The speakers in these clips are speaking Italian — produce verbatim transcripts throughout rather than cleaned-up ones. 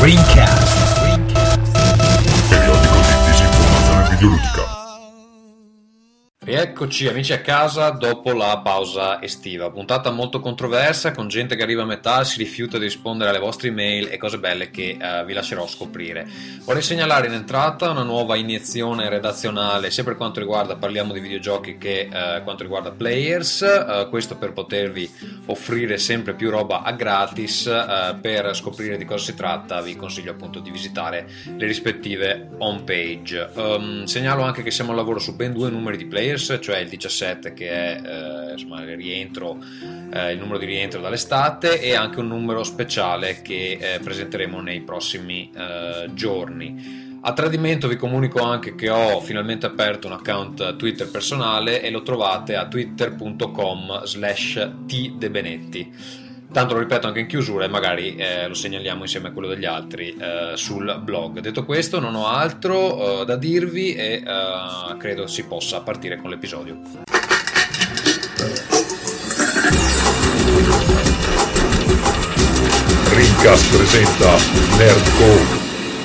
Rincast. Periodico di disinformazione videoludica. Rieccoci amici a casa dopo la pausa estiva, puntata molto controversa con gente che arriva a metà, si rifiuta di rispondere alle vostre email e cose belle che uh, vi lascerò scoprire. Vorrei segnalare in entrata una nuova iniezione redazionale sia per quanto riguarda parliamo di videogiochi che uh, quanto riguarda players, uh, questo per potervi offrire sempre più roba a gratis. Uh, per scoprire di cosa si tratta vi consiglio appunto di visitare le rispettive home page. Um, segnalo anche che siamo al lavoro su ben due numeri di players, cioè il diciassette che è eh, insomma, il rientro, eh, il numero di rientro dall'estate, e anche un numero speciale che eh, presenteremo nei prossimi eh, giorni. A tradimento vi comunico anche che ho finalmente aperto un account Twitter personale e lo trovate a twitter punto com slash tdebenetti. Tanto lo ripeto anche in chiusura e magari eh, lo segnaliamo insieme a quello degli altri eh, sul blog. Detto questo non ho altro eh, da dirvi e eh, credo si possa partire con l'episodio. Rincast presenta Nerdcore.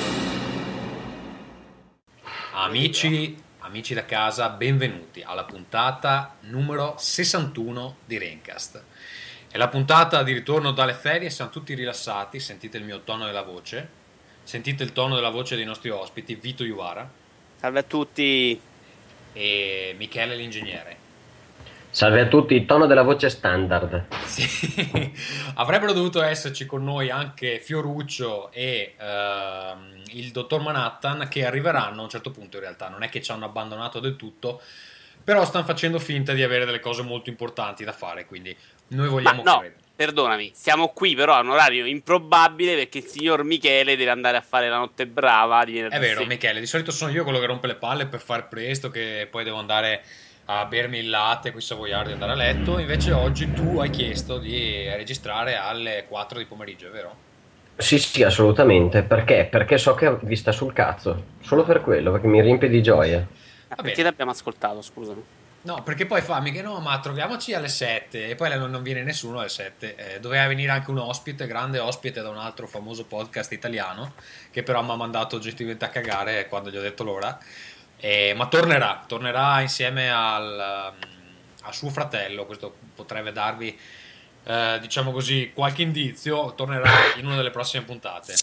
Amici, amici da casa, benvenuti alla puntata numero sessantuno di Rincast. È la puntata di ritorno dalle ferie, siamo tutti rilassati, sentite il mio tono della voce, sentite il tono della voce dei nostri ospiti, Vito Iuvara. Salve a tutti. E Michele l'ingegnere. Salve a tutti, il tono della voce standard. Sì, avrebbero dovuto esserci con noi anche Fioruccio e uh, il dottor Manhattan, che arriveranno a un certo punto in realtà, non è che ci hanno abbandonato del tutto, però stanno facendo finta di avere delle cose molto importanti da fare, quindi noi vogliamo Ma no, credere. Perdonami, siamo qui però a un orario improbabile perché il signor Michele deve andare a fare la notte brava di venerdì È vero, sera. Michele, di solito sono io quello che rompe le palle per far presto, che poi devo andare a bermi il latte con i savoiardi e andare a letto. Invece oggi tu hai chiesto di registrare alle quattro di pomeriggio, è vero? Sì, sì, assolutamente. Perché? Perché so che vi sta sul cazzo. Solo per quello, perché mi riempie di gioia. Ah, perché l'abbiamo ascoltato, scusami? No, perché poi fammi che no, ma troviamoci alle sette e poi non, non viene nessuno alle sette. Eh, doveva venire anche un ospite, grande ospite da un altro famoso podcast italiano, che però mi ha mandato oggettivamente a cagare quando gli ho detto l'ora. Eh, ma tornerà, tornerà insieme al, al suo fratello, questo potrebbe darvi, eh, diciamo così, qualche indizio, tornerà in una delle prossime puntate.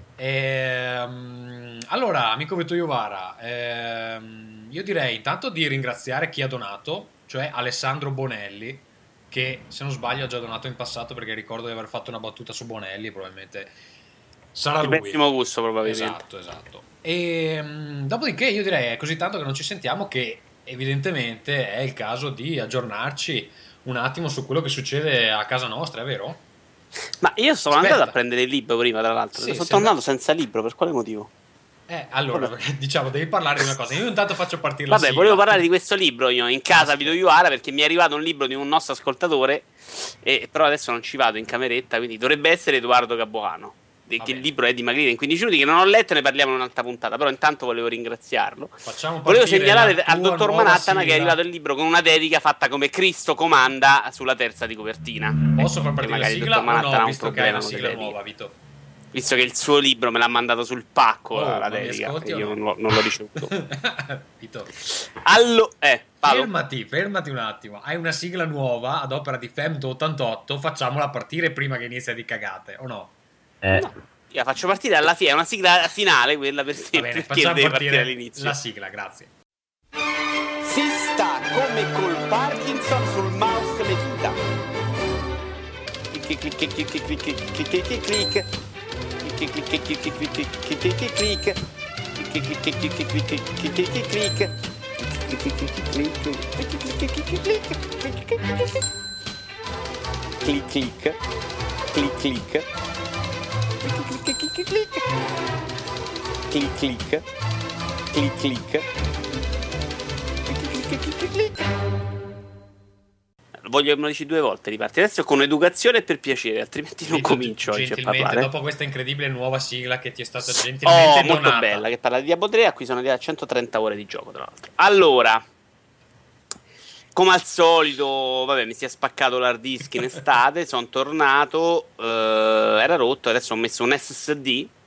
Ehm, allora, amico Vito Iuvara, ehm, io direi intanto di ringraziare chi ha donato, cioè Alessandro Bonelli, che se non sbaglio ha già donato in passato, perché ricordo di aver fatto una battuta su Bonelli, probabilmente sarà di lui. pessimo gusto probabilmente. Esatto, esatto. E mh, dopodiché io direi è così tanto che non ci sentiamo che evidentemente è il caso di aggiornarci un attimo su quello che succede a casa nostra, è vero? Ma io sono Aspetta. andato a prendere il libro prima, tra l'altro. Sì, sono sembra- tornato senza libro, per quale motivo? Eh, allora, perché, diciamo, devi parlare di una cosa. Io intanto faccio partire la Vabbè, sigla. volevo parlare di questo libro io in casa Ah, Vito Iuvara perché mi è arrivato un libro di un nostro ascoltatore, e, però adesso non ci vado in cameretta, quindi dovrebbe essere Edoardo Capuano. Che Va il bene. libro è Dimagrire in quindici minuti, che non ho letto e ne parliamo in un'altra puntata, però intanto volevo ringraziarlo. Facciamo Volevo partire segnalare la al tua dottor nuova Manhattan che è sigla. arrivato il libro con una dedica fatta come Cristo comanda sulla terza di copertina. Posso far Che partire la magari il sigla dottor o Manhattan no, ha un visto che hai problema una con le sigla dediche. nuova, Vito? Visto che il suo libro me l'ha mandato sul pacco, Oh, la, la ma mi dedica, ascolti e o io no? non l'ho, non l'ho ricevuto. Vito, Allo, eh, Paolo. fermati, fermati un attimo. Hai una sigla nuova ad opera di Femto ottantotto, facciamola partire prima che inizia di cagate, o no? Eh, No, io la faccio partire alla fine, è una sigla finale quella per Va sempre, bene, perché facciamo deve partire partire all'inizio. la sigla, grazie. Si sta come col Parkinson sul mouse le dita. Clic clic clic clic clic clic clic clic clic clic clic. Clic clic clic clic clic clic clic clic clic clic. Clic clic clic clic clic clic clic clic clic clic clic. Clic clic clic clic clic clic clic clic clic clic clic. Clic clic. Clic clic. Clic clic clic clic clic. Clic clic. Clic clic. Clic clic clic clic. Voglio che me lo dici due volte, riparti adesso con educazione e per piacere, altrimenti non Vito, comincio oggi a gentilmente, parlare. dopo questa incredibile nuova sigla che ti è stata gentilmente Oh, donata. molto bella, che parla di Diablo tre, a cui sono arrivate centotrenta ore di gioco, tra l'altro. Allora, come al solito, vabbè, mi si è spaccato l'hard disk in estate, sono tornato, eh, era rotto, adesso ho messo un S S D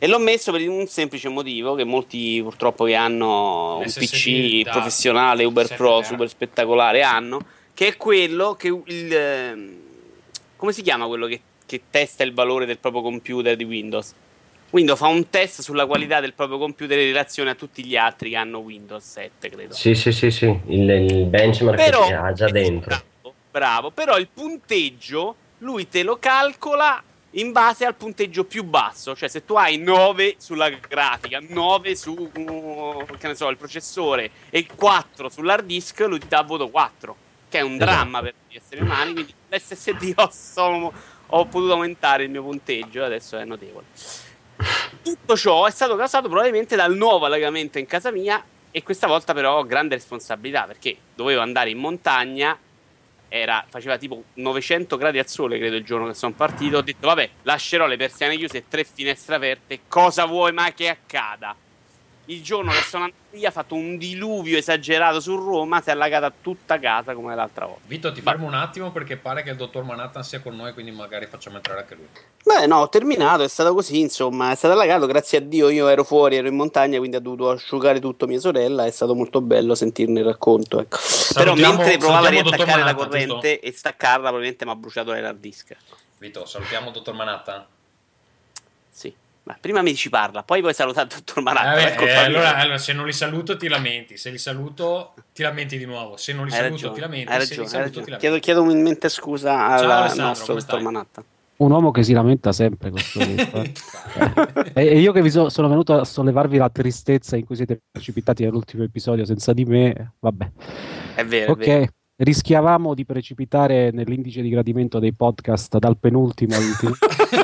E l'ho messo per un semplice motivo che molti purtroppo che hanno un L'S S D P C da professionale Uber sette Pro tera. super spettacolare hanno, che è quello che il ehm, come si chiama quello che, che testa il valore del proprio computer di Windows? Windows fa un test sulla qualità del proprio computer in relazione a tutti gli altri che hanno Windows sette, credo. Sì, sì, sì, sì, il, il benchmark Però che ha già dentro. bravo, bravo, però il punteggio lui te lo calcola in base al punteggio più basso, cioè se tu hai nove sulla grafica, nove su che ne so, il processore e quattro sull'hard disk, lui ti dà voto quattro, che è un Esatto. dramma per gli esseri umani, quindi l'S S D ho, so- ho potuto aumentare il mio punteggio, adesso è notevole. Tutto ciò è stato causato probabilmente dal nuovo allagamento in casa mia, e questa volta però ho grande responsabilità perché dovevo andare in montagna. Era, faceva tipo novecento gradi al sole, credo, il giorno che sono partito. Ho detto, vabbè, lascerò le persiane chiuse e tre finestre aperte. Cosa vuoi mai che accada? Il giorno che sono andato via ha fatto un diluvio esagerato su Roma, si è allagata tutta casa come l'altra volta. Vito, ti fermo un attimo perché pare che il dottor Manhattan sia con noi, quindi magari facciamo entrare anche lui. Beh, no, ho terminato, è stato così, insomma, è stato allagato, grazie a Dio. Io ero fuori, ero in montagna, quindi ha dovuto asciugare tutto mia sorella. È stato molto bello sentirne il racconto, ecco. Però Salutiamo- mentre provava a salutiamo dottor riattaccare la Manhattan, corrente e staccarla, probabilmente mi ha bruciato l'hard disk. Vito, salutiamo il dottor Manhattan. Sì. Ma prima mi ci parla, poi puoi salutare il dottor Manhattan. Eh, è colpa eh, mia. allora, allora, se non li saluto ti lamenti, se li saluto ti lamenti di nuovo, se non li Hai saluto ragione, ti lamenti, hai se li ragione, hai saluto ragione. ti lamenti. Chiedo, chiedo umilmente scusa al Ciao, Alessandro, nostro come dottor stai? Manhattan. Un uomo che si lamenta sempre questo Vito, eh. E e io che vi so- sono venuto a sollevarvi la tristezza in cui siete precipitati nell'ultimo episodio senza di me, vabbè. È vero, è vero. Ok, rischiavamo di precipitare nell'indice di gradimento dei podcast dal penultimo all'ultimo.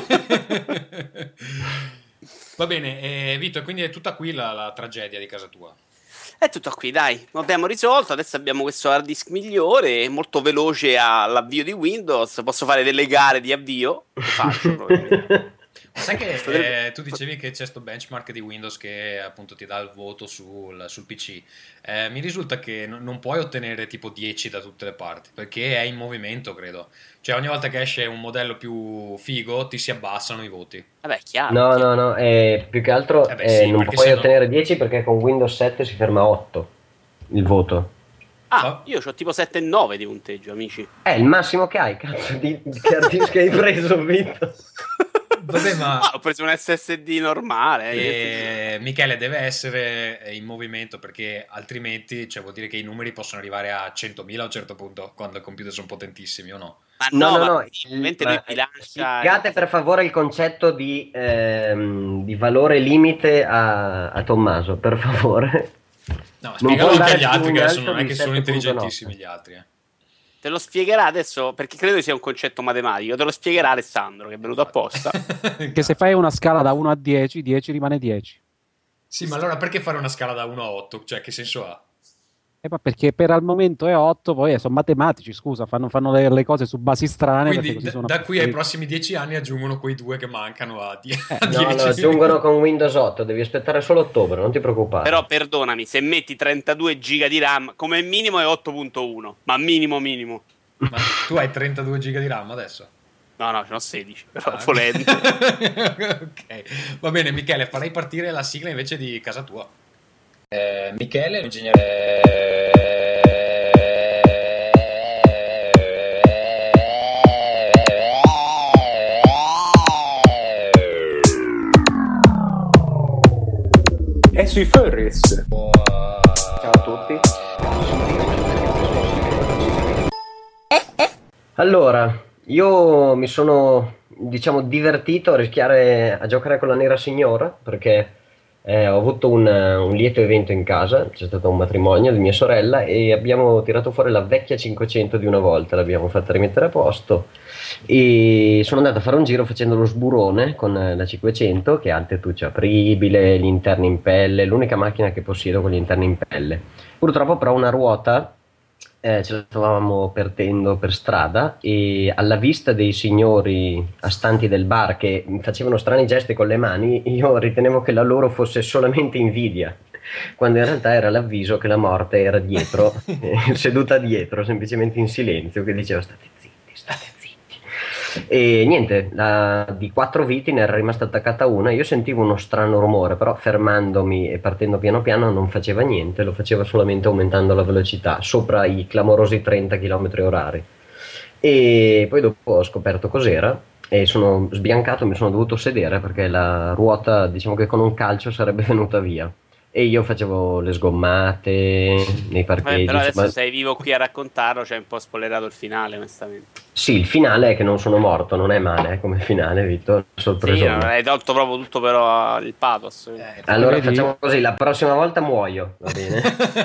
Va bene, eh, Vito, quindi è tutta qui la, la tragedia di casa tua. È tutto qui, dai, lo abbiamo risolto. Adesso abbiamo questo hard disk migliore, molto veloce all'avvio di Windows. Posso fare delle gare di avvio, lo faccio probabilmente. Ma sai che Potrebbe- eh, tu dicevi che c'è sto benchmark di Windows che appunto ti dà il voto sul, sul P C. Eh, mi risulta che no- non puoi ottenere tipo dieci da tutte le parti perché è in movimento, credo. Cioè ogni volta che esce un modello più figo ti si abbassano i voti. Vabbè, chiaro. No, chiaro. no, no, eh, più che altro Eh beh, eh, sì, non perché puoi se no- ottenere dieci perché con Windows sette si ferma a otto il voto. Ah, Ma- io ho tipo sette e nove di punteggio, amici. È il massimo che hai, cazzo di che hard disk hai preso, Vito? Vabbè, ma Ah, ho preso un S S D normale. eh, che eh, Michele deve essere in movimento perché altrimenti cioè, vuol dire che i numeri possono arrivare a centomila a un certo punto quando i computer sono potentissimi o no? Ma No, no, no, ma no, ovviamente ma lui bilancia. spiegate per favore il concetto di, ehm, di valore limite a, a Tommaso, per favore. No, ma Non spiegalo può anche agli andare altri più che in adesso alto non è di che sono sette virgola nove. intelligentissimi gli altri. eh. Te lo spiegherà adesso, perché credo che sia un concetto matematico. Te lo spiegherà Alessandro, che è venuto apposta. Che se fai una scala da uno a dieci, dieci rimane dieci. Sì, ma allora perché fare una scala da uno a otto? Cioè, che senso ha? E ma perché per al momento è otto, poi eh, sono matematici, scusa, fanno, fanno le, le cose su basi strane. perché Quindi così da, sono da qui ai apprezzati. prossimi dieci anni aggiungono quei due che mancano a die- a No, lo dieci. aggiungono con Windows otto, devi aspettare solo ottobre, non ti preoccupare. Però perdonami, se metti trentadue giga di RAM, come minimo è otto punto uno, ma minimo minimo. Ma tu hai trentadue giga di RAM adesso? No, no, ce n'ho sedici, però Ah, volendo. ok, va bene Michele, farei partire la sigla invece di casa tua. Eh, Michele, l'ingegnere... E sui furries. Ciao a tutti. Allora, io mi sono, diciamo, divertito a rischiare a giocare con la nera signora perché eh, ho avuto un, un lieto evento in casa, c'è stato un matrimonio di mia sorella e abbiamo tirato fuori la vecchia cinquecento di una volta, l'abbiamo fatta rimettere a posto e sono andato a fare un giro facendo lo sburone con la cinquecento che ha il tettuccio apribile, gli interni in pelle, l'unica macchina che possiedo con gli interni in pelle. Purtroppo però una ruota eh, ce la stavamo perdendo per strada e alla vista dei signori astanti del bar che facevano strani gesti con le mani, io ritenevo che la loro fosse solamente invidia, quando in realtà era l'avviso che la morte era dietro, eh, seduta dietro, semplicemente in silenzio, che diceva state zitti, state zitti. E niente, la- di quattro viti ne era rimasta attaccata una. Io sentivo uno strano rumore, però fermandomi e partendo piano piano non faceva niente, lo faceva solamente aumentando la velocità sopra i clamorosi trenta chilometri orari. E poi dopo ho scoperto cos'era e sono sbiancato, mi sono dovuto sedere perché la ruota, diciamo che con un calcio sarebbe venuta via. E io facevo le sgommate nei Vabbè, parcheggi, però adesso insomma. sei vivo qui a raccontarlo, c'è un po' spoilerato il finale, onestamente. Sì, il finale è che non sono morto, non è male eh, come finale, Vittor, Sì, sorpresone. no, hai tolto proprio tutto però il pathos. Eh, Allora Vedi? facciamo così, la prossima volta muoio, va bene?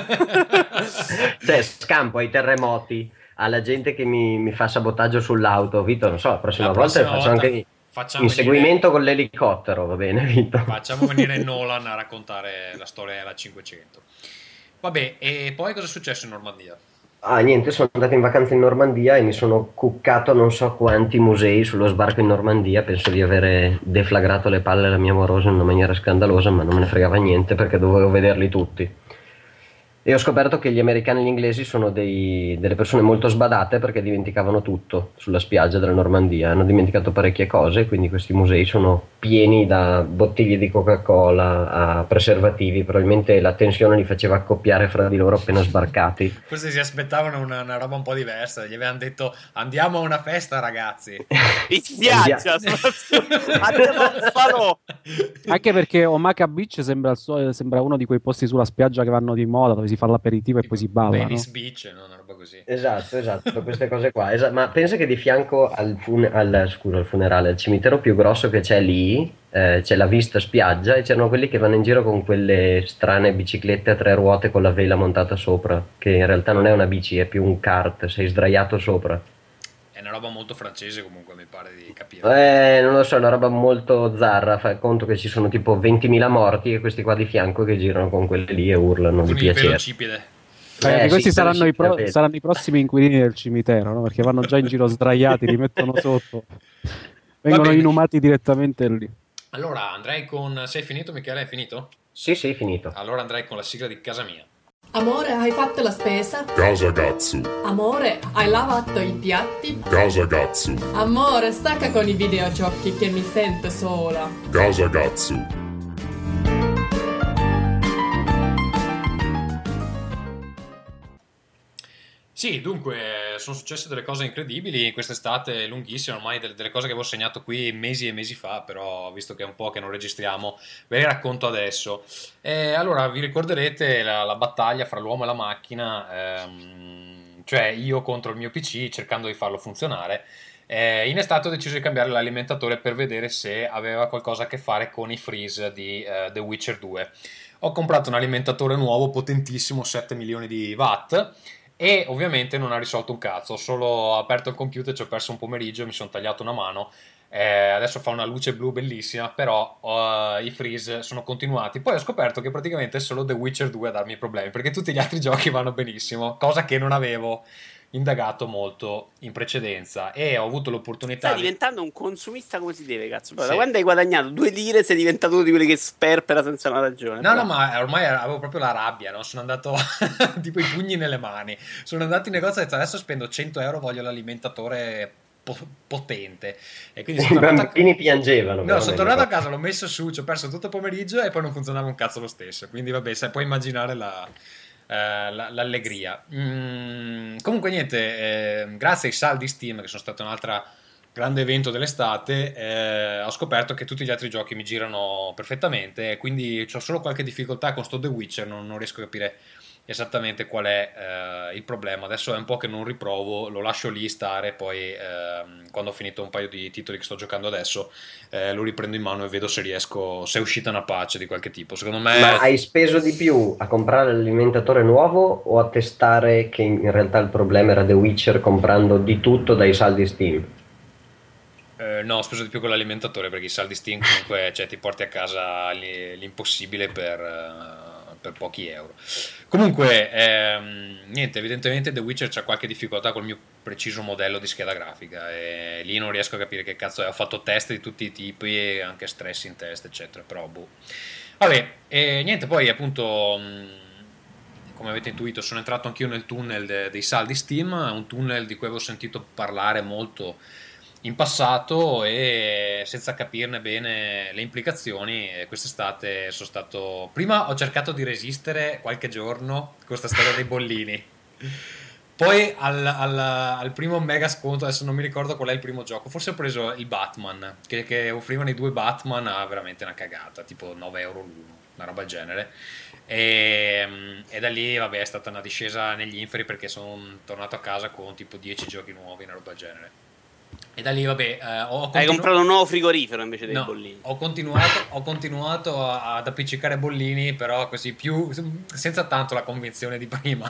Cioè, scampo ai terremoti, alla gente che mi, mi fa sabotaggio sull'auto, Vito, non so, la prossima La volta prossima faccio volta anche facciamo inseguimento con l'elicottero, va bene, Vito? Facciamo venire Nolan a raccontare la storia della cinquecento. Vabbè, e poi cosa è successo in Normandia? Ah, niente, sono andato in vacanza in Normandia e mi sono cuccato non so quanti musei sullo sbarco in Normandia. Penso di avere deflagrato le palle alla mia amorosa in una maniera scandalosa, ma non me ne fregava niente perché dovevo vederli tutti. E ho scoperto che gli americani e gli inglesi sono dei- delle persone molto sbadate perché dimenticavano tutto sulla spiaggia della Normandia. Hanno dimenticato parecchie cose, quindi questi musei sono pieni da bottiglie di Coca-Cola a preservativi. Probabilmente la tensione li faceva accoppiare fra di loro appena sbarcati. Forse si aspettavano una, una roba un po' diversa. Gli avevano detto andiamo a una festa, ragazzi. In spiaggia, andiamo al falò. Anche perché Omaha Beach sembra, il suo- sembra uno di quei posti sulla spiaggia che vanno di moda, dove si fa l'aperitivo e poi si balla, no? Venice Beach, no? Una roba così. Esatto, esatto, queste cose qua. Esa- ma pensa che di fianco al, fune- al- scusa, al funerale, al cimitero più grosso che c'è lì, eh, c'è la vista spiaggia e c'erano quelli che vanno in giro con quelle strane biciclette a tre ruote con la vela montata sopra, che in realtà non è una bici, è più un kart, sei sdraiato sopra. È una roba molto francese comunque, mi pare di capire. Eh, non lo so, è una roba molto zarra, fai conto che ci sono tipo ventimila morti e questi qua di fianco che girano con quelle lì e urlano di Con il piacere. velocipede. Eh, Eh, questi sì, saranno, quello i pro- sì, saranno i prossimi inquilini del cimitero, no? Perché vanno già in giro sdraiati, li mettono sotto, vengono bene. inumati direttamente lì. Allora andrei con... Sei finito, Michele? Hai finito? Sì, sì, finito. Allora andrei con la sigla di casa mia. Amore, hai fatto la spesa? Casa Gatsu, Amore, hai lavato i piatti? Casa Gatsu, Amore, stacca con i videogiochi che mi sento sola. Casa Gatsu. Sì, dunque, sono successe delle cose incredibili quest'estate lunghissima, ormai delle, delle cose che avevo segnato qui mesi e mesi fa, però visto che è un po' che non registriamo, ve le racconto adesso. E allora, vi ricorderete la, la battaglia fra l'uomo e la macchina, ehm, cioè io contro il mio P C cercando di farlo funzionare. Eh, in estate ho deciso di cambiare l'alimentatore per vedere se aveva qualcosa a che fare con i freeze di eh, The Witcher due. Ho comprato un alimentatore nuovo, potentissimo, sette milioni di watt, e ovviamente non ha risolto un cazzo. Ho solo aperto il computer, ci ho perso un pomeriggio, mi sono tagliato una mano. Eh, adesso fa una luce blu bellissima, però uh, i freeze sono continuati. Poi ho scoperto che praticamente è solo The Witcher due a darmi problemi, perché tutti gli altri giochi vanno benissimo, cosa che non avevo indagato molto in precedenza, e ho avuto l'opportunità Stai di... diventando un consumista come si deve, cazzo. Però Sì. da quando hai guadagnato due lire sei diventato uno di quelli che sperpera senza una ragione. No, Però- no, ma ormai avevo proprio la rabbia, no? Sono andato tipo i pugni nelle mani. Sono andato in negozio e ho detto adesso spendo cento euro, voglio l'alimentatore po- potente. E quindi I sono tornato a... bambini piangevano. No, sono veramente. tornato a casa, l'ho messo su, ci ho perso tutto il pomeriggio e poi non funzionava un cazzo lo stesso. Quindi vabbè, sai, puoi immaginare la... eh, la- l'allegria. Mm, comunque niente, eh, grazie ai saldi Steam, che sono stato un'altra grande evento dell'estate, eh, ho scoperto che tutti gli altri giochi mi girano perfettamente, quindi ho solo qualche difficoltà con sto The Witcher, non, non riesco a capire esattamente qual è eh, il problema. Adesso è un po' che non riprovo, lo lascio lì stare, poi ehm, quando ho finito un paio di titoli che sto giocando adesso eh, lo riprendo in mano e vedo se riesco, se è uscita una patch di qualche tipo. Secondo me... Ma hai speso di più a comprare l'alimentatore nuovo o a testare che in realtà il problema era The Witcher comprando di tutto dai saldi Steam? Eh, no, ho speso di più con l'alimentatore perché i saldi Steam comunque cioè, ti porti a casa li- l'impossibile per, eh, per pochi euro. Comunque, ehm, niente, evidentemente The Witcher c'ha qualche difficoltà col mio preciso modello di scheda grafica e lì non riesco a capire che cazzo è. Ho fatto test di tutti i tipi e anche stress in test, eccetera, però boh. Vabbè, e niente, poi appunto... mh, come avete intuito, sono entrato anch'io nel tunnel de- dei saldi Steam, un tunnel di cui avevo sentito parlare molto in passato e senza capirne bene le implicazioni. Quest'estate sono stato, prima ho cercato di resistere qualche giorno con questa storia dei bollini, poi al, al, al primo mega sconto, adesso non mi ricordo qual è il primo gioco, forse ho preso il Batman, che, che offrivano i due Batman a veramente una cagata, tipo nove euro l'uno, una roba del genere. E, e da lì vabbè è stata una discesa negli inferi, perché sono tornato a casa con tipo dieci giochi nuovi, una roba del genere. E da lì vabbè eh, ho continu- Hai comprato un nuovo frigorifero invece dei no, bollini. ho continuato, ho continuato a- ad appiccicare bollini, però così più senza tanto la convinzione di prima.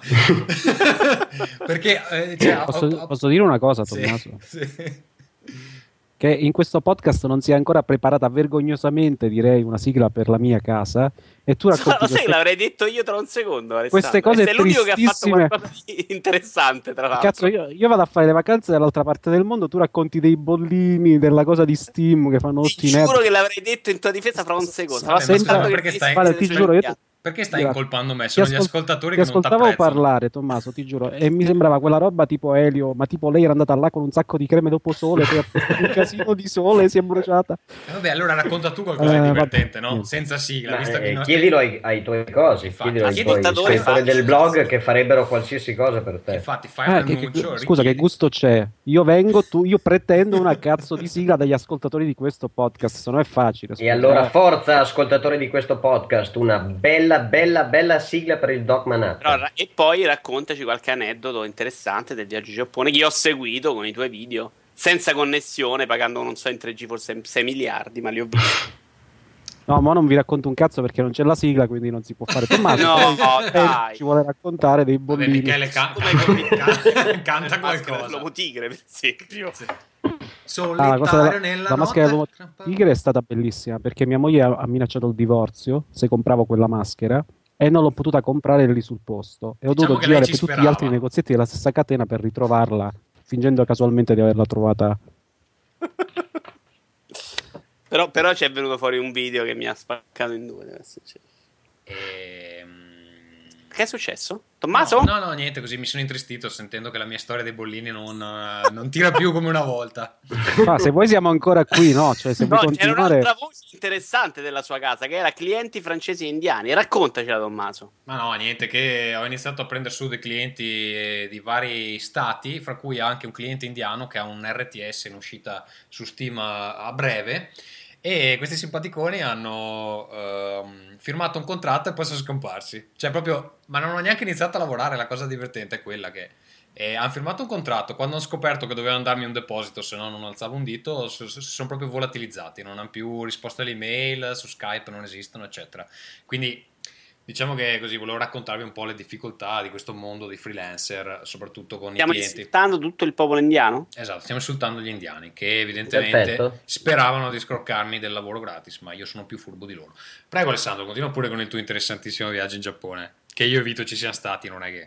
Perché eh, cioè, Posso, ho- ho- posso dire una cosa, Sì, Tommaso? sì. Che in questo podcast non si è ancora preparata vergognosamente, direi, una sigla per la mia casa, e tu racconti Lo sai che queste, l'avrei detto io tra un secondo, Alessandro. queste cose Sei l'unico che ha fatto tristissime. qualcosa di interessante, tra l'altro. Cazzo, io, io vado a fare le vacanze dall'altra parte del mondo, tu racconti dei bollini, della cosa di Steam che fanno Ti tutti i giuro nerd. che l'avrei detto in tua difesa fra un secondo. Vabbè, Stavo ma aspettando scusa, che perché finissi stai- le Guarda, ti sue giuro, io chiacchiere. Perché stai Grazie. incolpando me? Ti Sono gli ascol- ascoltatori ti che non ti ascoltavo apprezzano. parlare, Tommaso, ti giuro, e mi sembrava quella roba tipo Elio, ma tipo lei era andata là con un sacco di creme dopo sole, poi ha fatto un casino di sole, si è bruciata. E vabbè, allora racconta tu qualcosa Eh, di vabbè, divertente, no? niente. Senza sigla, Ma, visto che eh, i nostri- chiedilo ai, ai tuoi cosi, Infatti, chiedilo ai anche i tuoi portatori scrittori facili. del blog che farebbero qualsiasi cosa per te. Infatti, fai un Ah, che- annuncio, che- scusa, che richiedi. gusto c'è? Io vengo, tu, io pretendo una cazzo di sigla dagli ascoltatori di questo podcast, se no è facile. E scusa. allora forza, ascoltatori di questo podcast, una bella, bella, bella sigla per il Doc Manhattan. Però ra- e poi raccontaci qualche aneddoto interessante del viaggio in Giappone che io ho seguito con i tuoi video, senza connessione, pagando non so in tre G forse sei miliardi, ma li ho visti. No, ma non vi racconto un cazzo perché non c'è la sigla, quindi non si può fare. Tommaso, No, lei- dai. ci vuole raccontare dei Vabbè, bollini. Michele ca- Come hai can- canta Maschera qualcosa. dell'uomo tigre, per esempio. Sì. Ah, la cosa Solitario della nella la maschera notte. dell'uomo tigre è stata bellissima perché mia moglie ha, ha minacciato il divorzio se compravo quella maschera e non l'ho potuta comprare lì sul posto e ho Diciamo dovuto che lei girare ci per tutti gli sperava. altri negozietti della stessa catena per ritrovarla, fingendo casualmente di averla trovata. Però, però ci è venuto fuori un video che mi ha spaccato in due. deve essere successo. Ehm, Che è successo? Tommaso? No, no, no, niente, così mi sono intristito sentendo che la mia storia dei bollini non, eh, non tira più come una volta. Ma se vuoi siamo ancora qui, no? Cioè, se No, vuoi c'era continuare... un'altra voce interessante della sua casa che era clienti francesi e indiani. Raccontacela, Tommaso. Ma no, niente, che ho iniziato a prendere su dei clienti eh, di vari stati, fra cui anche un cliente indiano che ha un R T S in uscita su Steam a, a breve. E questi simpaticoni hanno ehm, firmato un contratto e poi sono scomparsi. Cioè, proprio, ma non ho neanche iniziato a lavorare. La cosa divertente è quella che eh, hanno firmato un contratto. Quando hanno scoperto che dovevano darmi un deposito, se no non alzavo un dito, si si sono proprio volatilizzati. Non hanno più risposto alle email, su Skype non esistono, eccetera. Quindi, diciamo che così volevo raccontarvi un po' le difficoltà di questo mondo di freelancer, soprattutto con Stiamo i clienti. insultando tutto il popolo indiano? Esatto, stiamo insultando gli indiani che evidentemente Perfetto. speravano di scroccarmi del lavoro gratis, ma io sono più furbo di loro. Prego Alessandro, continua pure con il tuo interessantissimo viaggio in Giappone, che io e Vito ci siamo stati, non è che...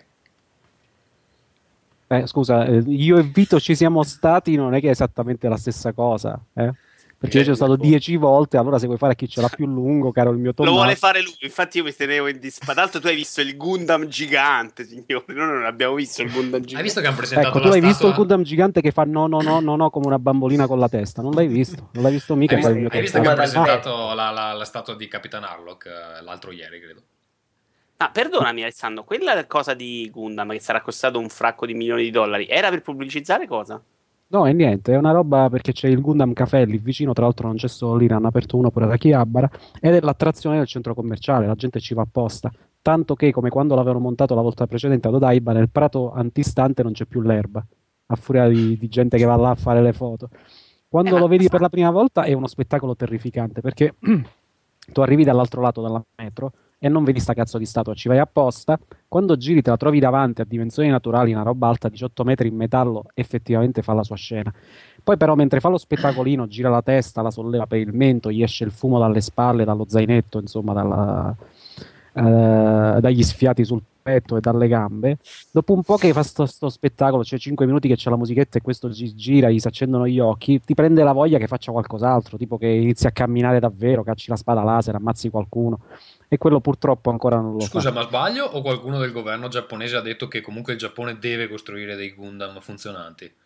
Eh, scusa, eh, io e Vito ci siamo stati, non è che è esattamente la stessa cosa, eh? Perché io ci sono stato dieci volte, allora se vuoi fare a chi ce l'ha più lungo, caro il mio Lo Tommaso. vuole fare lui, infatti io mi tenevo in dispa. Tra l'altro tu hai visto il Gundam gigante, signore. Noi non abbiamo visto il Gundam gigante. Hai visto che hanno presentato Ecco, tu la hai statua? visto il Gundam gigante che fa no, no, no, no, no, come una bambolina con la testa. Non l'hai visto? Non l'hai visto mica. Hai poi visto, il mio hai visto che Ma hanno dal- presentato la, la, la statua di Capitan Harlock eh, l'altro ieri, credo. Ah, perdonami Alessandro, quella cosa di Gundam che sarà costato un fracco di milioni di dollari, era per pubblicizzare cosa? No, è niente, è una roba perché c'è il Gundam Café lì vicino, tra l'altro non c'è solo lì, ne hanno aperto uno pure ad Akihabara, ed è l'attrazione del centro commerciale, la gente ci va apposta, tanto che come quando l'avevano montato la volta precedente ad Odaiba, nel prato antistante non c'è più l'erba, a furia di, di gente che va là a fare le foto. Quando Eh, ma lo vedi fa- per la prima volta è uno spettacolo terrificante, perché tu arrivi dall'altro lato dalla metro e non vedi sta cazzo di statua, ci vai apposta, quando giri te la trovi davanti a dimensioni naturali, una roba alta diciotto metri in metallo, effettivamente fa la sua scena. Poi però mentre fa lo spettacolino gira la testa, la solleva per il mento, gli esce il fumo dalle spalle, dallo zainetto, insomma dalla, eh, dagli sfiati sul petto e dalle gambe. Dopo un po' che fa sto, sto spettacolo, cioè cinque minuti che c'è la musichetta e questo gi- gira, gli si accendono gli occhi, ti prende la voglia che faccia qualcos'altro, tipo che inizi a camminare davvero, cacci la spada laser, ammazzi qualcuno. E quello purtroppo ancora non lo Scusa, fa. ma sbaglio o qualcuno del governo giapponese ha detto che comunque il Giappone deve costruire dei Gundam funzionanti?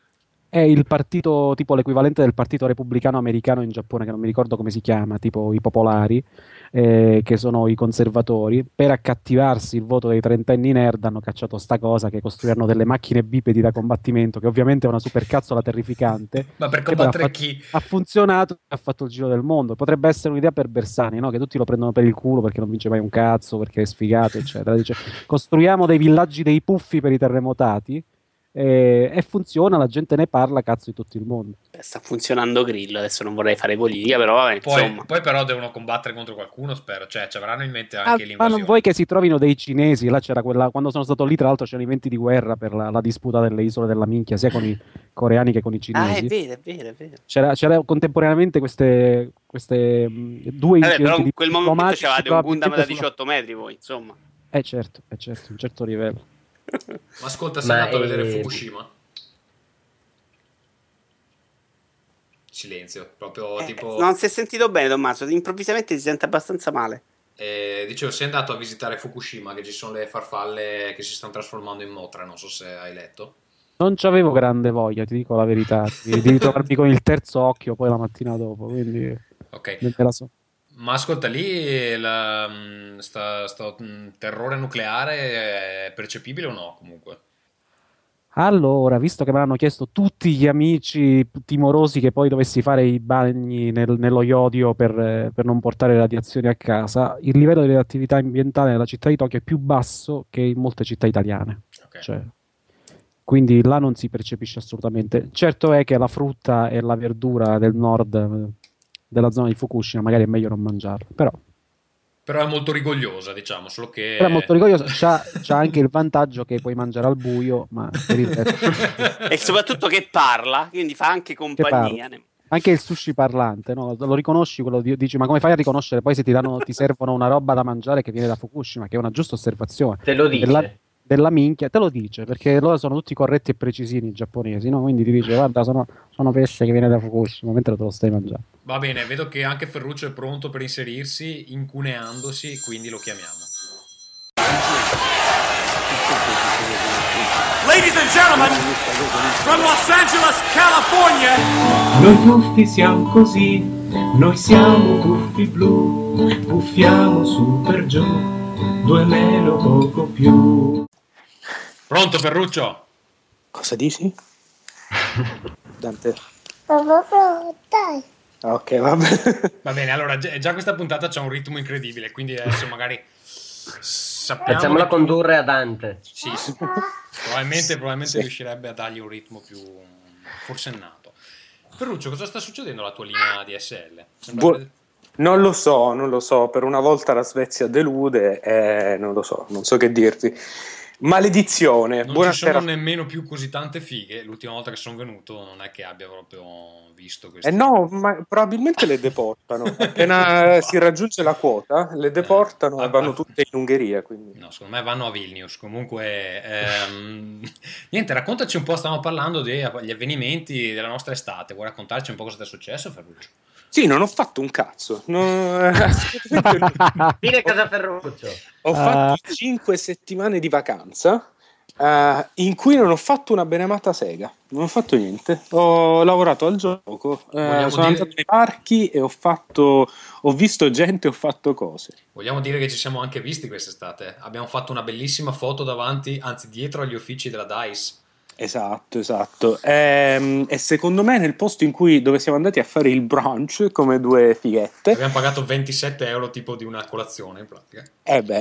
È il partito, tipo l'equivalente del partito repubblicano americano in Giappone, che non mi ricordo come si chiama, tipo i popolari, eh, che sono i conservatori. Per accattivarsi il voto dei trentenni nerd hanno cacciato sta cosa che costruiranno delle macchine bipedi da combattimento, che ovviamente è una supercazzola terrificante. Ma per che poi ha, combattere fatto- chi? ha funzionato e ha fatto il giro del mondo. Potrebbe essere un'idea per Bersani, no? Che tutti lo prendono per il culo perché non vince mai un cazzo, perché è sfigato, eccetera. Dice, costruiamo dei villaggi dei puffi per i terremotati. E, e funziona, la gente ne parla, cazzo, di tutto il mondo. Beh, sta funzionando Grillo, adesso non vorrei fare politica, però vabbè, Poi, insomma. poi però devono combattere contro qualcuno, spero. Cioè, ci avranno in mente Ah, anche ma l'invasione. non vuoi che si trovino dei cinesi? Là c'era quella, quando sono stato lì, tra l'altro, c'erano i venti di guerra per la, la disputa delle isole della minchia, sia con i coreani che con i Ah, cinesi. è vero, è vero, è vero. C'era, c'era contemporaneamente queste, queste mh, due Vabbè, però incidenti in quel momento diplomatici, c'avevate un Gundam da probabilmente sulla- diciotto metri voi, insomma. Eh certo, eh certo, un certo livello. Ma ascolta, sei Ma andato a vedere eh, Fukushima? Silenzio, proprio Eh, tipo... non si è sentito bene, Tommaso, improvvisamente si sente abbastanza male. Eh, dicevo, sei andato a visitare Fukushima, che ci sono le farfalle che si stanno trasformando in motre, non so se hai letto. Non c'avevo grande voglia, ti dico la verità, di, di ritrovarmi con il terzo occhio poi la mattina dopo, quindi Ok. me la so. Ma ascolta, lì la, mh, sta, sta, mh, terrore nucleare è percepibile o no, comunque? Allora, visto che me l'hanno chiesto tutti gli amici timorosi che poi dovessi fare i bagni nel- nello iodio per, eh, per non portare radiazioni a casa, il livello di attività ambientale nella città di Tokyo è più basso che in molte città italiane. Ok. Cioè, quindi là non si percepisce assolutamente. Certo è che la frutta e la verdura del nord eh, della zona di Fukushima magari è meglio non mangiarla, però, Però è molto rigogliosa, diciamo, solo che... però è molto rigoglioso. C'ha, c'ha anche il vantaggio che puoi mangiare al buio, ma per il resto... E soprattutto che parla, quindi fa anche compagnia. parla. Anche il sushi parlante, no? Lo riconosci, quello di- dici, ma come fai a riconoscere poi se ti danno, ti servono una roba da mangiare che viene da Fukushima, che è una giusta osservazione. Te lo dice. Della, della minchia, te lo dice, perché loro sono tutti corretti e precisini i giapponesi, no? Quindi ti dice, guarda, sono, sono pesce che viene da Fukushima, mentre te lo stai mangiando. Va bene, vedo che anche Ferruccio è pronto per inserirsi, incuneandosi, quindi lo chiamiamo. Ladies and gentlemen, from Los Angeles, California. Noi tuffi siamo così, noi siamo tuffi blu, puffiamo su per giù, due meno poco più. Pronto, Ferruccio? Cosa dici? Dante. Dai. Ah, ok, va bene. Va bene, allora già già questa puntata c'ha un ritmo incredibile, quindi adesso magari sappiamo... Facciamola di più. condurre a Dante. Sì, sì. probabilmente, probabilmente Sì. riuscirebbe a dargli un ritmo più forsennato. Ferruccio, cosa sta succedendo alla tua linea D S L? Sembra... Bu- Non lo so, non lo so. Per una volta la Svezia delude e non lo so, non so che dirti. Maledizione. Non ci Buonasera. sono nemmeno più così tante fighe. L'ultima volta che sono venuto non è che abbia proprio visto questo. Eh no, ma probabilmente le deportano. Appena si raggiunge la quota, le deportano Eh, e vanno ah, tutte in Ungheria. Quindi. No, secondo me vanno a Vilnius. Comunque, ehm, niente, raccontaci un po'. Stiamo parlando degli avvenimenti della nostra estate. Vuoi raccontarci un po' cosa ti è successo, Ferruccio? Sì, non ho fatto un cazzo. No, assolutamente no. Fine casa Ferruccio. Ho fatto cinque settimane di vacanza eh, in cui non ho fatto una benemata sega, non ho fatto niente. Ho lavorato al gioco, eh, Vogliamo sono dire- andato nei parchi e ho fatto, ho visto gente, ho fatto cose. Vogliamo dire che ci siamo anche visti quest'estate. Abbiamo fatto una bellissima foto davanti, anzi dietro agli uffici della DICE. Esatto, esatto. Ehm, e secondo me nel posto in cui dove siamo andati a fare il brunch come due fighette, Abbiamo pagato ventisette euro tipo di una colazione in pratica. eh beh,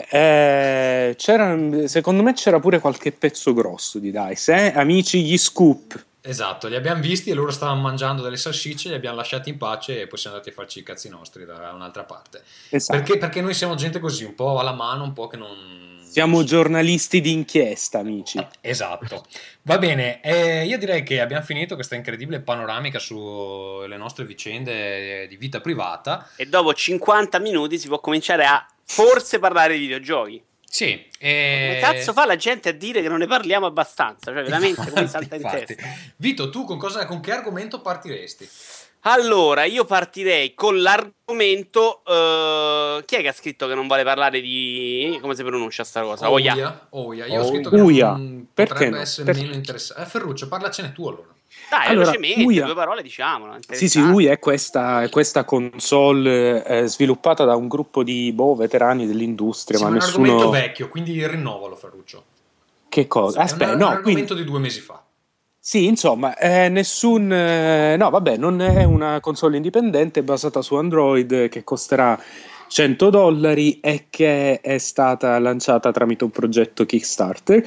eh, c'era, secondo me c'era pure qualche pezzo grosso di Dice, eh? Amici, gli scoop. Esatto, li abbiamo visti e loro stavano mangiando delle salsicce, li abbiamo lasciati in pace e poi siamo andati a farci i cazzi nostri da un'altra parte. Esatto. Perché? Perché noi siamo gente così, un po' alla mano, un po' che non... Siamo giornalisti d'inchiesta, amici. Esatto. Va bene, eh, io direi che abbiamo finito questa incredibile panoramica sulle nostre vicende di vita privata. E dopo cinquanta minuti si può cominciare a forse parlare di videogiochi. Sì. E... Come cazzo fa la gente a dire che non ne parliamo abbastanza? Cioè, veramente, come salta in Infatti. testa. Vito, tu con, cosa, con che argomento partiresti? Allora, io partirei con l'argomento. eh, chi è che ha scritto che non vuole parlare di. Come si pronuncia sta cosa? Oia. Oia. Oia. Io ho Oh, scritto che Uia. non Perché potrebbe no? essere Perché? meno interessante. Eh, Ferruccio, parlacene tu allora. Dai, Allora, velocemente, Ouya- due parole diciamolo. Sì, sì, Ouya è questa, è questa console eh, sviluppata da un gruppo di boh, veterani dell'industria, Sì, ma ma è un argomento nessuno... vecchio, quindi rinnovalo, Ferruccio. Che cosa? È Aspetta, un, no, un argomento quindi... di due mesi fa. Sì, insomma, eh, nessun... eh, no, vabbè, non è una console indipendente, è basata su Android, che costerà cento dollari e che è stata lanciata tramite un progetto Kickstarter.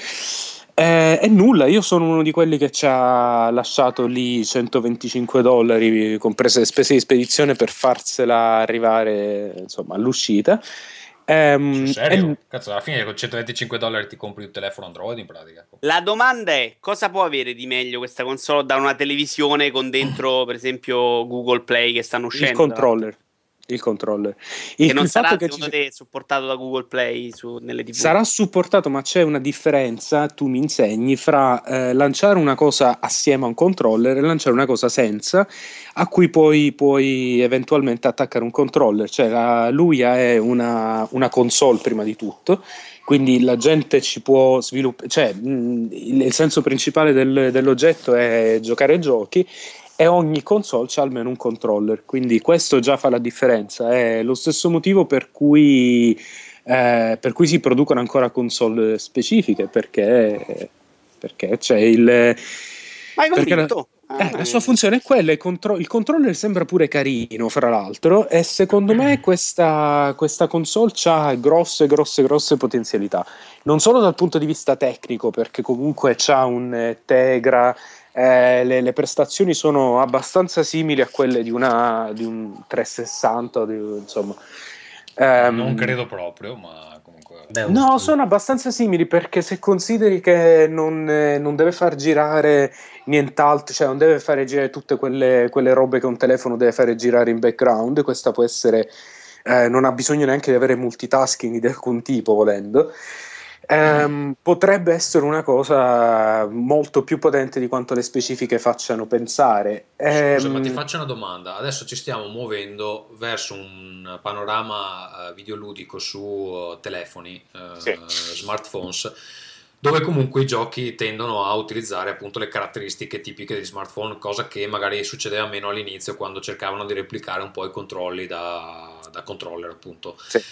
Eh, e nulla, io sono uno di quelli che ci ha lasciato lì centoventicinque dollari, comprese le spese di spedizione, per farsela arrivare, insomma, all'uscita. Ehm, Sul serio? e- Cazzo, alla fine con centoventicinque dollari ti compri un telefono Android in pratica. La domanda è: cosa può avere di meglio questa console da una televisione con dentro, per esempio, Google Play che stanno il uscendo? controller. Il controller. Il, Che non il sarà, fatto che secondo ci- te, supportato da Google Play su, nelle tivù? sarà supportato, ma c'è una differenza, tu mi insegni, fra eh, lanciare una cosa assieme a un controller e lanciare una cosa senza, a cui poi puoi eventualmente attaccare un controller. Cioè la Luia è una, una console prima di tutto, quindi la gente ci può sviluppare, cioè mh, il, il senso principale del- dell'oggetto è giocare ai giochi, e ogni console c'ha almeno un controller, quindi questo già fa la differenza. È lo stesso motivo per cui, eh, per cui si producono ancora console specifiche, perché, perché c'è il... Ma hai perché la, convinto? eh, la sua funzione è quella, il, contro- il controller sembra pure carino, fra l'altro, e secondo me questa, questa console ha grosse, grosse, grosse potenzialità, non solo dal punto di vista tecnico, perché comunque c'ha un eh, Tegra. Eh, le, le prestazioni sono abbastanza simili a quelle di, una, di un trecentosessanta, di- insomma. Ehm, Non credo proprio, ma comunque... No, sono abbastanza simili, perché se consideri che non, eh, non deve far girare nient'altro, cioè non deve fare girare tutte quelle, quelle robe che un telefono deve fare girare in background, questa può essere, eh, non ha bisogno neanche di avere multitasking di alcun tipo, volendo. Ehm, potrebbe essere una cosa molto più potente di quanto le specifiche facciano pensare. Scusa, Ehm, ma ti faccio una domanda. Adesso ci stiamo muovendo verso un panorama eh, videoludico su eh, telefoni, eh, smartphones, dove comunque i giochi tendono a utilizzare appunto le caratteristiche tipiche degli smartphone, cosa che magari succedeva meno all'inizio, quando cercavano di replicare un po' i controlli da, da controller, appunto. Sì.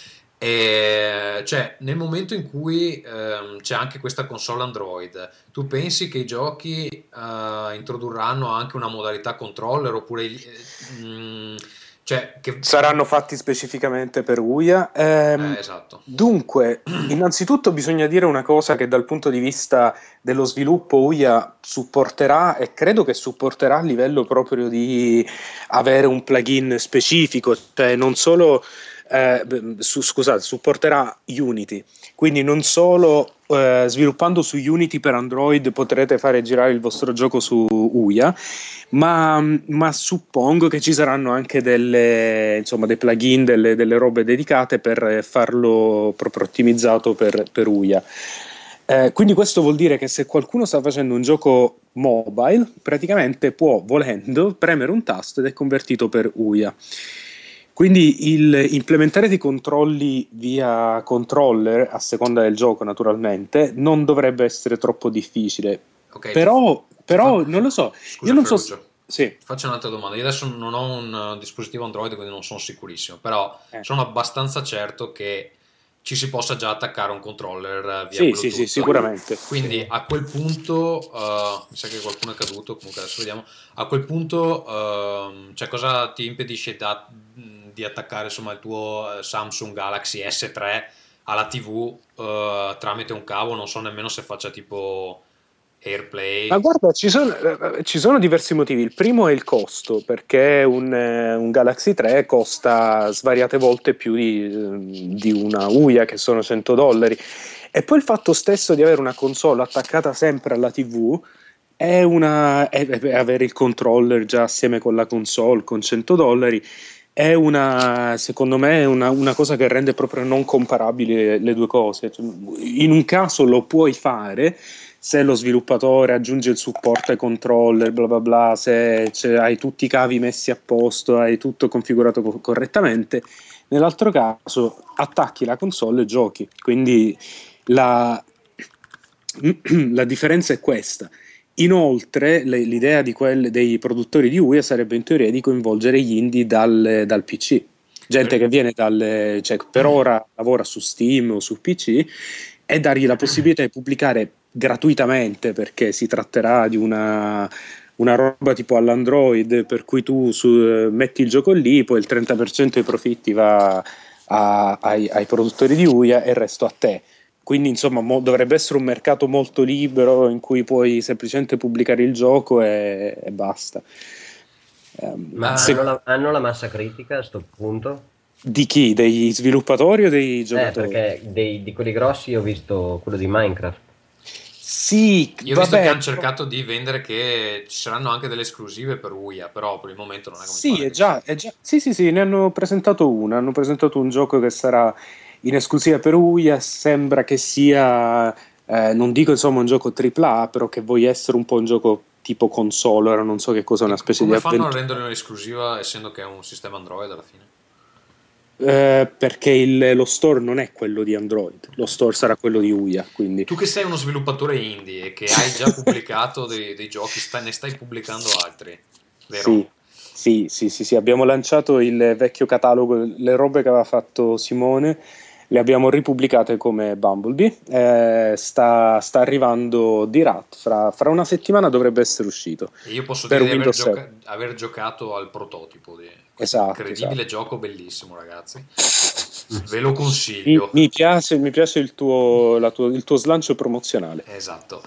E, cioè, nel momento in cui ehm, c'è anche questa console Android, tu pensi che i giochi eh, introdurranno anche una modalità controller, oppure eh, mh, cioè, che... saranno fatti specificamente per Ouya? Ehm, Eh, esatto. Dunque, innanzitutto bisogna dire una cosa, che dal punto di vista dello sviluppo Ouya supporterà, e credo che supporterà a livello proprio di avere un plugin specifico, cioè non solo... Eh, su, scusate, supporterà Unity, quindi non solo eh, sviluppando su Unity per Android potrete fare girare il vostro gioco su Ouya, ma, ma suppongo che ci saranno anche delle, insomma, dei plugin, delle, delle robe dedicate per farlo proprio ottimizzato per, per Ouya. Eh, quindi questo vuol dire che se qualcuno sta facendo un gioco mobile, praticamente può, volendo, premere un tasto ed è convertito per Ouya. Quindi il implementare dei controlli via controller, a seconda del gioco naturalmente, non dovrebbe essere troppo difficile. Okay, però, ti, però ti non lo so. Scusa, io non so. Ferruccio, Sì. Ti faccio un'altra domanda. Io adesso non ho un uh, dispositivo Android, quindi non sono sicurissimo, però Eh. sono abbastanza certo che ci si possa già attaccare un controller via Sì, Bluetooth. sì, sì, sicuramente. Quindi a quel punto, uh, mi sa che qualcuno è caduto, comunque adesso vediamo. A quel punto, uh, cioè, cosa ti impedisce da, di attaccare insomma il tuo Samsung Galaxy S tre alla tivù uh, tramite un cavo? Non so nemmeno se faccia tipo AirPlay. Ma guarda, ci sono, ci sono diversi motivi. Il primo è il costo, perché un, un Galaxy tre costa svariate volte più di, di una Ouya, che sono cento dollari. E poi il fatto stesso di avere una console attaccata sempre alla tivù è una, è, è avere il controller già assieme con la console con cento dollari. È una, secondo me, è una, una cosa che rende proprio non comparabili le, le due cose. In un caso lo puoi fare se lo sviluppatore aggiunge il supporto ai controller, bla bla bla, se hai tutti i cavi messi a posto, hai tutto configurato co- correttamente. Nell'altro caso attacchi la console e giochi. Quindi la, la differenza è questa. Inoltre le, l'idea di quel, dei produttori di Ouya sarebbe in teoria di coinvolgere gli indie dal, dal P C, gente che viene dal, cioè per ora lavora su Steam o su P C, e dargli la possibilità di pubblicare gratuitamente, perché si tratterà di una, una roba tipo all'Android, per cui tu su, metti il gioco lì, poi il trenta per cento dei profitti va a, ai, ai produttori di Ouya e il resto a te. Quindi insomma mo, dovrebbe essere un mercato molto libero in cui puoi semplicemente pubblicare il gioco e, e basta. Um, Ma se... hanno, la, hanno la massa critica a sto punto? Di chi? Degli sviluppatori o dei giocatori? Eh, perché dei, di quelli grossi ho visto quello di Minecraft. Sì, io ho visto che hanno cercato di vendere che ci saranno anche delle esclusive per Ouya, però per il momento non è come sì, è già, è già, sì, sì, sì, ne hanno presentato una, hanno presentato un gioco che sarà in esclusiva per Ouya, sembra che sia, eh, non dico insomma un gioco tripla A, però che voglia essere un po' un gioco tipo console, ora non so che cosa, una specie come di fanno avventura. a renderlo in esclusiva essendo che è un sistema Android alla fine? Eh, perché il, lo store non è quello di Android, lo store sarà quello di Ouya, quindi... Tu che sei uno sviluppatore indie e che hai già pubblicato dei, dei giochi, stai, ne stai pubblicando altri, vero? Sì. Sì, sì, sì, sì, abbiamo lanciato il vecchio catalogo, le robe che aveva fatto Simone, le abbiamo ripubblicate come Bumblebee, eh, sta, sta arrivando di Rat, fra, fra una settimana dovrebbe essere uscito. E io posso per dire di aver, Windows gioca- aver giocato al prototipo di esatto, incredibile esatto. gioco, bellissimo ragazzi, ve lo consiglio. Mi, mi piace, mi piace il, tuo, la tuo, il tuo slancio promozionale. Esatto.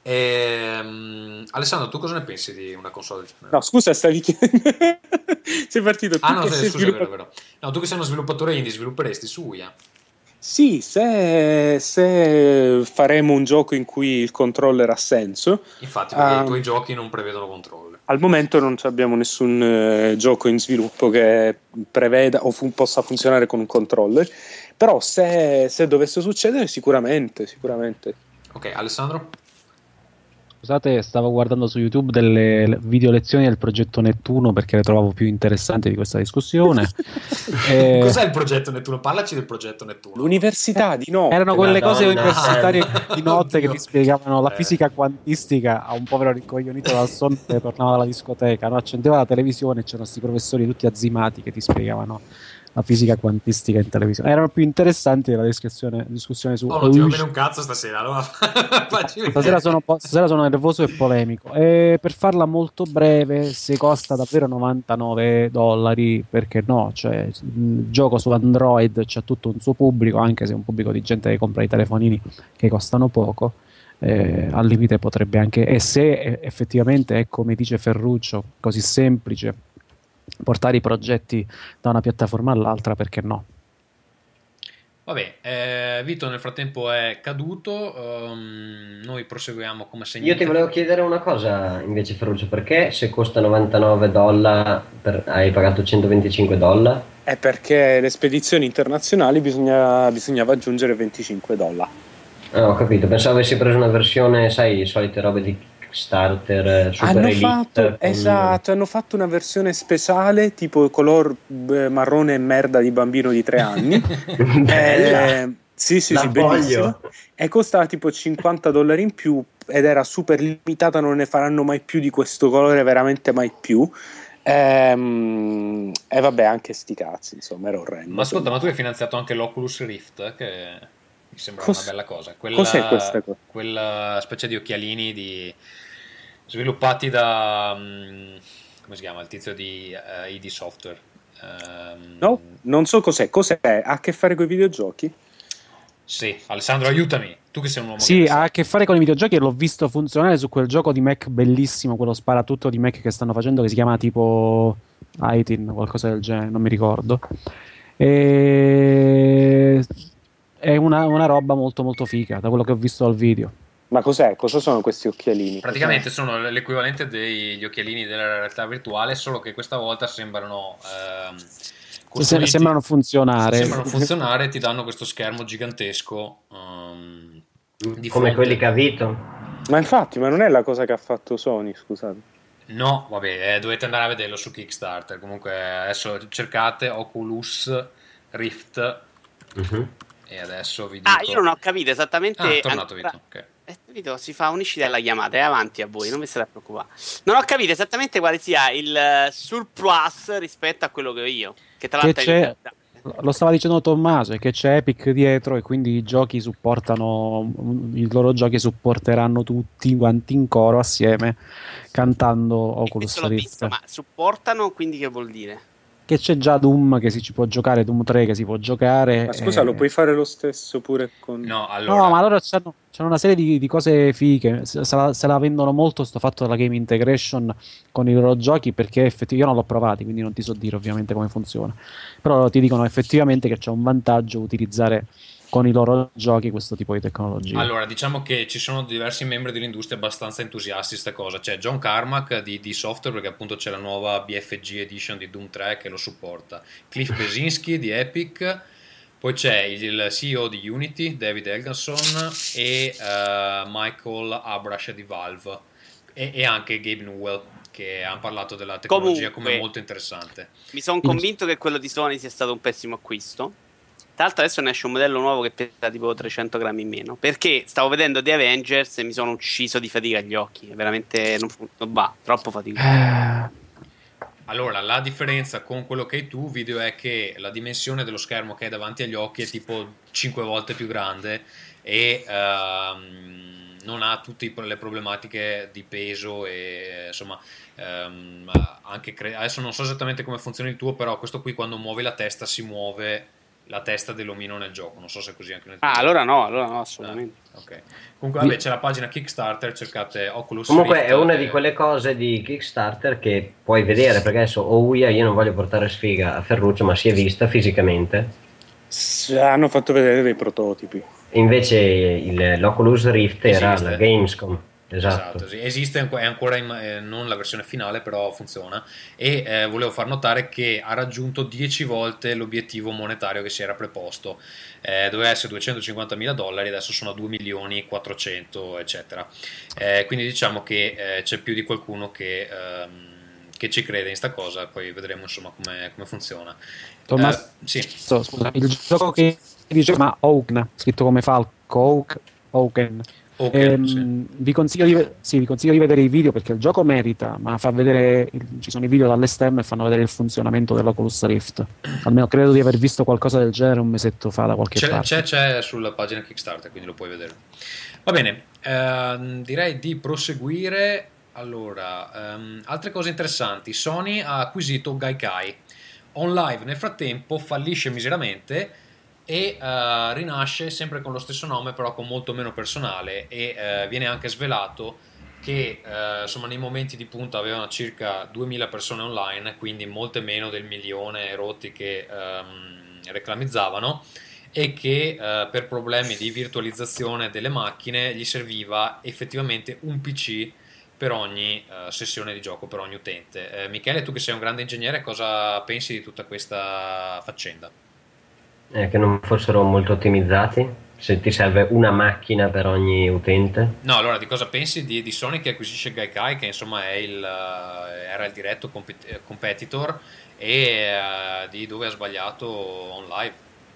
Ehm, Alessandro, tu cosa ne pensi di una console del genere? No, scusa, stavi chiedendo. Sei partito tu ah no, che sei, sei scusa, sviluppa- vero, vero. No, tu che sei uno sviluppatore indie, svilupperesti su Ouya? Sì, se, se faremo un gioco in cui il controller ha senso. Infatti, perché um, i tuoi giochi non prevedono controller. Al momento non abbiamo nessun eh, gioco in sviluppo che preveda o fu- possa funzionare con un controller, però se, se dovesse succedere sicuramente, sicuramente. Ok, Alessandro? Scusate, stavo guardando su YouTube delle video lezioni del progetto Nettuno perché le trovavo più interessanti di questa discussione. e... Cos'è il progetto Nettuno? Parlaci del progetto Nettuno. L'università di notte. Erano quelle Madonna. cose universitarie di notte Oddio. che ti spiegavano la Eh. fisica quantistica a un povero rincoglionito dal sonno che tornava dalla discoteca, no? Accendeva la televisione e c'erano questi professori tutti azzimati che ti spiegavano la fisica quantistica in televisione. Erano più interessanti della discussione, discussione su Oh, non ti va bene un cazzo stasera, allora facci vedere. Stasera sono, po- stasera sono nervoso e polemico. E per farla molto breve, se costa davvero novantanove dollari, perché no? Cioè, il gioco su Android c'ha tutto un suo pubblico, anche se è un pubblico di gente che compra i telefonini che costano poco. Eh, al limite potrebbe anche, e se effettivamente è come dice Ferruccio, così semplice portare i progetti da una piattaforma all'altra, perché no? Vabbè, eh, Vito nel frattempo è caduto, um, noi proseguiamo come se Io niente- ti volevo chiedere una cosa invece, Ferruccio, perché se costa novantanove dollari per- hai pagato centoventicinque dollari? È perché le spedizioni internazionali bisogna, bisognava aggiungere venticinque dollari. Ah, ho capito, pensavo avessi preso una versione, sai, solite robe di Kickstarter, eh, super Hanno elite. fatto, con- esatto, hanno fatto una versione speciale tipo color eh, marrone e merda di bambino di tre anni. Bella! Eh, sì, sì, La sì, voglio. bellissima. E costava tipo cinquanta dollari in più ed era super limitata, non ne faranno mai più di questo colore, veramente mai più. Ehm, E vabbè, anche sti cazzi, insomma, era orrendo. Ma ascolta, ma tu hai finanziato anche l'Oculus Rift, eh, che mi sembra Cos- una bella cosa. Quella, cos'è questa cosa? Quella specie di occhialini di... sviluppati da... mm, come si chiama? Il tizio di uh, I D Software. Ehm, No, non so cos'è. Cos'è? Ha a che fare con i videogiochi? Sì, Alessandro, aiutami. Tu che sei un uomo Sì, che ha a che fare con i videogiochi e l'ho visto funzionare su quel gioco di Mac bellissimo, quello sparatutto di Mac che stanno facendo, che si chiama tipo Itin, qualcosa del genere, non mi ricordo. E... È una, una roba molto molto figa, da quello che ho visto al video. Ma cos'è? Cosa sono questi occhialini? Praticamente sono l'equivalente degli occhialini della realtà virtuale, solo che questa volta sembrano ehm, Se- costruiti- sembrano funzionare. sembrano funzionare e ti danno questo schermo gigantesco ehm, di Come fronte. quelli che ha Vito. Ma infatti, ma non è la cosa che ha fatto Sony, scusate. No, vabbè, eh, dovete andare a vederlo su Kickstarter. Comunque adesso cercate Oculus Rift Mhm. e adesso vi dico... Ah, io non ho capito esattamente. Ah, è tornato ancora- Vito, ok. Eh, capito? Si fa unisci dalla chiamata, è avanti a voi, non vi state a preoccupare. Non ho capito esattamente quale sia il uh, surplus rispetto a quello che ho io. Che tra Che l'altro c'è, è... lo stava dicendo Tommaso, è che c'è Epic dietro e quindi i giochi supportano, i loro giochi supporteranno tutti quanti in coro assieme cantando Oculus Questo l'ho visto, Rift. ma supportano, quindi che vuol dire? Che c'è già Doom che si ci può giocare, Doom tre che si può giocare. Ma scusa, e- lo puoi fare lo stesso pure con... No, allora... No, ma loro c'hanno, c'hanno una serie di, di cose fighe. Se, se la, se la vendono molto sto fatto della game integration con i loro giochi, perché effettivamente io non l'ho provati, quindi non ti so dire ovviamente come funziona. Però ti dicono effettivamente che c'è un vantaggio utilizzare con i loro giochi questo tipo di tecnologia. Allora, diciamo che ci sono diversi membri dell'industria abbastanza entusiasti di questa cosa. C'è John Carmack di, di Software, perché appunto c'è la nuova B F G Edition di Doom tre che lo supporta. Cliff Bleszinski di Epic, poi c'è il C E O di Unity, David Elganson, e uh, Michael Abrash di Valve, e, e anche Gabe Newell, che hanno parlato della tecnologia Comunque, come molto interessante. Mi sono convinto che quello di Sony sia stato un pessimo acquisto. Tra l'altro adesso ne esce un modello nuovo che pesa tipo trecento grammi in meno, perché stavo vedendo The Avengers e mi sono ucciso di fatica agli occhi. Veramente non, non va, troppo faticoso. Allora, la differenza con quello che hai tu, video, è che la dimensione dello schermo che hai davanti agli occhi è tipo cinque volte più grande e ehm, non ha tutte le problematiche di peso e insomma ehm, anche cre- adesso non so esattamente come funziona il tuo, però questo qui quando muovi la testa si muove la testa dell'omino nel gioco, non so se è così anche nel tuo. Ah, allora no, allora no, assolutamente. Ah, ok. Comunque vabbè, c'è la pagina Kickstarter, cercate Oculus Comunque Rift, è una e... di quelle cose di Kickstarter che puoi vedere, perché adesso Ouya, io non voglio portare sfiga a Ferruccio, ma si è vista fisicamente. S- hanno fatto vedere dei prototipi. Invece il, l'Oculus Rift era Esiste. la Gamescom. Esatto. Esatto, sì. Esiste, è ancora in, eh, non la versione finale, però funziona. E eh, volevo far notare che ha raggiunto dieci volte l'obiettivo monetario che si era preposto. Eh, doveva essere duecentocinquantamila dollari, adesso sono a due milioni quattrocento, eccetera. Eh, quindi diciamo che eh, c'è più di qualcuno che, ehm, che ci crede in sta cosa, poi vedremo insomma come, come funziona. Tommaso, Eh, sì. so, scusa, il gioco che dice ma Oaken, scritto come Falco, Oak, Oaken. Okay, ehm, sì. vi, consiglio di, sì, vi consiglio di vedere i video perché il gioco merita, ma fa vedere il, ci sono i video dall'esterno e fanno vedere il funzionamento dell'Oculus Rift. Almeno credo di aver visto qualcosa del genere un mesetto fa da qualche C'è, parte. c'è, c'è sulla pagina Kickstarter, quindi lo puoi vedere. Va bene, ehm, direi di proseguire. Allora, ehm, altre cose interessanti. Sony ha acquisito Gaikai. OnLive nel frattempo fallisce miseramente e uh, rinasce sempre con lo stesso nome, però con molto meno personale, e uh, viene anche svelato che uh, insomma nei momenti di punta avevano circa duemila persone online, quindi molte meno del milione rotti che um, reclamizzavano, e che uh, per problemi di virtualizzazione delle macchine gli serviva effettivamente un P C per ogni uh, sessione di gioco, per ogni utente. Eh, Michele, tu che sei un grande ingegnere, cosa pensi di tutta questa faccenda? Eh, che non fossero molto ottimizzati, se ti serve una macchina per ogni utente. No, allora di cosa pensi di, di Sony che acquisisce Gaikai, che insomma è il, uh, era il diretto compet- competitor, e uh, di dove ha sbagliato OnLive?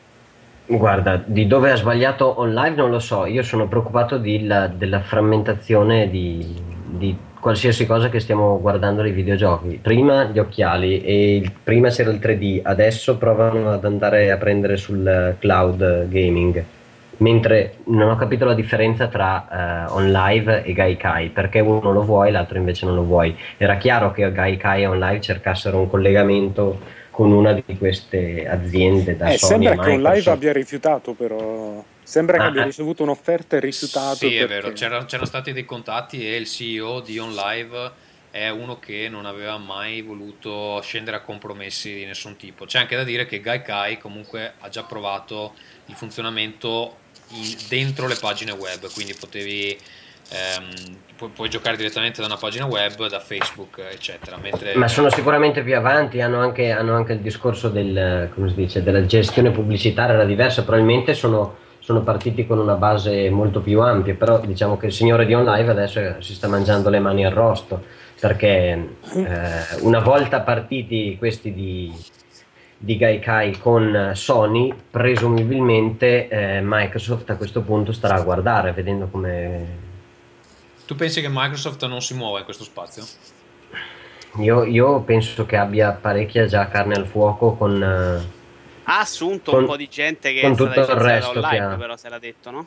Guarda, di dove ha sbagliato OnLive non lo so, io sono preoccupato di la, della frammentazione di, di qualsiasi cosa che stiamo guardando nei videogiochi. Prima gli occhiali, e il, prima c'era il tre D, adesso provano ad andare a prendere sul cloud gaming, mentre non ho capito la differenza tra uh, OnLive e Gaikai, perché uno lo vuoi, l'altro invece non lo vuoi. Era chiaro che Gaikai e OnLive cercassero un collegamento con una di queste aziende da eh, Sony sembra e che OnLive Microsoft. abbia rifiutato, però sembra Ah, che abbia eh. ricevuto un'offerta e rifiutato. Sì, è perché... vero, C'era, c'erano stati dei contatti e il C E O di OnLive è uno che non aveva mai voluto scendere a compromessi di nessun tipo. C'è anche da dire che Gaikai comunque ha già provato il funzionamento in, dentro le pagine web, quindi potevi ehm, pu- puoi giocare direttamente da una pagina web, da Facebook, eccetera. Mentre... Ma sono sicuramente più avanti, hanno anche, hanno anche il discorso del, come si dice, della gestione pubblicitaria, era diversa, probabilmente sono, sono partiti con una base molto più ampia, però diciamo che il signore di OnLive adesso si sta mangiando le mani al rosto, perché eh, una volta partiti questi di, di Gaikai con Sony, presumibilmente eh, Microsoft a questo punto starà a guardare, vedendo come tu pensi che Microsoft non si muova in questo spazio? Io, io penso che abbia parecchia già carne al fuoco con... eh, Ha assunto con- un po' di gente che con è stata tutto il licenziata resto che online, ha. però se l'ha detto, no?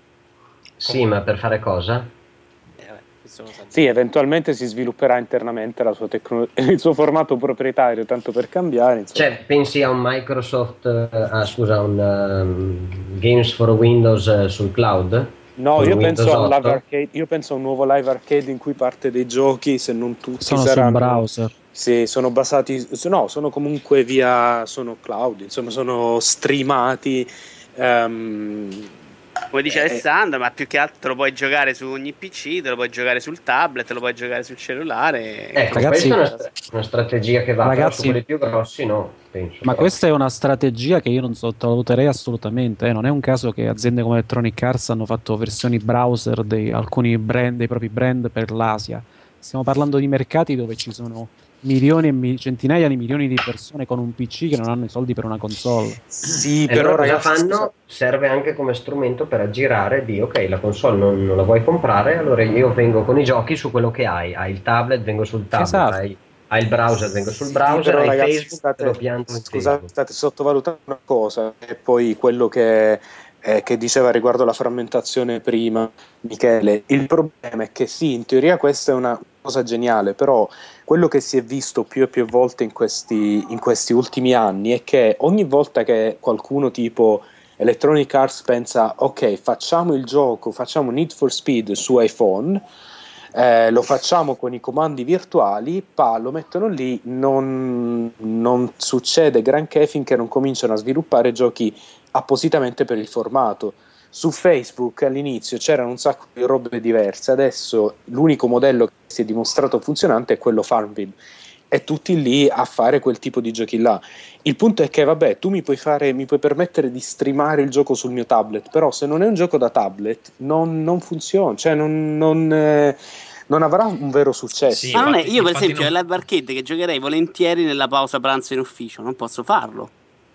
Sì, ma per fare cosa? Eh, vabbè, questo lo sa. Sì, eventualmente si svilupperà internamente la sua tecno- il suo formato proprietario, tanto per cambiare. Insomma. Cioè, pensi a un Microsoft, eh, ah scusa, un ehm, Games for Windows eh, sul cloud? No, Con io Windows penso, a un live otto? arcade, io penso a un nuovo live arcade in cui parte dei giochi, se non tutti Sono sul saranno... browser. Sì, sono basati... No, sono comunque via... sono cloud, insomma, sono streamati. ehm, Come dice eh, Alessandro, ma più che altro lo puoi giocare su ogni P C, te lo puoi giocare sul tablet, te lo puoi giocare sul cellulare. Ecco, Ragazzi- questa è una, stra- una strategia che va, però Ragazzi- su quelli più grossi no, penso. Ma però. questa è una strategia che io non sottovaluterei assolutamente. eh. Non è un caso che aziende come Electronic Arts hanno fatto versioni browser di alcuni brand, dei propri brand per l'Asia. Stiamo parlando di mercati dove ci sono milioni e mi- centinaia di milioni di persone con un P C che non hanno i soldi per una console. Sì, E però allora cosa ragazzi, fanno? scusa- Serve anche come strumento per aggirare di ok, la console non, non la vuoi comprare, allora io vengo con i giochi su quello che hai. Hai il tablet, vengo sul tablet, Esatto. hai, hai il browser, vengo sul Sì, browser, però, hai ragazzi, Facebook, state- te lo pianto in scusate, Facebook. state sottovalutando una cosa, e poi quello che, eh, che diceva riguardo la frammentazione prima, Michele. Il problema è che sì, in teoria questa è una cosa geniale, però quello che si è visto più e più volte in questi, in questi ultimi anni è che ogni volta che qualcuno tipo Electronic Arts pensa ok, facciamo il gioco, facciamo Need for Speed su iPhone, eh, lo facciamo con i comandi virtuali, pa, lo mettono lì, non, non succede granché finché non cominciano a sviluppare giochi appositamente per il formato. Su Facebook all'inizio c'erano un sacco di robe diverse, adesso l'unico modello che si è dimostrato funzionante è quello Farmville, e tutti lì a fare quel tipo di giochi là. Il punto è che vabbè, tu mi puoi fare, mi puoi permettere di streamare il gioco sul mio tablet, però se non è un gioco da tablet non, non funziona, cioè non, non, eh, non avrà un vero successo. Sì, Ma non è, infatti- io per infatti esempio non- è live arcade che giocherei volentieri nella pausa pranzo in ufficio, non posso farlo.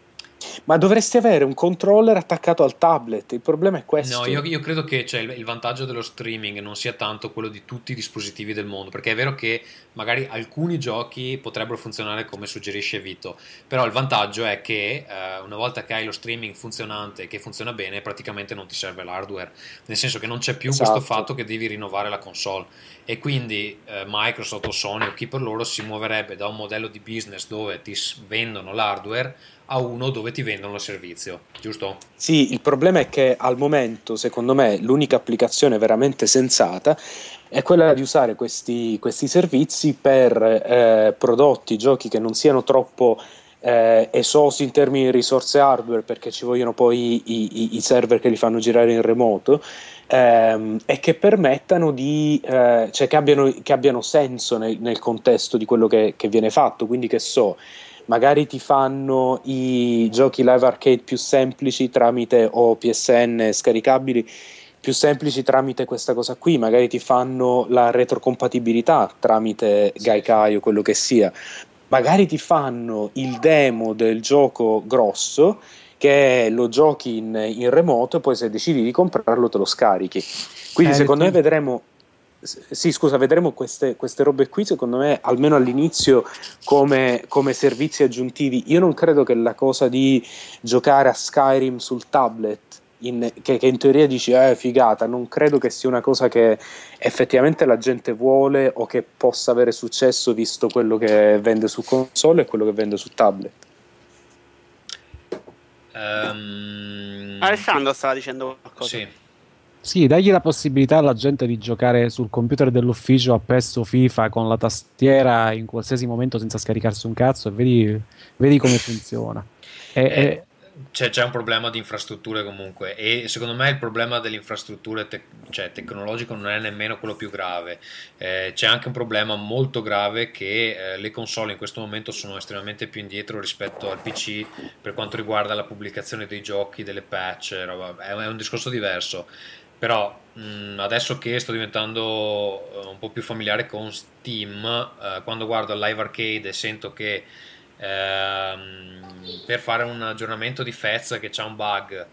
Ma dovresti avere un controller attaccato al tablet, il problema è questo. No, io, io credo che cioè, il, il vantaggio dello streaming non sia tanto quello di tutti i dispositivi del mondo, perché è vero che magari alcuni giochi potrebbero funzionare come suggerisce Vito, però il vantaggio è che eh, una volta che hai lo streaming funzionante e che funziona bene, praticamente non ti serve l'hardware, nel senso che non c'è più Esatto. questo fatto che devi rinnovare la console, e quindi eh, Microsoft o Sony o chi per loro si muoverebbe da un modello di business dove ti s- vendono l'hardware a uno dove ti vendono il servizio, giusto? Sì, il problema è che al momento, secondo me, l'unica applicazione veramente sensata è quella di usare questi, questi servizi per eh, prodotti, giochi che non siano troppo eh, esosi in termini di risorse hardware, perché ci vogliono poi i, i, i server che li fanno girare in remoto, ehm, e che permettano di, eh, cioè che abbiano, che abbiano senso nel, nel contesto di quello che, che viene fatto, quindi che so, magari ti fanno i giochi live arcade più semplici tramite o P S N scaricabili più semplici tramite questa cosa qui, magari ti fanno la retrocompatibilità tramite Gaikai o quello che sia, magari ti fanno il demo del gioco grosso che lo giochi in, in remoto e poi se decidi di comprarlo te lo scarichi. Quindi Eh, secondo tu- me vedremo sì, scusa, vedremo queste, queste robe qui, secondo me, almeno all'inizio, come, come servizi aggiuntivi. Io non credo che la cosa di giocare a Skyrim sul tablet, in, che, che in teoria dici, eh, figata, non credo che sia una cosa che effettivamente la gente vuole o che possa avere successo visto quello che vende su console e quello che vende su tablet. Ehm, Alessandro stava dicendo qualcosa. sì. Sì, dagli la possibilità alla gente di giocare sul computer dell'ufficio a PES o FIFA con la tastiera in qualsiasi momento senza scaricarsi un cazzo e vedi, vedi come funziona. E, Eh, e- c'è, c'è un problema di infrastrutture comunque, e secondo me il problema delle infrastrutture tec- cioè, tecnologico non è nemmeno quello più grave. Eh, c'è anche un problema molto grave che eh, le console in questo momento sono estremamente più indietro rispetto al P C per quanto riguarda la pubblicazione dei giochi, delle patch, roba- è, è un discorso diverso. Però mh, adesso che sto diventando eh, un po' più familiare con Steam, eh, quando guardo il Live Arcade e sento che ehm, per fare un aggiornamento di Fez che c'ha un bug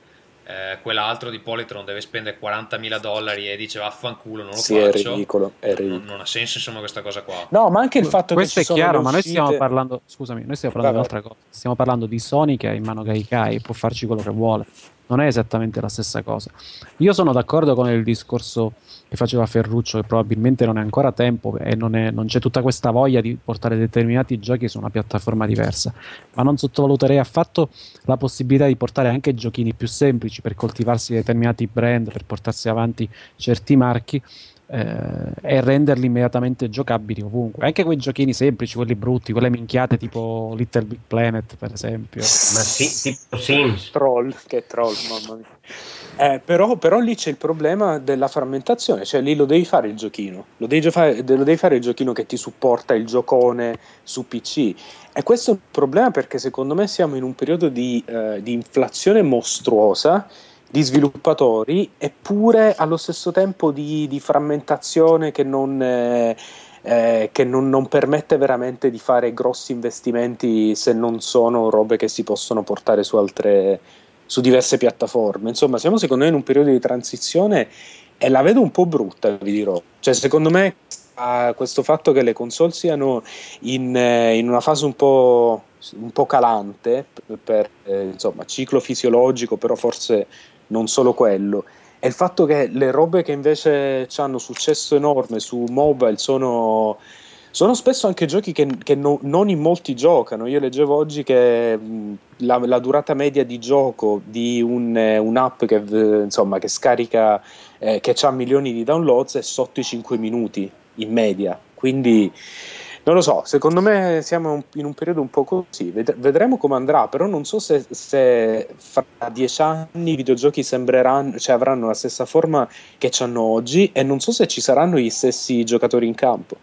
eh, quell'altro di Polytron deve spendere quarantamila dollari e dice vaffanculo, non lo Sì, faccio. è ridicolo, è ridicolo. Non, non ha senso insomma questa cosa qua. No, ma anche il fatto Questo che ci è sono chiaro, le ma noi uscite- stiamo parlando, scusami, noi stiamo parlando Vai, di un'altra cosa. Stiamo parlando di Sony che ha in mano Gaikai, può farci quello che vuole. Non è esattamente la stessa cosa. Io sono d'accordo con il discorso che faceva Ferruccio, che probabilmente non è ancora tempo e non, è, non c'è tutta questa voglia di portare determinati giochi su una piattaforma diversa, ma non sottovaluterei affatto la possibilità di portare anche giochini più semplici per coltivarsi determinati brand, per portarsi avanti certi marchi eh, e renderli immediatamente giocabili ovunque. Anche quei giochini semplici, quelli brutti, quelle minchiate tipo Little Big Planet per esempio. Ma sì, tipo Sims. Troll, che troll, mamma mia. Eh, però, però lì c'è il problema della frammentazione, cioè lì lo devi fare il giochino, lo devi, fare, lo devi fare il giochino che ti supporta il giocone su P C, e questo è un problema perché secondo me siamo in un periodo di, eh, di inflazione mostruosa di sviluppatori, eppure allo stesso tempo di, di frammentazione che non... Eh, Eh, che non, non permette veramente di fare grossi investimenti se non sono robe che si possono portare su altre, su diverse piattaforme. Insomma, siamo secondo me in un periodo di transizione e la vedo un po' brutta, vi dirò. Cioè, secondo me uh, questo fatto che le console siano in, eh, in una fase un po', un po' calante per, per eh, insomma, ciclo fisiologico, però forse non solo quello. E il fatto che le robe che invece hanno successo enorme su mobile sono, sono spesso anche giochi che, che no, non in molti giocano. Io leggevo oggi che mh, la, la durata media di gioco di un, eh, un'app che, eh, insomma, che scarica, eh, che ha milioni di downloads è sotto i cinque minuti in media. Quindi non lo so, secondo me siamo in un periodo un po' così, Ved- vedremo come andrà, però non so se, se fra dieci anni i videogiochi sembreranno, cioè avranno la stessa forma che hanno oggi, e non so se ci saranno gli stessi giocatori in campo.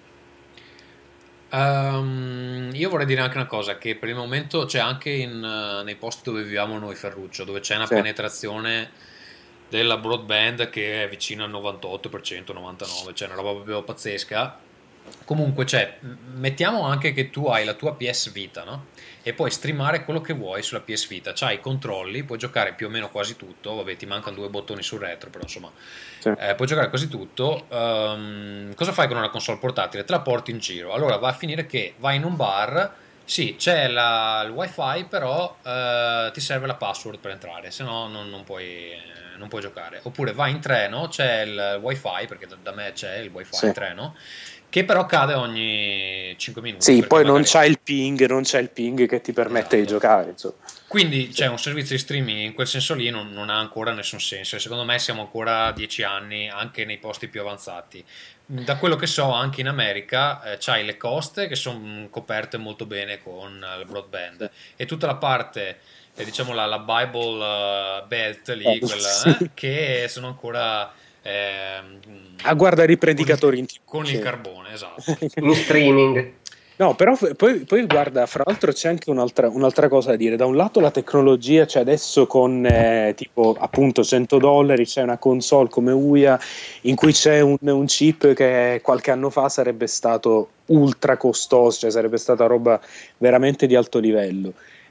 Um, io vorrei dire anche una cosa, che per il momento c'è anche in, uh, nei posti dove viviamo noi, Ferruccio, dove c'è una Sì. penetrazione della broadband che è vicina al novantotto per cento, novantanove per cento, cioè una roba proprio pazzesca. Comunque, cioè, m- mettiamo anche che tu hai la tua P S Vita, no? E puoi streamare quello che vuoi sulla P S Vita, c'hai i controlli, puoi giocare più o meno quasi tutto, vabbè ti mancano due bottoni sul retro, però insomma Sì. eh, puoi giocare quasi tutto. Ehm, cosa fai con una console portatile? Te la porti in giro, allora va a finire che vai in un bar, sì c'è la- il wifi, però eh, ti serve la password per entrare, se no non, non puoi, eh, non puoi giocare. Oppure vai in treno, c'è il wifi, perché da, da me c'è il wifi Sì. in treno, che però cade ogni cinque minuti. Sì, perché poi non magari- c'è il ping, non c'è il ping che ti permette di Esatto. giocare, insomma. Quindi c'è un servizio di streaming in quel senso lì, non, non ha ancora nessun senso, e secondo me siamo ancora a dieci anni anche nei posti più avanzati. Da quello che so, anche in America eh, c'hai le coste che sono coperte molto bene con eh, il broadband, e tutta la parte, eh, diciamo la, la Bible eh, Belt lì, Eh, quella, sì. eh, che sono ancora ehm, A guardare i predicatori in con T V. il sì. carbone, esatto. In streaming. No, però f- poi, poi guarda, fra l'altro c'è anche un'altra, un'altra cosa da dire. Da un lato la tecnologia, c'è adesso con eh, tipo appunto cento dollari, c'è una console come Ouya in cui c'è un, un chip che qualche anno fa sarebbe stato ultra costoso, cioè sarebbe stata roba veramente di alto livello.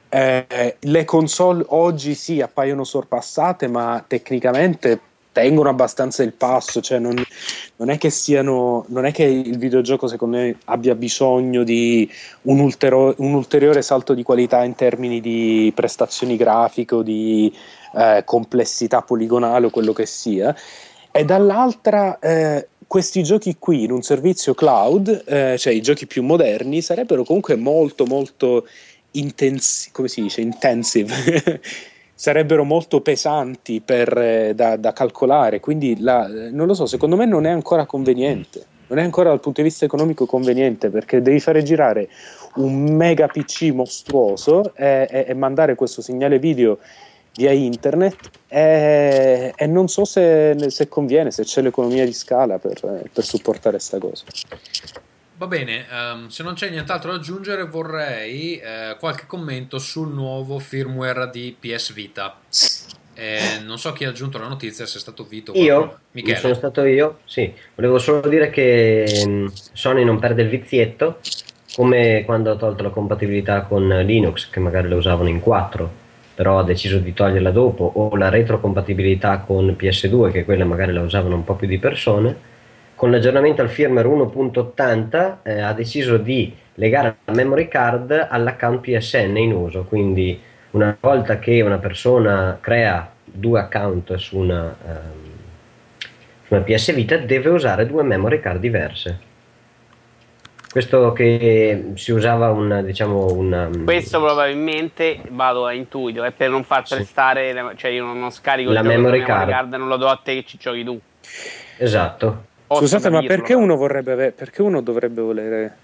Eh, le console oggi sì appaiono sorpassate, ma tecnicamente tengono abbastanza il passo, cioè non, non è che siano, non è che il videogioco secondo me abbia bisogno di un, ultero, un ulteriore salto di qualità in termini di prestazioni grafiche o di eh, complessità poligonale o quello che sia, e dall'altra eh, questi giochi qui in un servizio cloud, eh, cioè i giochi più moderni, sarebbero comunque molto molto intensi, come si dice, intensive sarebbero molto pesanti per, eh, da, da calcolare, quindi la, non lo so, secondo me non è ancora conveniente, non è ancora dal punto di vista economico conveniente, perché devi fare girare un mega P C mostruoso e, e, e mandare questo segnale video via internet, e, e non so se, se conviene, se c'è l'economia di scala per, per supportare sta cosa. Va bene, ehm, se non c'è nient'altro da aggiungere, vorrei eh, qualche commento sul nuovo firmware di P S Vita. Eh, non so chi ha aggiunto la notizia, se è stato Vito o Io? qualcuno. Michele. Sono stato io? Sì. Volevo solo dire che mh, Sony non perde il vizietto, come quando ha tolto la compatibilità con Linux, che magari lo usavano in quattro. però ha deciso di toglierla dopo, o la retrocompatibilità con P S due, che quelle magari la usavano un po' più di persone, con l'aggiornamento al firmware uno punto ottanta eh, ha deciso di legare la memory card all'account P S N in uso, quindi una volta che una persona crea due account su una, um, su una P S Vita deve usare due memory card diverse. Questo che si usava un, diciamo, una... Questo probabilmente, vado a intuito, è per non far prestare, sì. Cioè io non, non scarico la il gioco memory memory card. card card, non lo do a te che ci giochi tu. Esatto. Posso Scusate, capirlo, ma perché uno vorrebbe avere, perché uno dovrebbe volere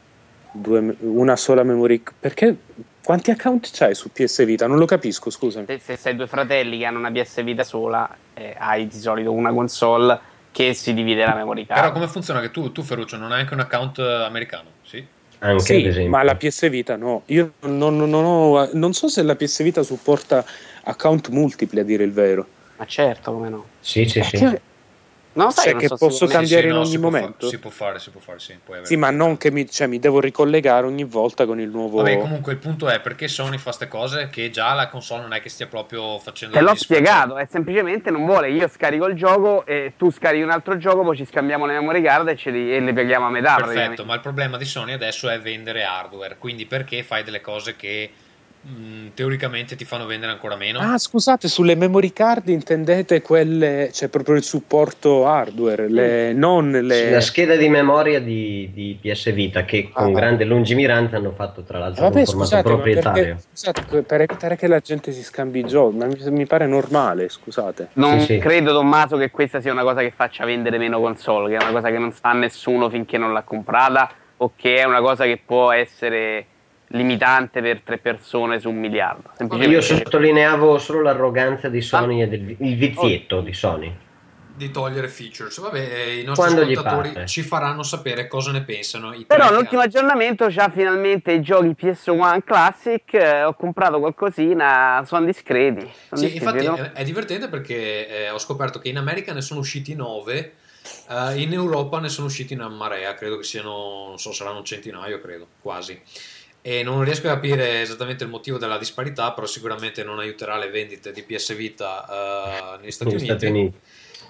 due, una sola memory? Perché quanti account c'hai su P S Vita? Non lo capisco, scusami. Se, se sei due fratelli che hanno una P S Vita sola, eh, hai di solito una console che si divide la memory card. Però come funziona? Che tu, tu Ferruccio, non hai anche un account americano? Sì? Anche, sì, ma la P S Vita no. Io non, non, ho, non so se la P S Vita supporta account multipli, a dire il vero. Ma certo, come no? Sì, sì, perché... sì. No, sai, cioè che so posso cambiare sì, sì, in no, ogni si momento? Può fa- si può fare, si può fare, sì. Puoi sì, ma non che mi, cioè, mi devo ricollegare ogni volta con il nuovo... Vabbè, comunque il punto è perché Sony fa queste cose che già la console non è che stia proprio facendo... Te l'ho spiegato, è semplicemente non vuole, io scarico il gioco e tu scarichi un altro gioco, poi ci scambiamo le memory card e, ce li, e le paghiamo a metà. Perfetto, ma il problema di Sony adesso è vendere hardware, quindi perché fai delle cose che... Mm, teoricamente ti fanno vendere ancora meno. Ah, scusate, sulle memory card intendete quelle, cioè proprio il supporto hardware, le, mm. non le... la scheda di memoria di, di P S Vita che con ah, grande lungimiranza hanno fatto tra l'altro vabbè, un formato scusate, proprietario. Perché, scusate, per evitare che la gente si scambi i giochi, ma mi, mi pare normale, scusate. Non sì, sì. credo, Tommaso, che questa sia una cosa che faccia vendere meno console, che è una cosa che non sta a nessuno finché non l'ha comprata, o che è una cosa che può essere limitante per tre persone su un miliardo. Io sottolineavo solo l'arroganza di Sony ah. e del, il vizietto oh. di Sony di togliere features. Vabbè, i nostri Quando ascoltatori ci faranno sapere cosa ne pensano. I Però l'ultimo aggiornamento c'ha finalmente i giochi P S uno Classic, eh, ho comprato qualcosina, sono discreti. Son sì, discreti, infatti no? è, è divertente perché eh, ho scoperto che in America ne sono usciti nove, eh, in Europa ne sono usciti una marea, credo che siano, non so, saranno un centinaio, credo, quasi. E non riesco a capire esattamente il motivo della disparità, però sicuramente non aiuterà le vendite di P S Vita uh, negli Stati negli Uniti. Stati Uniti.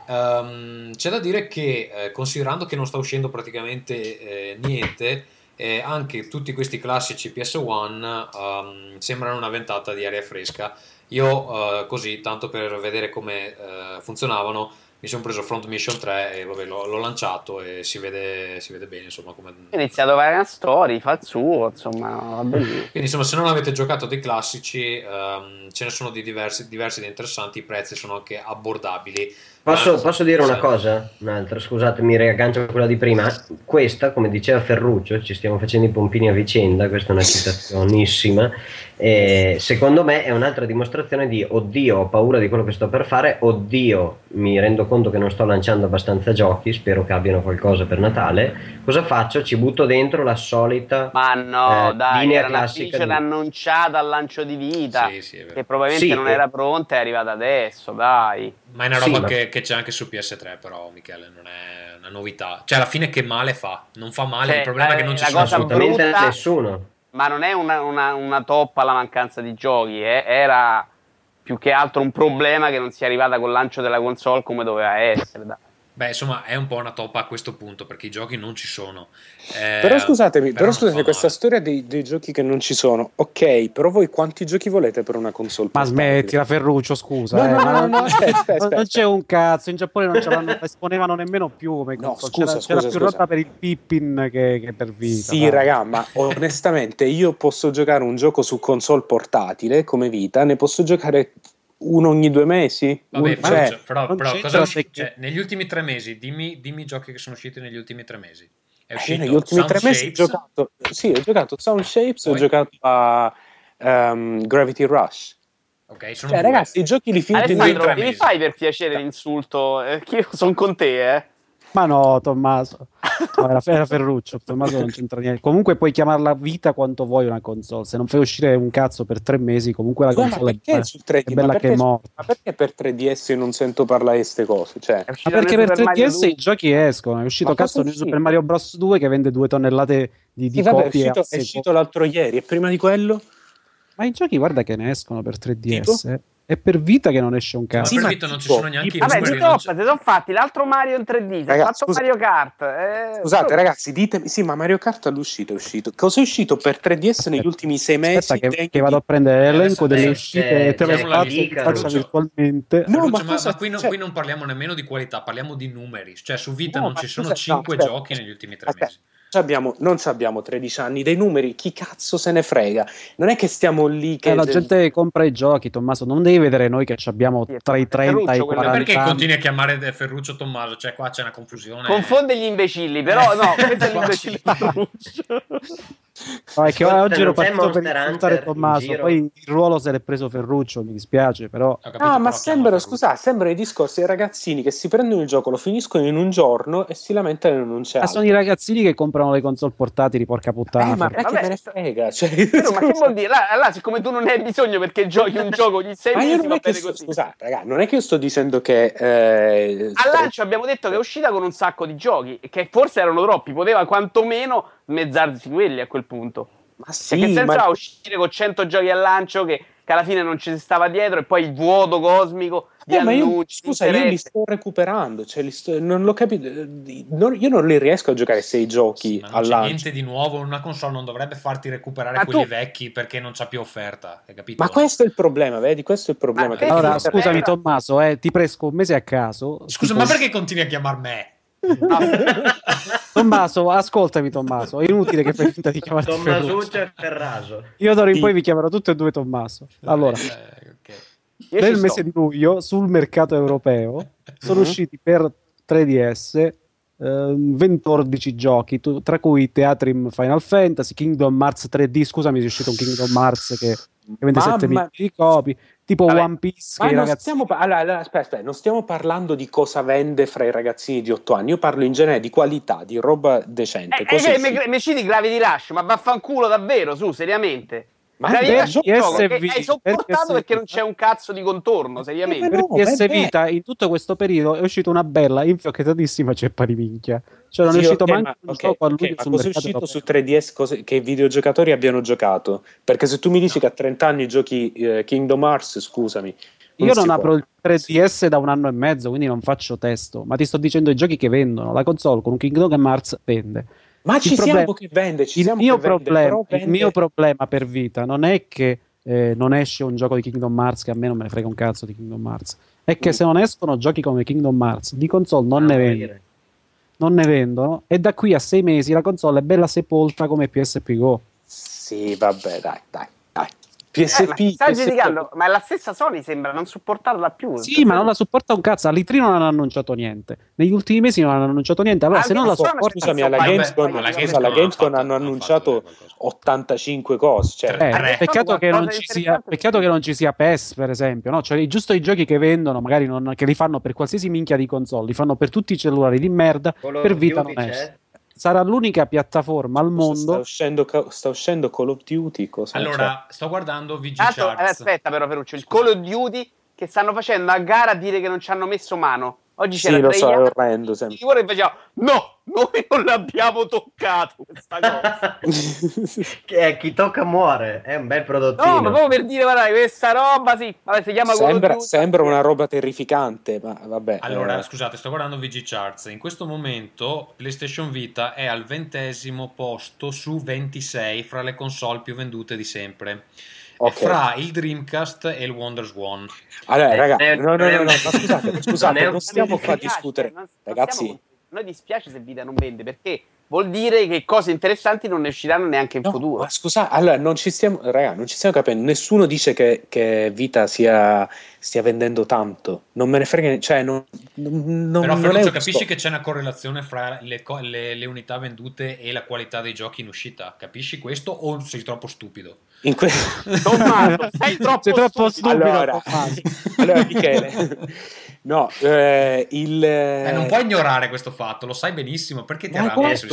Um, c'è da dire che eh, considerando che non sta uscendo praticamente eh, niente, eh, anche tutti questi classici P S uno um, sembrano una ventata di aria fresca. Io uh, così, tanto per vedere come uh, funzionavano, mi sono preso Front Mission tre e vabbè, l'ho, l'ho lanciato e si vede, si vede bene, insomma, come... Ho iniziato a fare una story, fa il suo, insomma, va bene. Quindi insomma, se non avete giocato dei classici, um, ce ne sono di diversi, diversi ed interessanti, i prezzi sono anche abbordabili. Posso, Ma... posso dire una cosa? Un'altra, scusate, mi riaggancio a quella di prima. Questa, come diceva Ferruccio, ci stiamo facendo i pompini a vicenda, questa è una citazionissima. Eh, secondo me è un'altra dimostrazione di oddio, ho paura di quello che sto per fare, oddio, mi rendo conto che non sto lanciando abbastanza giochi, spero che abbiano qualcosa per Natale. Cosa faccio? Ci butto dentro la solita Ma no, eh, dai, linea era una classica feature di... annunciata al lancio di Vita, sì, sì, che probabilmente sì, non eh. era pronta, è arrivata adesso, dai. Ma è una roba sì, che, ma... che c'è anche su P S tre, però, Michele, non è una novità. Cioè, alla fine che male fa? Non fa male, Cioè, il problema eh, è che non ci la sono cosa assolutamente brutta... nessuno. Ma non è una, una, una toppa la mancanza di giochi, eh? Era più che altro un problema che non sia arrivata col lancio della console come doveva essere. Dai. Beh, insomma, è un po' una toppa a questo punto, perché i giochi non ci sono. Eh, però scusatemi, però però scusate, questa male. storia dei, dei giochi che non ci sono, ok, però voi quanti giochi volete per una console? Ma portatile? smettila, Ferruccio, scusa. No, eh, no, ma no, non, no, aspetta, aspetta, non aspetta. c'è un cazzo, in Giappone non ce l'hanno, esponevano nemmeno più come No, console. scusa, c'era, scusa, c'era più scusa. roba per il Pippin che, che per Vita. Sì, dai. raga, ma onestamente io posso giocare un gioco su console portatile come Vita, ne posso giocare uno ogni due mesi? Vabbè, un, Ferruccio, cioè, però, non però c'entra cosa è uscito? se- Cioè, negli ultimi tre mesi, dimmi, dimmi i giochi che sono usciti negli ultimi tre mesi. È io uscito negli ultimi Sound tre mesi ho Shapes, giocato, sì, ho giocato Sound Shapes, Poi? ho giocato a um, Gravity Rush. ok, sono Cioè, due. ragazzi, i giochi li filtri in Alessandro, tre mi mesi. fai per piacere l'insulto? Eh, che io sono con te, eh. Ma no, Tommaso. No, era, era Ferruccio. Tommaso non c'entra niente. Comunque puoi chiamarla Vita quanto vuoi una console. Se non fai uscire un cazzo per tre mesi, comunque la Scusa, ma console perché è, sul tre D? è bella Ma che perché, è morta. ma perché per tre D S io non sento parlare di queste cose? Cioè, È Ma uscito perché nel per Super tre D S Mario i giochi escono. È uscito Ma cosa cazzo è nel uscito? Super Mario Bros. due che vende due tonnellate di, di sì, vabbè, è copie. uscito, a è seco- uscito l'altro ieri e prima di quello? Ma i giochi, guarda che ne escono per tre D S. Tipo? È per Vita che non esce un cazzo. Ma per Vita non ci sono neanche i Vabbè, numeri. di top, si sono fatti l'altro Mario in tre D, si è fatto scusa, Mario Kart. Eh, scusate, ragazzi, ditemi, sì, ma Mario Kart all'uscita è uscito. Cosa è uscito per tre D S negli ultimi sei mesi? Aspetta, che, che vado a prendere l'elenco delle eh, uscite e te lo faccio virtualmente. No, No, ma, ma, ma qui, non, cioè... qui non parliamo nemmeno di qualità, parliamo di numeri. Cioè, su Vita no, non ci sono scusa, cinque no, giochi negli ultimi tre aspetta. mesi. Abbiamo, non abbiamo tredici anni, dei numeri chi cazzo se ne frega, non è che stiamo lì che eh, la gente compra i giochi, Tommaso, non devi vedere noi che abbiamo tra i trenta e i quaranta. Ma perché anni. continui a chiamare Ferruccio Tommaso? Cioè qua c'è una confusione. Confonde gli imbecilli, però no, questo è l'imbecille Ferruccio. No, è che Ascolta, oggi ero non c'è partito per Monster insultare Hunter in Tommaso, giro? poi il ruolo se l'è preso Ferruccio, mi dispiace, però... No, ma sembra, scusa, sembra i discorsi dei ragazzini che si prendono il gioco, lo finiscono in un giorno e si lamentano e non c'è Ma altro. sono i ragazzini che comprano le console portatili, porca puttana. Eh, ma Fer- che me ne frega, cioè, Però, ma che vuol dire? Là, là, siccome tu non ne hai bisogno perché giochi un gioco ogni sei ma io mesi, non va è che bene sto, così. scusate, raga, non è che io sto dicendo che eh, Al lancio abbiamo detto che è uscita con un sacco di giochi, che forse erano troppi, poteva quantomeno mezzarsi quelli a quel punto. Ma sì, cioè, che senso ma... ha uscire con cento giochi al lancio che, che alla fine non ci si stava dietro e poi il vuoto cosmico di Eh, ma io, annunci, scusa, io li sto recuperando, cioè li sto, non l'ho capito, non, io non li riesco a giocare sei giochi Ma non al c'è lancio. niente di nuovo, una console non dovrebbe farti recuperare Ma quelli tu- vecchi perché non c'ha più offerta, hai capito? Ma questo è il problema, vedi? Questo è il problema. Ma che Allora, Sì, scusami sì. Tommaso, eh, ti presco un mese a caso. Scusa, tipo- ma perché continui a chiamar me? Tommaso, ascoltami Tommaso, è inutile che fai finta di chiamarti Ferruccio. Tommasuccio e Ferraso. Io d'ora in Sì. poi vi chiamerò tutti e due Tommaso. Allora, Eh, ok. Io nel ci mese sto. di luglio sul mercato europeo sono usciti per tre D S eh, ventordici giochi, tu- tra cui Teatrim Final Fantasy, Kingdom Hearts tre D, scusami se è uscito un Kingdom Hearts che, che vende Mamma- sette milioni di copie, tipo Vabbè. One Piece Ma che i non ragazzi... stiamo, pa- allora, allora, aspetta, aspetta, non stiamo parlando di cosa vende fra i ragazzini di otto anni, io parlo in genere di qualità, di roba decente. Eh, Cosa eh, è me, uscito? me citi Gravity Rush, ma vaffanculo davvero, su, seriamente. Ma Gravity per Rush è un gioco che P S V, hai sopportato per P S V. perché non c'è un cazzo di contorno, seriamente. Per No, P S beh, beh. Vita in tutto questo periodo è uscita una bella infiocchetatissima ceppa di minchia, cioè non Sì, è uscito ok, manco ma, un ok, gioco a ok, luglio ma sul cosa è mercato uscito europeo. su tre D S cose- che i videogiocatori abbiano giocato? Perché se tu mi dici che a trenta anni giochi eh, Kingdom Hearts, scusami. Io si non può. apro il tre D S da un anno e mezzo, quindi non faccio testo, ma ti sto dicendo i giochi che vendono. La console con un Kingdom Hearts vende. Ma ci Il siamo problema- che vende, ci Il siamo mio, che vende, problema, però il vende- mio problema per Vita non è che eh, non esce un gioco di Kingdom Hearts, che a me non me ne frega un cazzo di Kingdom Hearts, è che Mm. se non escono giochi come Kingdom Hearts di console non ne vendono. Non ne vendono e da qui a sei mesi la console è bella sepolta come P S P Go. Sì, vabbè, dai, dai, dai. Eh, P S P, ma si sta P S P. giudicando, ma la stessa Sony sembra non supportarla più. Sì, ma non la supporta un cazzo. All'E tre non hanno annunciato niente. Negli ultimi mesi non hanno annunciato niente. Allora, se non la Addirittura supporta, Scusami, alla Vabbè, Gamescom, vabbè, alla vabbè, Gamescom, alla vabbè, Gamescom hanno hanno fatto- annunciato hanno fatto qualcosa. ottantacinque cose. Cioè, Eh, Eh, peccato, che non, qualcosa ci di sia, interessante. peccato che non ci sia P E S, per esempio, no? Cioè, giusto i giochi che vendono, magari non, che li fanno per qualsiasi minchia di console, li fanno per tutti i cellulari di merda. Call of Per Vita Duty non c'è? esce. Sarà l'unica piattaforma al sta mondo. uscendo, sta uscendo Call of Duty. Cosa Allora, sto guardando V G Tanto, eh, Charts. aspetta però Ferruccio, il Call of Duty che stanno facendo a gara a dire che non ci hanno messo mano. Oggi Sì, c'era lo so, è Treyarch, orrendo sempre. di Sicuro che faceva no, noi non l'abbiamo toccato questa cosa. Che chi tocca muore, è un bel prodottino. No, ma proprio per dire, guarda, questa roba sì, vabbè, si chiama Call of sembra, Duty. sembra una roba terrificante, ma vabbè. Allora, eh, scusate, sto guardando V G Charts. In questo momento PlayStation Vita è al ventesimo posto su ventisei fra le console più vendute di sempre. Ok. Fra il Dreamcast e il WonderSwan. Allora, Eh, raga, eh, no, no, no, no, eh, ma scusate, scusate, non è non stiamo Mi qua a dispiace, discutere. non- non Ragazzi, stiamo- noi dispiace se Vita non vende perché vuol dire che cose interessanti non ne usciranno neanche in no, futuro. ma scusa, allora non ci stiamo, raga, non ci stiamo capendo. Nessuno dice che, che Vita sia, stia vendendo tanto. Non me ne frega, niente, cioè, non, non, Però non è Ferruccio, un capisci sto- che c'è una correlazione fra le, co- le- le unità vendute e la qualità dei giochi in uscita? Capisci questo o sei troppo stupido? in que- Tommaso, sei troppo, Sei troppo stupido. stupido. Allora, Tommaso. allora Michele, no, eh, il Eh, non puoi ignorare questo fatto, lo sai benissimo, perché ti Ma arrabbi guarda, sul è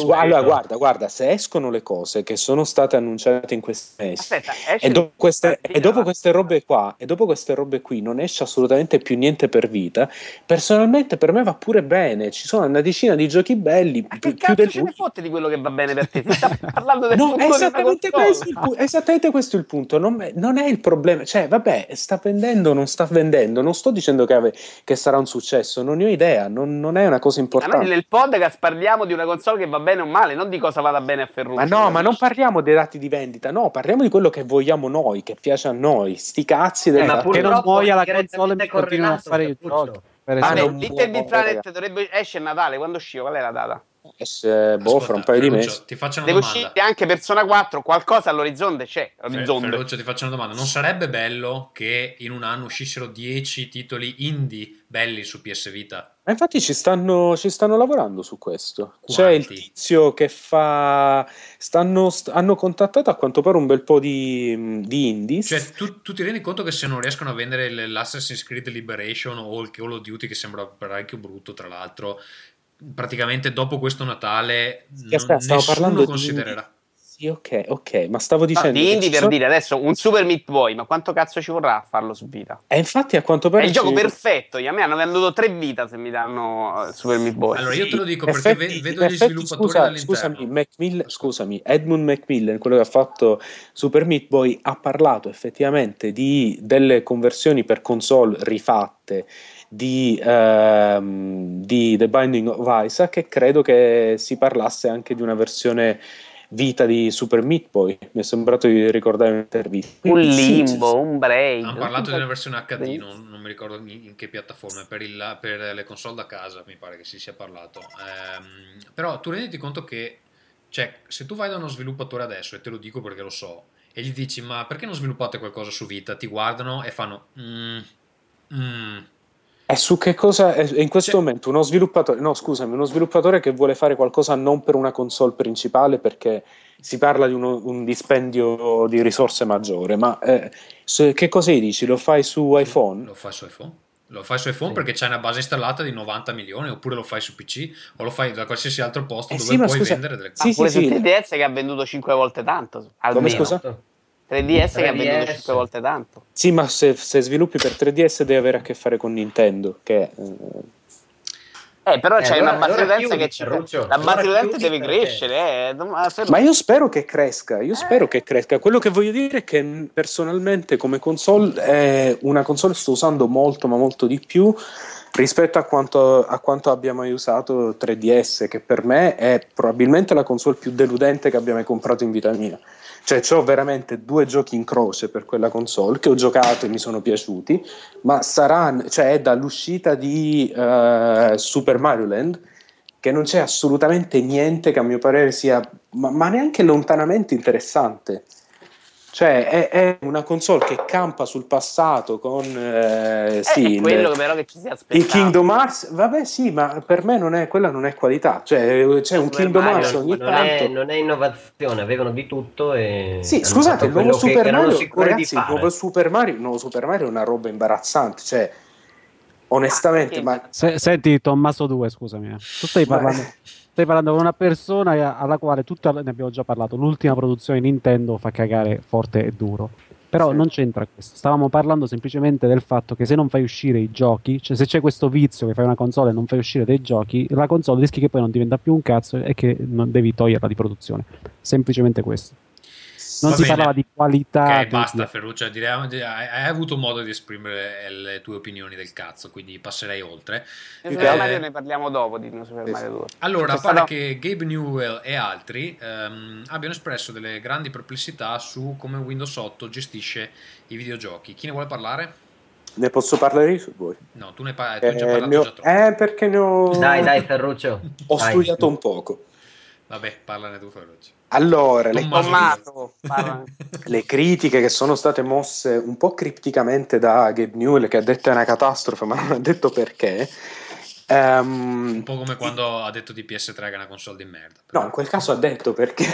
gu- allora guarda, guarda, se escono le cose che sono state annunciate in questi mesi Aspetta, e dopo queste, e dopo queste robe qua e dopo queste robe qui non esce assolutamente più niente per Vita, personalmente per me va pure bene. Ci sono una decina di giochi belli. Ma più, che cazzo più ce ne fotte di quello che va bene per te? Si sta parlando del No, futuro di una esattamente console. questo, il pu- esattamente questo è il punto. Non, non è il problema. Cioè, vabbè, sta vendendo, non sta vendendo. Non sto dicendo che, ave- che sarà un successo, non ne ho idea. Non, non è una cosa Ma importante. noi nel podcast parliamo di una console che va bene o male, non di cosa vada bene a Ferruccio. Ma no, ma non parliamo dei dati di vendita, no, parliamo di quello che vogliamo noi, che piace a noi. Sti cazzi del Eh, ma fatto- Che non purtroppo muoia la è console e direttamente continuano a correlato, fare i Ferruccio. giochi. Per Ah, Vabbè, non esempio. Little muore, Big Planet raga. dovrebbe esce a Natale, quando usciva? Qual è la data? Esce, boh, fra un Ascolta, paio di Ferruccio, mesi. ti faccio una Deve domanda. uscire anche Persona quattro, qualcosa all'orizzonte c'è. Fer- Orizzonte. Ferruccio, ti faccio una domanda. Non sarebbe bello che in un anno uscissero dieci titoli indie belli su P S Vita? Ma infatti ci stanno, ci stanno lavorando su questo. C'è il Quanti? tizio che fa. Stanno, st- hanno contattato a quanto pare un bel po' di, di indies. Cioè, tu, tu ti rendi conto che se non riescono a vendere l- l'Assassin's Creed Liberation o il Call of Duty, che sembra parecchio brutto, tra l'altro, praticamente dopo questo Natale Sì, non- aspetta, stavo nessuno parlando di considererà. Sì, ok, ok, ma stavo No, dicendo. di che indie ci per sono- dire adesso un Super Meat Boy, ma quanto cazzo ci vorrà a farlo su Vita? E infatti a quanto È pare. il gioco ci- perfetto. A me hanno venduto tre Vita se mi danno eh, Super Meat Boy. Allora, io te lo dico In perché effetti- ve- in vedo gli effetti, sviluppatori scusa, dall'interno. scusami, Macmill- scusami, Edmund Macmillan, quello che ha fatto Super Meat Boy, ha parlato effettivamente di delle conversioni per console rifatte di, ehm, di The Binding of Isaac, e credo che si parlasse anche di una versione Vita di Super Meat Boy. Mi è sembrato di ricordare un'intervista. Un Quindi sì, limbo, un break. Hanno parlato di una versione H D, non, non mi ricordo in, in che piattaforma, per, il, per le console da casa mi pare che si sia parlato. Ehm, però tu renditi conto che, cioè, se tu vai da uno sviluppatore adesso, e te lo dico perché lo so, e gli dici ma perché non sviluppate qualcosa su Vita, ti guardano e fanno mm, mm. E su che cosa è in questo Cioè- momento uno sviluppatore, no scusami, uno sviluppatore che vuole fare qualcosa non per una console principale, perché si parla di uno- un dispendio di risorse maggiore, ma eh, se- che cosa gli dici? Lo fai su iPhone? Lo fai su iPhone? Lo fai su iPhone perché c'è una base installata di novanta milioni, oppure lo fai su P C, o lo fai da qualsiasi altro posto Eh dove sì, ma puoi scusa, vendere delle sì, cose. Pure sì, su sì. tre D S che ha venduto cinque volte tanto. Almeno. Come scusa? tre D S che ha venduto tre D S. cinque volte tanto. Sì, ma se, se sviluppi per tre D S devi avere a che fare con Nintendo, che eh, Eh, però Eh, c'hai allora- una base allora utenza chiudi, che ci... Ferruccio. La base Allora utente chiudi deve perché- crescere. Eh. Ma se- ma io spero che cresca, io spero che cresca. Quello che voglio dire è che mh, personalmente come console è una console che sto usando molto, ma molto di più rispetto a quanto, a quanto abbia mai usato tre D S, che per me è probabilmente la console più deludente che abbia mai comprato in vita mia. Cioè, ho veramente due giochi in croce per quella console che ho giocato e mi sono piaciuti, ma sarà, cioè, è dall'uscita di eh, Super Mario Land che non c'è assolutamente niente che a mio parere sia, ma, ma neanche lontanamente interessante. Cioè, è, è una console che campa sul passato con eh, Eh, sì, è quello il, che però che ci si aspettava. il Kingdom Hearts. Vabbè, sì, ma per me non è, quella non è qualità. Cioè, c'è un Super Kingdom Mario, Hearts ogni non, è, tanto. non è innovazione, avevano di tutto e Sì, hanno scusate, fatto il nuovo quello che Super erano Mario, sicuri ragazzi, di il fare. nuovo Super Mario, il nuovo Super Mario è una roba imbarazzante, cioè, onestamente, Ah, ma Se- senti, Tommaso due, scusami. eh. Tu stai Ma- parlando, stai parlando con una persona alla quale tutta, ne abbiamo già parlato, l'ultima produzione Nintendo fa cagare forte e duro. Però Sì. non c'entra questo. Stavamo parlando semplicemente del fatto che se non fai uscire i giochi, cioè se c'è questo vizio che fai una console e non fai uscire dei giochi, la console rischi che poi non diventa più un cazzo e che non devi toglierla di produzione. Semplicemente questo. Non Va si bene. parlava di qualità. Ok, basta di- Ferruccio, direi, hai, hai avuto modo di esprimere le tue opinioni del cazzo, quindi passerei oltre. Di Eh, Super Mario ne parliamo dopo di Super Mario due. Allora, C'è pare stato- che Gabe Newell e altri ehm, abbiano espresso delle grandi perplessità su come Windows otto gestisce i videogiochi. Chi ne vuole parlare? ne posso parlare io su voi? No, tu ne parli, tu hai già Eh, parlato ne ho- già troppo. eh, perché ne ho, Dai, dai, Ferruccio. ho Dai. studiato un poco. Vabbè, parlane tu Ferruccio. Allora, le, Tommaso. Tommaso, parla. le critiche che sono state mosse un po' cripticamente da Gabe Newell, che ha detto è una catastrofe, ma non ha detto perché. Ehm, Un po' come quando ha detto di P S tre che è una console di merda. No, in quel caso ha detto perché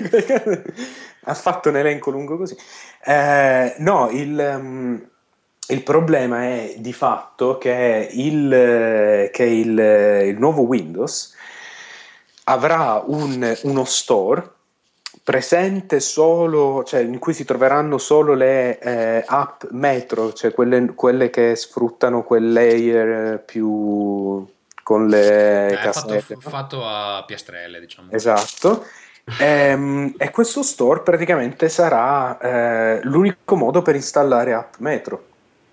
ha fatto un elenco lungo così. Eh, no, il, um, il problema è di fatto che il, che il, il nuovo Windows avrà un, uno store presente solo, cioè in cui si troveranno solo le eh, app Metro, cioè quelle, quelle che sfruttano quel layer più con le Eh, cassette, fatto, no? fatto a piastrelle, diciamo. Esatto. Ehm, e questo store praticamente sarà eh, l'unico modo per installare app Metro.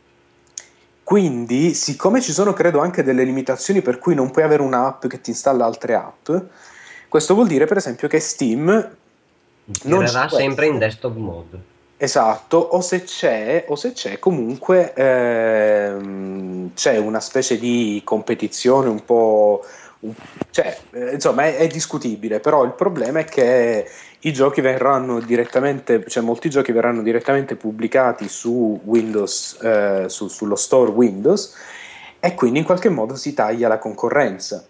Quindi, siccome ci sono credo anche delle limitazioni per cui non puoi avere un'app che ti installa altre app, questo vuol dire per esempio che Steam non girerà ci sempre in essere. desktop mode. Esatto, o se c'è, o se c'è comunque ehm, c'è una specie di competizione un po', un- cioè, eh, insomma è, è discutibile, però il problema è che i giochi verranno direttamente, cioè molti giochi verranno direttamente pubblicati su Windows, eh, su- sullo store Windows, e quindi in qualche modo si taglia la concorrenza.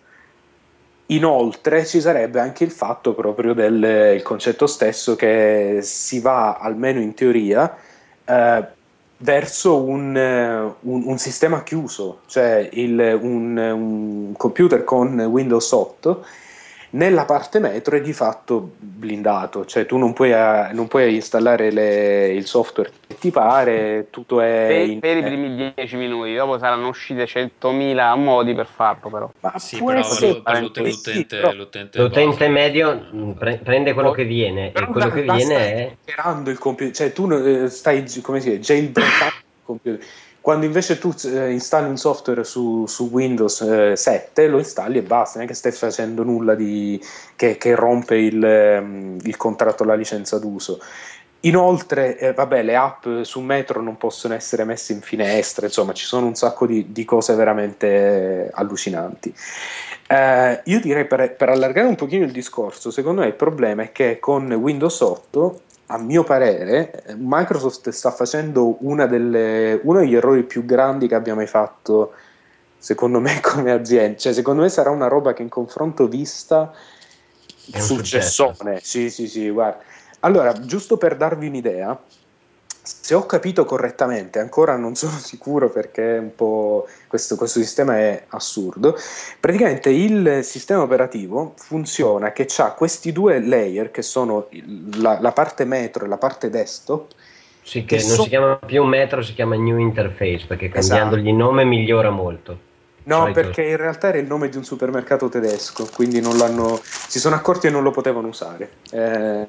Inoltre ci sarebbe anche il fatto proprio del il concetto stesso che si va, almeno in teoria, eh, verso un, eh, un- un sistema chiuso, cioè il- un, un computer con Windows otto nella parte Metro è di fatto blindato, cioè tu non puoi, eh, non puoi installare le- il software che ti pare, tutto è Per, in... per i primi dieci minuti, dopo saranno uscite centomila modi per farlo, però. Ma Sì, può però essere- lo- per l'ut- sì, l'utente, però- l'utente L'utente base. medio mh, pre- prende quello che viene e Però quello la- che la viene stai è hackerando il computer, cioè tu eh, stai come si dice, jailbreakando il computer. Quando invece tu eh, installi un software su, su Windows eh, sette, lo installi e basta, non è che stai facendo nulla di, che, che rompe il, ehm, il contratto, la licenza d'uso. Inoltre, eh, vabbè, le app su Metro non possono essere messe in finestra, insomma, ci sono un sacco di, di cose veramente allucinanti. Eh, io direi per, per allargare un pochino il discorso, secondo me il problema è che con Windows otto, a mio parere, eh, Microsoft sta facendo una delle, uno degli errori più grandi che abbia mai fatto, secondo me, come azienda. Cioè, secondo me sarà una roba che in confronto vista È un successone. Sì, sì, sì, guarda. Allora, giusto per darvi un'idea, se ho capito correttamente, ancora non sono sicuro perché un po' questo, questo sistema è assurdo. Praticamente il sistema operativo funziona che ha questi due layer che sono il- la, la parte Metro e la parte desktop. sì, che che non so- si chiama più Metro, si chiama New Interface, perché cambiandogli Esatto. nome migliora molto. No, Solito- perché in realtà era il nome di un supermercato tedesco, quindi non l'hanno, si sono accorti e non lo potevano usare. Eh,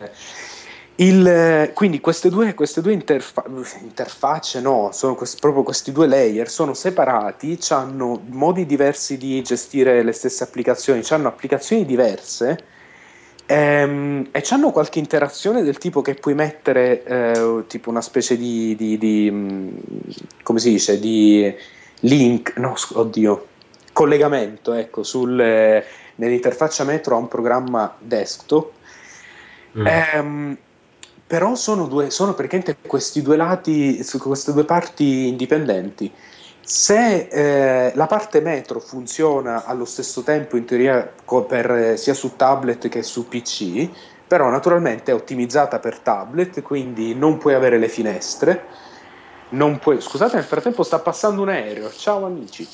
il- quindi queste due, queste due interfa- interfacce, no, sono quest- proprio questi due layer, sono separati, hanno modi diversi di gestire le stesse applicazioni, hanno applicazioni diverse. Ehm, e c'hanno qualche interazione del tipo che puoi mettere eh, tipo una specie di, di, di, mh, come si dice, di link, no, sc- oddio, collegamento, ecco, sul, eh, nell'interfaccia Metro a un programma desktop. Mm. Ehm, però sono due, sono praticamente questi due lati, su queste due parti indipendenti. Se eh, la parte Metro funziona allo stesso tempo in teoria co- per, eh, sia su tablet che su P C, però naturalmente è ottimizzata per tablet, quindi non puoi avere le finestre, non puoi, scusate, nel frattempo sta passando un aereo, ciao amici.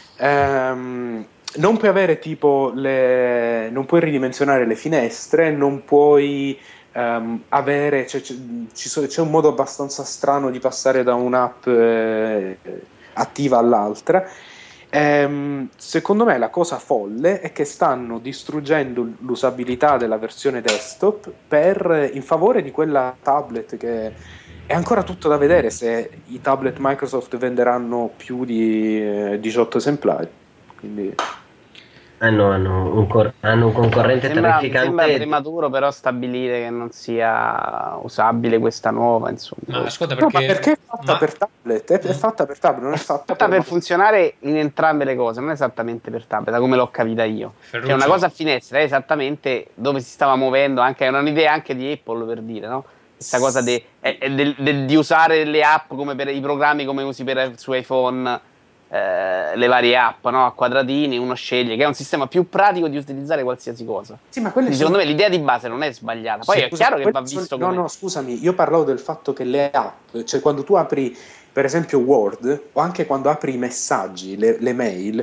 Ehm, non puoi avere tipo le, non puoi ridimensionare le finestre, non puoi ehm, avere, cioè, c'è, ci so- c'è un modo abbastanza strano di passare da un'app eh, attiva all'altra. Ehm, secondo me la cosa folle è che stanno distruggendo l'usabilità della versione desktop per, in favore di quella tablet, che è ancora tutto da vedere se i tablet Microsoft venderanno più di eh, diciotto esemplari. Quindi Hanno, hanno un, cor- hanno un concorrente Sembra, mi terrificante. sembra prematuro però stabilire che non sia usabile questa nuova, insomma. Ma ascolta, No, perché, ma perché è fatta ma- per tablet? È, è fatta per tablet, non è fatta fatta per per funzionare in entrambe le cose, non esattamente per tablet, da come l'ho capita io. Ferruccio. Cioè una cosa a finestra è esattamente dove si stava muovendo, anche è un'idea anche di Apple, per dire, no? Questa cosa de- è- è del- del- di usare le app come per i programmi come usi per, su iPhone, eh, le varie app, no? A quadratini, uno sceglie, che è un sistema più pratico di utilizzare qualsiasi cosa. Sì, ma quelle Quindi, sono- secondo me l'idea di base non è sbagliata. Poi Sì, è scusa, chiaro che va quelle sono- visto no, come... no, scusami, io parlavo del fatto che le app, cioè quando tu apri per esempio Word o anche quando apri i messaggi, le, le mail,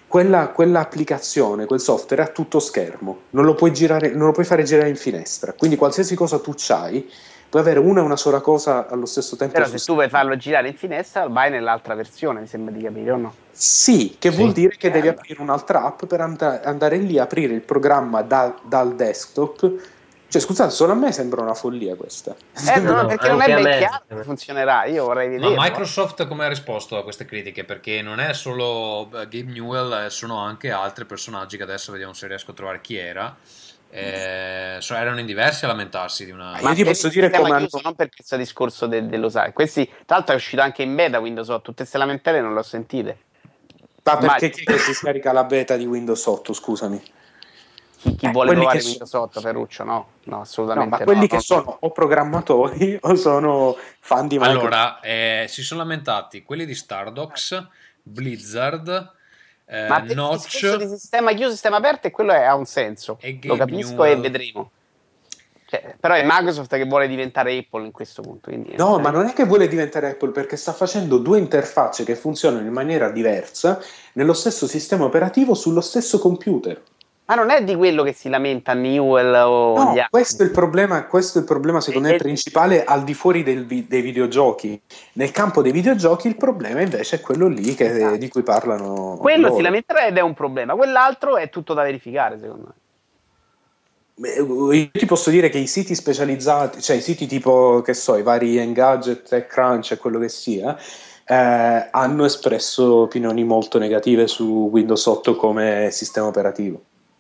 quella, quell'applicazione, quel software è a tutto schermo, non lo puoi girare, non lo puoi fare girare in finestra, quindi qualsiasi cosa tu c'hai puoi avere una e una sola cosa allo stesso tempo. Però se tu vuoi farlo girare in finestra vai nell'altra versione, mi sembra di capire, o no? Sì, che sì. vuol dire che devi aprire un'altra app per and- andare lì, aprire il programma da- dal desktop. Cioè, scusate, solo a me sembra una follia questa. Eh, no, No, perché non è anche a ben me. chiaro come funzionerà, io vorrei vedere. Ma Microsoft come ha risposto a queste critiche? Perché non è solo eh, Gabe Newell, eh, sono anche altri personaggi che adesso vediamo se riesco a trovare chi era. Eh, so- erano in diversi a lamentarsi di una... Ma io ti posso dire come hanno... non per questo discorso de- dello sai. Questi, tra l'altro è uscito anche in beta Windows otto, tutte queste lamentele non le ho sentite. Ma perché chi è che si scarica la beta di Windows otto, scusami? Chi, chi Eh, vuole quelli provare che so- Windows otto, Ferruccio? No, no, No, assolutamente ma no. quelli no, che no. sono o programmatori o sono fan di Microsoft. Allora, eh, si sono lamentati quelli di Stardox, Blizzard, eh, Ma per il Notch discorso di sistema chiuso, sistema aperto, e quello è- ha un senso. e Lo Gabe capisco Newell. e vedremo. Cioè, però è Microsoft che vuole diventare Apple in questo punto. Quindi, No, eh, ma non è che vuole diventare Apple, perché sta facendo due interfacce che funzionano in maniera diversa nello stesso sistema operativo sullo stesso computer. Ma non è di quello che si lamenta Newell o No, gli altri. questo è il problema, questo è il problema secondo me E- principale al di fuori del vi- dei videogiochi. Nel campo dei videogiochi il problema invece è quello lì che- Esatto. di cui parlano Quello loro. si lamenterà ed è un problema. Quell'altro è tutto da verificare, secondo me. Beh, io ti posso dire che i siti specializzati, cioè i siti tipo, che so, i vari Engadget, TechCrunch e quello che sia, eh, hanno espresso opinioni molto negative su Windows otto come sistema operativo.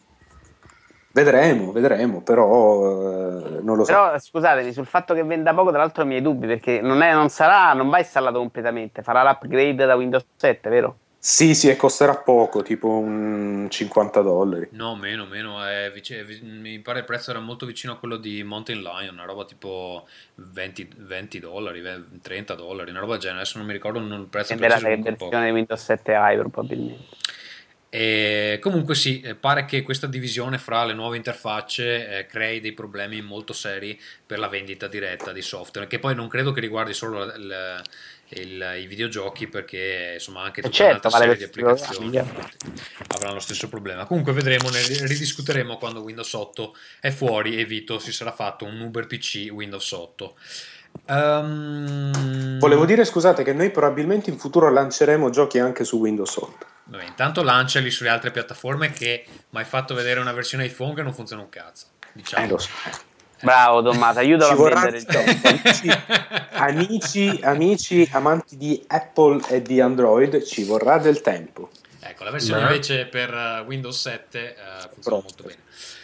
Vedremo, vedremo, però eh, non lo so. Però scusatemi, sul fatto che venda poco, tra l'altro ho i miei dubbi, perché non, è, non sarà, non va installato completamente, farà l'upgrade da Windows sette, vero? Sì, sì, e costerà poco, tipo un cinquanta dollari. No, meno, meno, è vic- è vi- mi pare il prezzo era molto vicino a quello di Mountain Lion, una roba tipo venti, venti dollari, ve- trenta dollari, una roba del genere, adesso non mi ricordo non- il prezzo Sembrerà preciso, che comunque un po'. versione di Windows sette hai probabilmente. E comunque sì, eh, pare che questa divisione fra le nuove interfacce eh, crei dei problemi molto seri per la vendita diretta di software, che poi non credo che riguardi solo la- il- il- i videogiochi, perché insomma anche tutta certo, un'altra vale serie di per tutti i applicazioni programmi. avranno lo stesso problema. Comunque vedremo, ne ridiscuteremo quando Windows otto è fuori e Vito si sarà fatto un Uber P C Windows otto. Ehm, Volevo dire, scusate, che noi probabilmente in futuro lanceremo giochi anche su Windows otto. Vabbè, intanto lanciali sulle altre piattaforme, che mi hai fatto vedere una versione iPhone che non funziona un cazzo, diciamo. Eh, lo so. Bravo Tommaso, aiutalo Ci a vorrà- vendere il gioco. amici, amici, amici amanti di Apple e di Android, ci vorrà del tempo. Ecco, la versione Ma- invece per eh, Windows sette eh, funziona molto bene.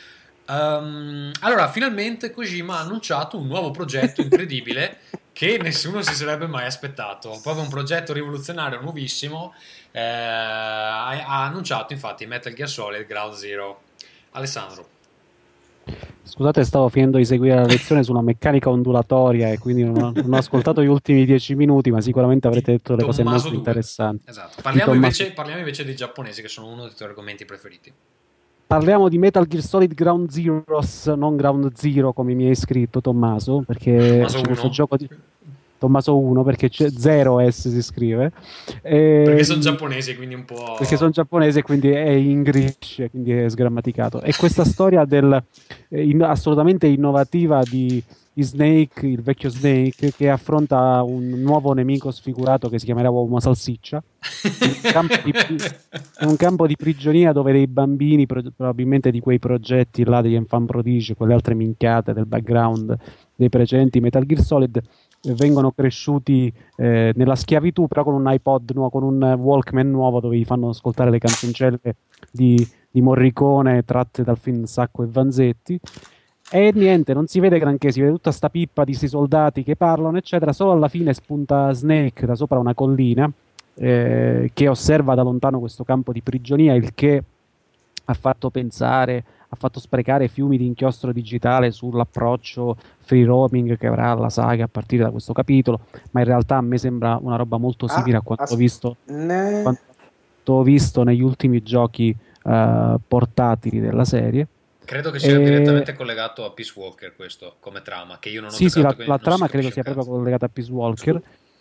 Ehm, allora, finalmente Kojima ha annunciato un nuovo progetto incredibile che nessuno si sarebbe mai aspettato. Proprio un progetto rivoluzionario, nuovissimo. Eh, ha, ha annunciato infatti Metal Gear Solid Ground Zero. Alessandro. Scusate, stavo finendo di seguire la lezione sulla meccanica ondulatoria e quindi non ho, non ho ascoltato gli ultimi dieci minuti, ma sicuramente avrete detto le cose Tommaso molto due. interessanti. Esatto. Parliamo Di Tommaso- invece, parliamo invece dei giapponesi, che sono uno dei tuoi argomenti preferiti. Parliamo di Metal Gear Solid Ground Zeroes, non Ground Zero come mi hai scritto Tommaso, perché Tommaso c'è questo uno. gioco di Tommaso uno, perché c'è zero S si scrive. E- Perché sono giapponesi, quindi un po'... perché sono giapponese e quindi è English, quindi è sgrammaticato. E questa storia del, eh, in- assolutamente innovativa di, di Snake, il vecchio Snake, che affronta un nuovo nemico sfigurato che si chiamerà Uomo Salsiccia, un campo di, un campo di prigionia dove dei bambini, pro- probabilmente di quei progetti là degli Enfant Prodige, quelle altre minchiate del background dei precedenti Metal Gear Solid, eh, vengono cresciuti eh, nella schiavitù, però con un iPod nuovo, con un Walkman nuovo dove gli fanno ascoltare le canzoncelle di, di Morricone tratte dal film Sacco e Vanzetti. E niente, non si vede granché, si vede tutta sta pippa di sti soldati che parlano, eccetera. Solo alla fine spunta Snake da sopra una collina eh, che osserva da lontano questo campo di prigionia, il che ha fatto pensare, ha fatto sprecare fiumi di inchiostro digitale sull'approccio free roaming che avrà la saga a partire da questo capitolo, ma in realtà a me sembra una roba molto simile Ah, a quanto as- ho visto, Ne- quanto ho visto negli ultimi giochi eh, portatili della serie. Credo che sia E- direttamente collegato a Peace Walker questo come trama, che io non ho Sì, sì, la, giocato, quindi la non si trama capisce credo un sia cazzo. proprio collegata a Peace Walker.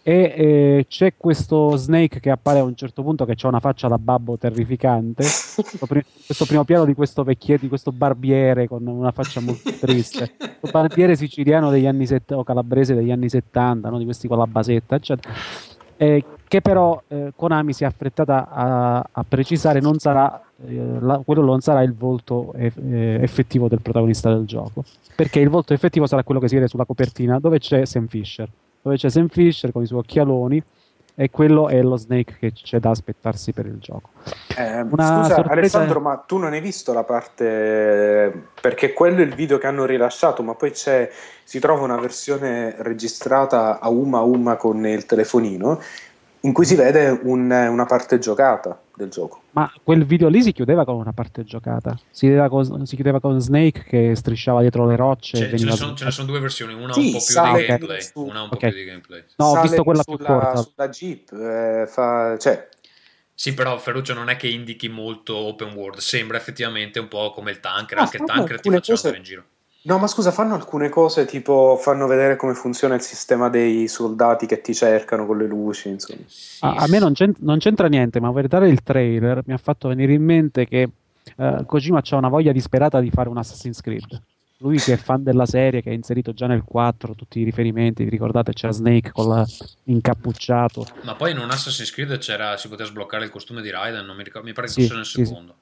E eh, c'è questo Snake che appare a un certo punto che ha una faccia da babbo terrificante. questo, pri- questo primo piano di questo vecchietto, di questo barbiere con una faccia molto triste. Questo barbiere siciliano degli anni settanta o calabrese degli anni settanta, no? Di questi con la basetta, eccetera. Eh, che però eh, Konami si è affrettata a, a precisare non sarà eh, la, quello non sarà il volto eff- eh, effettivo del protagonista del gioco, perché il volto effettivo sarà quello che si vede sulla copertina dove c'è Sam Fisher dove c'è Sam Fisher con i suoi occhialoni, e quello è lo Snake che c'è da aspettarsi per il gioco. Eh, Una scusa sorpresa... Alessandro, ma tu non hai visto la parte, perché quello è il video che hanno rilasciato, ma poi c'è, si trova una versione registrata a uma a uma con il telefonino in cui si vede un, una parte giocata del gioco. Ma quel video lì si chiudeva con una parte giocata, si chiudeva con, si chiudeva con Snake che strisciava dietro le rocce. Cioè, e ce, veniva... ne sono, ce ne sono due versioni, una Sì, un po' più sale di gameplay, su- una un po' ok. più di gameplay. No, ho Sale visto quella più sulla, corta. sulla Jeep, eh, fa, cioè, Sì, però Ferruccio non è che indichi molto open world, sembra effettivamente un po' come il Tanker, No, anche il fanno Tanker ti alcune faceva cose- andare in giro. no, ma scusa, fanno alcune cose tipo fanno vedere come funziona il sistema dei soldati che ti cercano con le luci, insomma. A, a me non, c'ent- non c'entra niente, ma guardare il trailer mi ha fatto venire in mente che eh, Kojima c'ha una voglia disperata di fare un Assassin's Creed. Lui che è fan della serie, che ha inserito già nel quattro tutti i riferimenti, vi ricordate c'era Snake con la incappucciato. Ma poi in un Assassin's Creed c'era, si poteva sbloccare il costume di Raiden, non mi ricordo, mi pare che Sì, fosse nel sì, sì. secondo.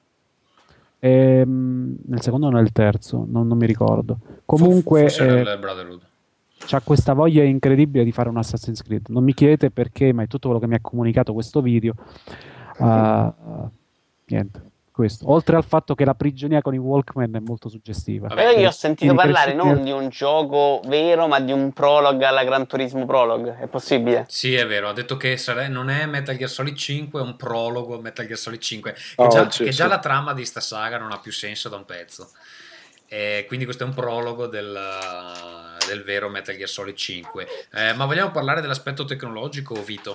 Ehm, nel secondo o nel terzo, non, non mi ricordo. Comunque Forse era eh, il Brotherhood. c'ha questa voglia incredibile di fare un Assassin's Creed. Non mi chiedete perché, ma è tutto quello che mi ha comunicato questo video. Uh, niente, questo. Oltre al fatto che la prigionia con i Walkman è molto suggestiva. Però io ho sentito Quindi parlare prescindere- non di un gioco vero, ma di un prologue alla Gran Turismo Prologue. È possibile? Sì, è vero, ha detto che sare- non è Metal Gear Solid cinque, è un prologo a Metal Gear Solid cinque, che, Oh, già, sì, che sì. già la trama di sta saga non ha più senso da un pezzo. E quindi questo è un prologo del, del vero Metal Gear Solid cinque. Eh, ma vogliamo parlare dell'aspetto tecnologico, Vito?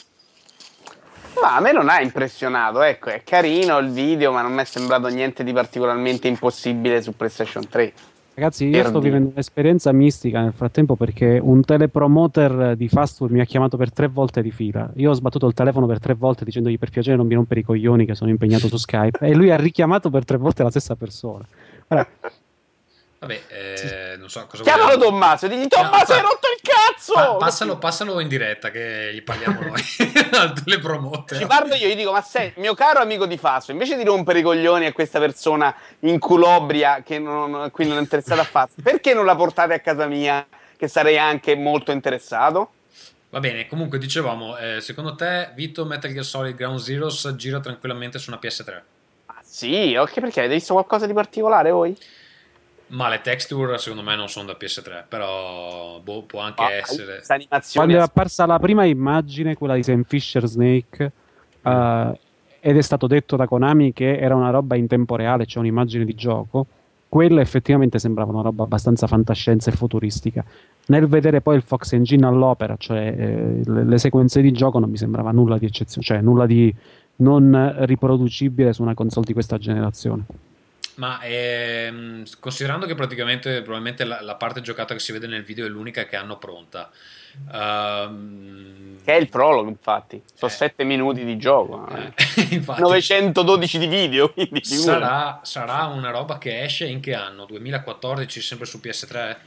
Ma a me non ha impressionato, ecco, è carino il video, ma non mi è sembrato niente di particolarmente impossibile su PlayStation tre. Ragazzi, io Per sto dire. vivendo un'esperienza mistica nel frattempo perché un telepromoter di fast food mi ha chiamato per tre volte di fila. Io ho sbattuto il telefono per tre volte dicendogli per piacere non mi rompere i coglioni che sono impegnato su Skype e lui ha richiamato per tre volte la stessa persona. Guarda, Vabbè, eh, non so cosa Chiamalo vogliamo- Tommaso, digli Tommaso hai rotto il cazzo! Pa- passalo, passalo in diretta che gli parliamo noi al telepromoter. Ci parlo io, gli dico, ma sei mio caro amico di Faso, invece di rompere i coglioni a questa persona in culobria che non, a cui non è interessata a Faso, perché non la portate a casa mia che sarei anche molto interessato? Va bene, comunque dicevamo, eh, secondo te Vito Metal Gear Solid Ground Zeroes gira tranquillamente su una P S tre? Ah, sì, ok, perché avete visto qualcosa di particolare voi? Ma le texture secondo me non sono da P S tre, però boh, può anche Ah, essere. questa animazione quando è apparsa la prima immagine, quella di Sam Fisher Snake, eh, ed è stato detto da Konami che era una roba in tempo reale, cioè un'immagine di gioco, quella effettivamente sembrava una roba abbastanza fantascienza e futuristica. Nel vedere poi il Fox Engine all'opera, cioè eh, le, le sequenze di gioco, non mi sembrava nulla di eccezione, cioè nulla di non riproducibile su una console di questa generazione. Ma ehm, considerando che praticamente probabilmente la, la parte giocata che si vede nel video è l'unica che hanno pronta, ehm, che è il prologo, infatti. Sono Eh. sette minuti di gioco. eh. infatti, novecentododici di video, quindi figurati. sarà, sarà una roba che esce in che anno? duemilaquattordici, sempre su P S tre?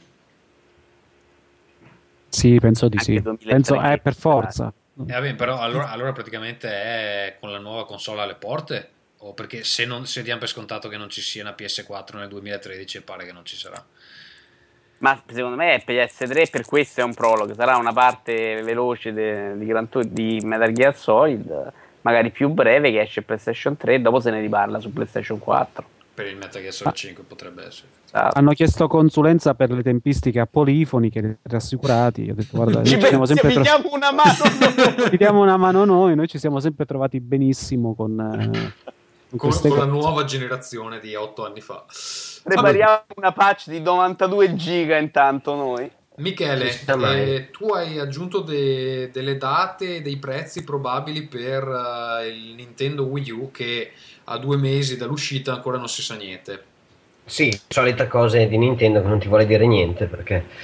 Sì, penso di Anche sì. duemilatredici. Penso, eh, per forza. Eh, vabbè, però allora, allora praticamente è con la nuova console alle porte? O perché se, non, se diamo per scontato che non ci sia una P S quattro nel duemilatredici e pare che non ci sarà. Ma secondo me P S tre per questo è un prologo, sarà una parte veloce de- di, Gran Tur- di Metal Gear Solid, magari più breve, che esce PlayStation tre e dopo se ne riparla su PlayStation quattro. Per il Metal Gear Solid cinque potrebbe essere. Esatto. Hanno chiesto consulenza per le tempistiche a Polifoni, che li ha rassicurati. Io ho detto, guarda, Ci noi ci siamo pensiamo, sempre tro- diamo una mano. ci diamo una mano noi, noi ci siamo sempre trovati benissimo con, eh, con Con, queste con la cose. nuova generazione di otto anni fa. Prepariamo una patch di novantadue giga intanto noi. Michele, Ci sta mai. eh, tu hai aggiunto de- delle date e dei prezzi probabili per eh, il Nintendo Wii U che a due mesi dall'uscita ancora non si sa niente. Sì, solita cosa di Nintendo che non ti vuole dire niente perché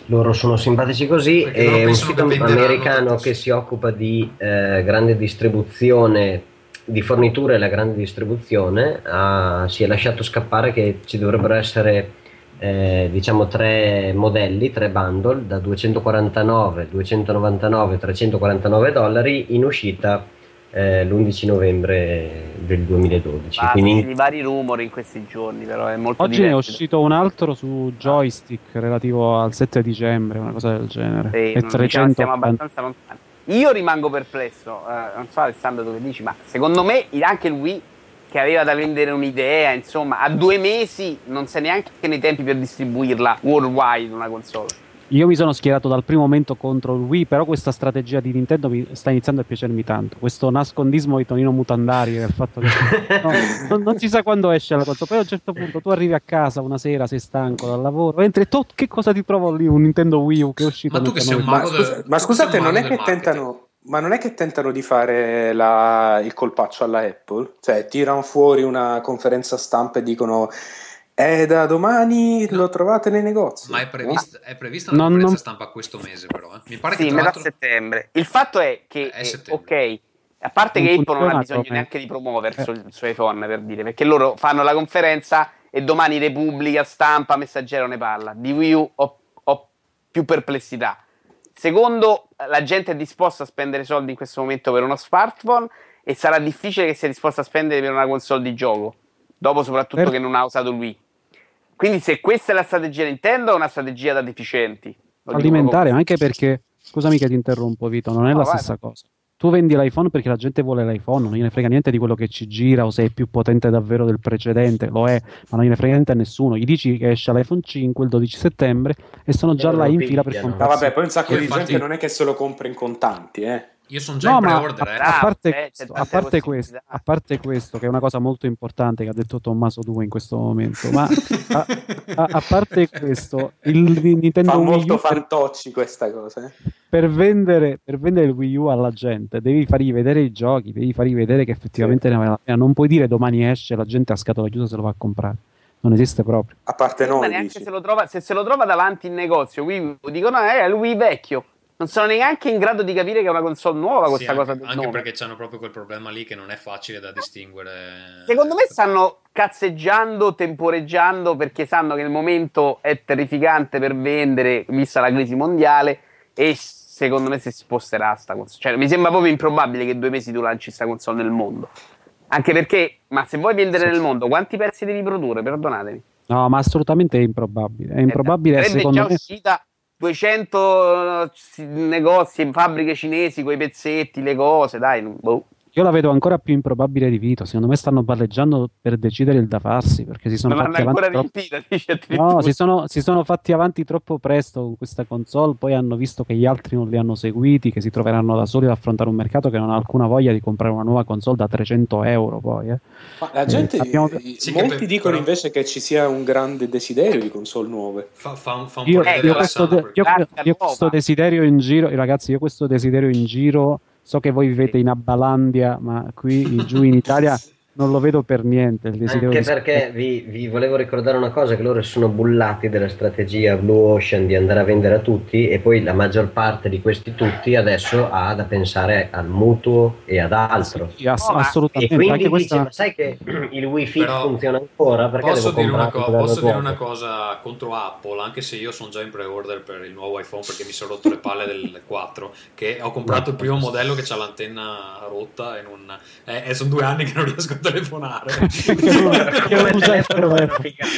Loro sono simpatici così. Perché loro È un pensano sito che venderanno americano tanto- che si occupa di eh, grande distribuzione, di forniture alla grande distribuzione, ha- si è lasciato scappare che ci dovrebbero essere eh, diciamo tre modelli, tre bundle da duecentoquarantanove, duecentonovantanove, trecentoquarantanove dollari in uscita eh, l'undici novembre del duemiladodici. Ah, Quindi senti vari rumori in questi giorni, però è molto Oggi ne è diverso. uscito un altro su joystick relativo al sette dicembre, una cosa del genere. Sì, e non- diciamo, trecento siamo abbastanza lontani. Io rimango perplesso, eh, non so Alessandro dove dici, ma secondo me anche il Wii, che aveva da vendere un'idea, insomma, a due mesi non sa neanche nei tempi per distribuirla worldwide una console. Io mi sono schierato dal primo momento contro il Wii, però questa strategia di Nintendo mi sta iniziando a piacermi tanto. Questo nascondismo di Tonino Mutandari, il fatto che no, non, non si sa quando esce la console. Poi a un certo punto tu arrivi a casa una sera, sei stanco dal lavoro, entri e tu, che cosa ti trovo lì? Un Nintendo Wii U che è uscito. Ma tu che sei un Ma, mago del- scusa- ma tu scusate, sei un non mago è del che marketing. tentano, ma non è che tentano di fare la- il colpaccio alla Apple? Cioè, tirano fuori una conferenza stampa e dicono: "Eh, da domani No. lo trovate nei negozi." Ma è No? prevista, è prevista una Non- conferenza non- stampa questo mese, però. eh. Mi pare Sì, che tra metà l'altro. settembre. Il fatto è che, È eh, settembre. ok, a parte Non che Apple non ha funziona bisogno come- neanche di promuovere Eh. il suo- il suo iPhone, per dire, perché loro fanno la conferenza e domani Repubblica, Stampa, Messaggero ne parla. Di Wii U ho, ho più perplessità. Secondo, la gente è disposta a spendere soldi in questo momento per uno smartphone e sarà difficile che sia disposta a spendere per una console di gioco, dopo soprattutto Per- che non ha usato il Wii. Quindi se questa è la strategia Nintendo, è una strategia da deficienti. Lo dico alimentare, proprio anche perché, scusami che ti interrompo Vito, non è No, la vai, stessa vai. cosa. Tu vendi l'iPhone perché la gente vuole l'iPhone, non gliene frega niente di quello che ci gira o se è più potente davvero del precedente, lo è, ma non gliene frega niente a nessuno. Gli dici che esce l'iPhone cinque il dodici settembre e sono già E là lo in fila per pigliano. Ma comprarsi. vabbè, poi un sacco Io di infatti- gente non è che se lo compra in contanti, eh. Io sono già No, in ma pre-order, a, eh. a parte, Eh, c'è questo, a tante parte questo, possibilità. a parte questo, che è una cosa molto importante che ha detto Tommaso due in questo momento, ma a, a- a parte questo, il Nintendo Fa Wii molto U per, fantocci questa cosa, eh. per vendere, per vendere il Wii U alla gente devi fargli vedere i giochi, devi fargli vedere che effettivamente ne vale la pena. Non puoi dire domani esce, la gente a scatola chiusa se lo va a comprare. Non esiste proprio. A parte Ma noi, neanche dici. se lo trova, se se lo trova davanti in negozio, Wii U, dicono eh, è il Wii vecchio. Non sono neanche in grado di capire che è una console nuova Sì, questa anche, cosa del anche nome. perché c'hanno proprio quel problema lì che non è facile da distinguere. Secondo me stanno cazzeggiando, temporeggiando perché sanno che il momento è terrificante per vendere, vista la crisi mondiale, e secondo me si sposterà sta console. Cioè, mi sembra proprio improbabile che due mesi tu lanci sta console nel mondo. Anche perché, ma se vuoi vendere Sì. nel mondo, quanti pezzi devi produrre? Perdonatemi. No, ma assolutamente è improbabile. È improbabile, Sarebbe secondo già me. uscita duecento eh, si- negozi, fabbriche cinesi con i pezzetti, le cose, dai. Boh. Io la vedo ancora più improbabile di Vito. Secondo me stanno palleggiando per decidere il da farsi, perché si sono Non fatti l'hanno avanti ancora troppo. riempita, dice addirittura. No, si sono, si sono fatti avanti troppo presto con questa console, poi hanno visto che gli altri non li hanno seguiti, che si troveranno da soli ad affrontare un mercato che non ha alcuna voglia di comprare una nuova console da trecento euro poi. Eh. Ma la gente, Eh, abbiamo- eh, Sì, che molti per- dicono però- invece che ci sia un grande desiderio di console nuove. Fa, fa un, fa un Io, po' Eh, ridere io questo, de- Alessandro, io- Razza io questo nuova. desiderio in giro, ragazzi, io questo desiderio in giro, so che voi vivete in Abbalandia, ma qui giù in Italia non lo vedo per niente. Il desiderio Anche di- perché vi, vi volevo ricordare una cosa, che loro sono bullati della strategia Blue Ocean di andare a vendere a tutti, e poi la maggior parte di questi tutti adesso ha da pensare al mutuo e ad altro. Sì, ass- No, ma- E assolutamente. quindi Anche dice, questa... ma sai che il Wi-Fi Però funziona ancora? Perché Posso, devo dire una, comprare co- un modello posso dire nuovo? una cosa contro Apple, anche se io sono già in pre-order per il nuovo iPhone perché mi sono rotto le palle del quattro, che ho comprato il primo modello che ha l'antenna rotta e, non, eh, e sono due anni che non riesco a telefonare. Che lo usai per me.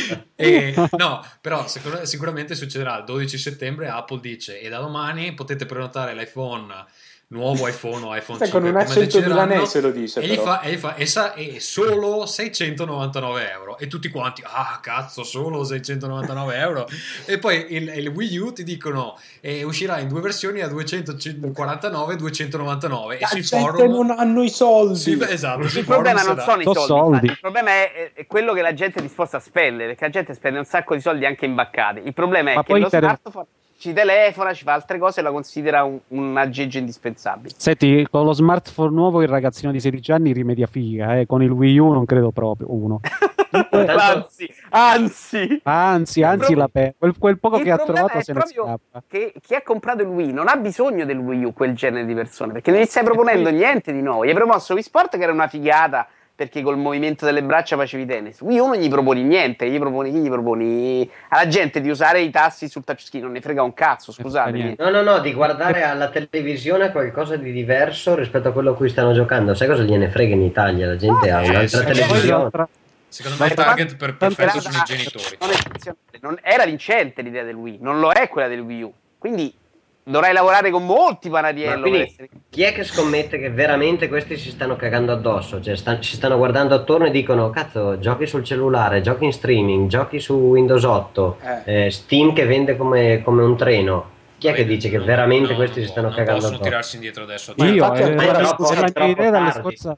E, no, però sicur- sicuramente succederà il dodici settembre. Apple dice: e da domani potete prenotare l'iPhone, nuovo iPhone o iPhone Sai, cinque con un come accento decideranno, milanese lo dice, e gli però. fa, e gli fa e, sa, e solo seicentonovantanove euro, e tutti quanti ah cazzo, solo seicentonovantanove euro. E poi il, il Wii U ti dicono eh, uscirà in due versioni a duecentoquarantanove e duecentonovantanove, e La sui gente forum non hanno i soldi. sì, esatto, sui Il problema forum non sarà- sono i So soldi, soldi. infatti. Il problema è, è quello che la gente è disposta a spendere, perché la gente spende un sacco di soldi anche in baccate. Il problema è Ma che poi lo tele- smartphone ci telefona, ci fa altre cose e la considera un, un aggeggio indispensabile. Senti, con lo smartphone nuovo il ragazzino di sedici anni rimedia figa, eh. Con il Wii U non credo proprio, uno. anzi, anzi, anzi, anzi, la pe- quel, quel poco il che ha problema trovato è se ne proprio scappa. che chi ha comprato il Wii non ha bisogno del Wii U, quel genere di persone, perché non gli stai proponendo poi... niente di nuovo. Gli hai promosso Wii Sport, che era una figata, perché col movimento delle braccia facevi tennis. Wii U non gli proponi niente, gli proponi, gli proponi alla gente di usare i tasti sul touchscreen, non ne frega un cazzo, scusatemi. No, no, no, di guardare alla televisione qualcosa di diverso rispetto a quello a cui stanno giocando. Sai cosa gliene frega in Italia? La gente Ah, ha sì, un'altra sì, televisione. Altra... Secondo me il target per perfetto sono i genitori. Non è, non era vincente l'idea del Wii, non lo è quella del Wii U. Quindi dovrai lavorare con molti panariello. Quindi, per essere... chi è che scommette che veramente questi si stanno cagando addosso? Cioè sta, si stanno guardando attorno e dicono cazzo, giochi sul cellulare, giochi in streaming, giochi su Windows otto, eh. Eh, Steam che vende come, come un treno. Chi è che dice che veramente no, questi si stanno non cagando possono addosso? tirarsi indietro adesso. Io, infatti, è, è, è, troppo, è la mia idea dalla tardi. scorsa...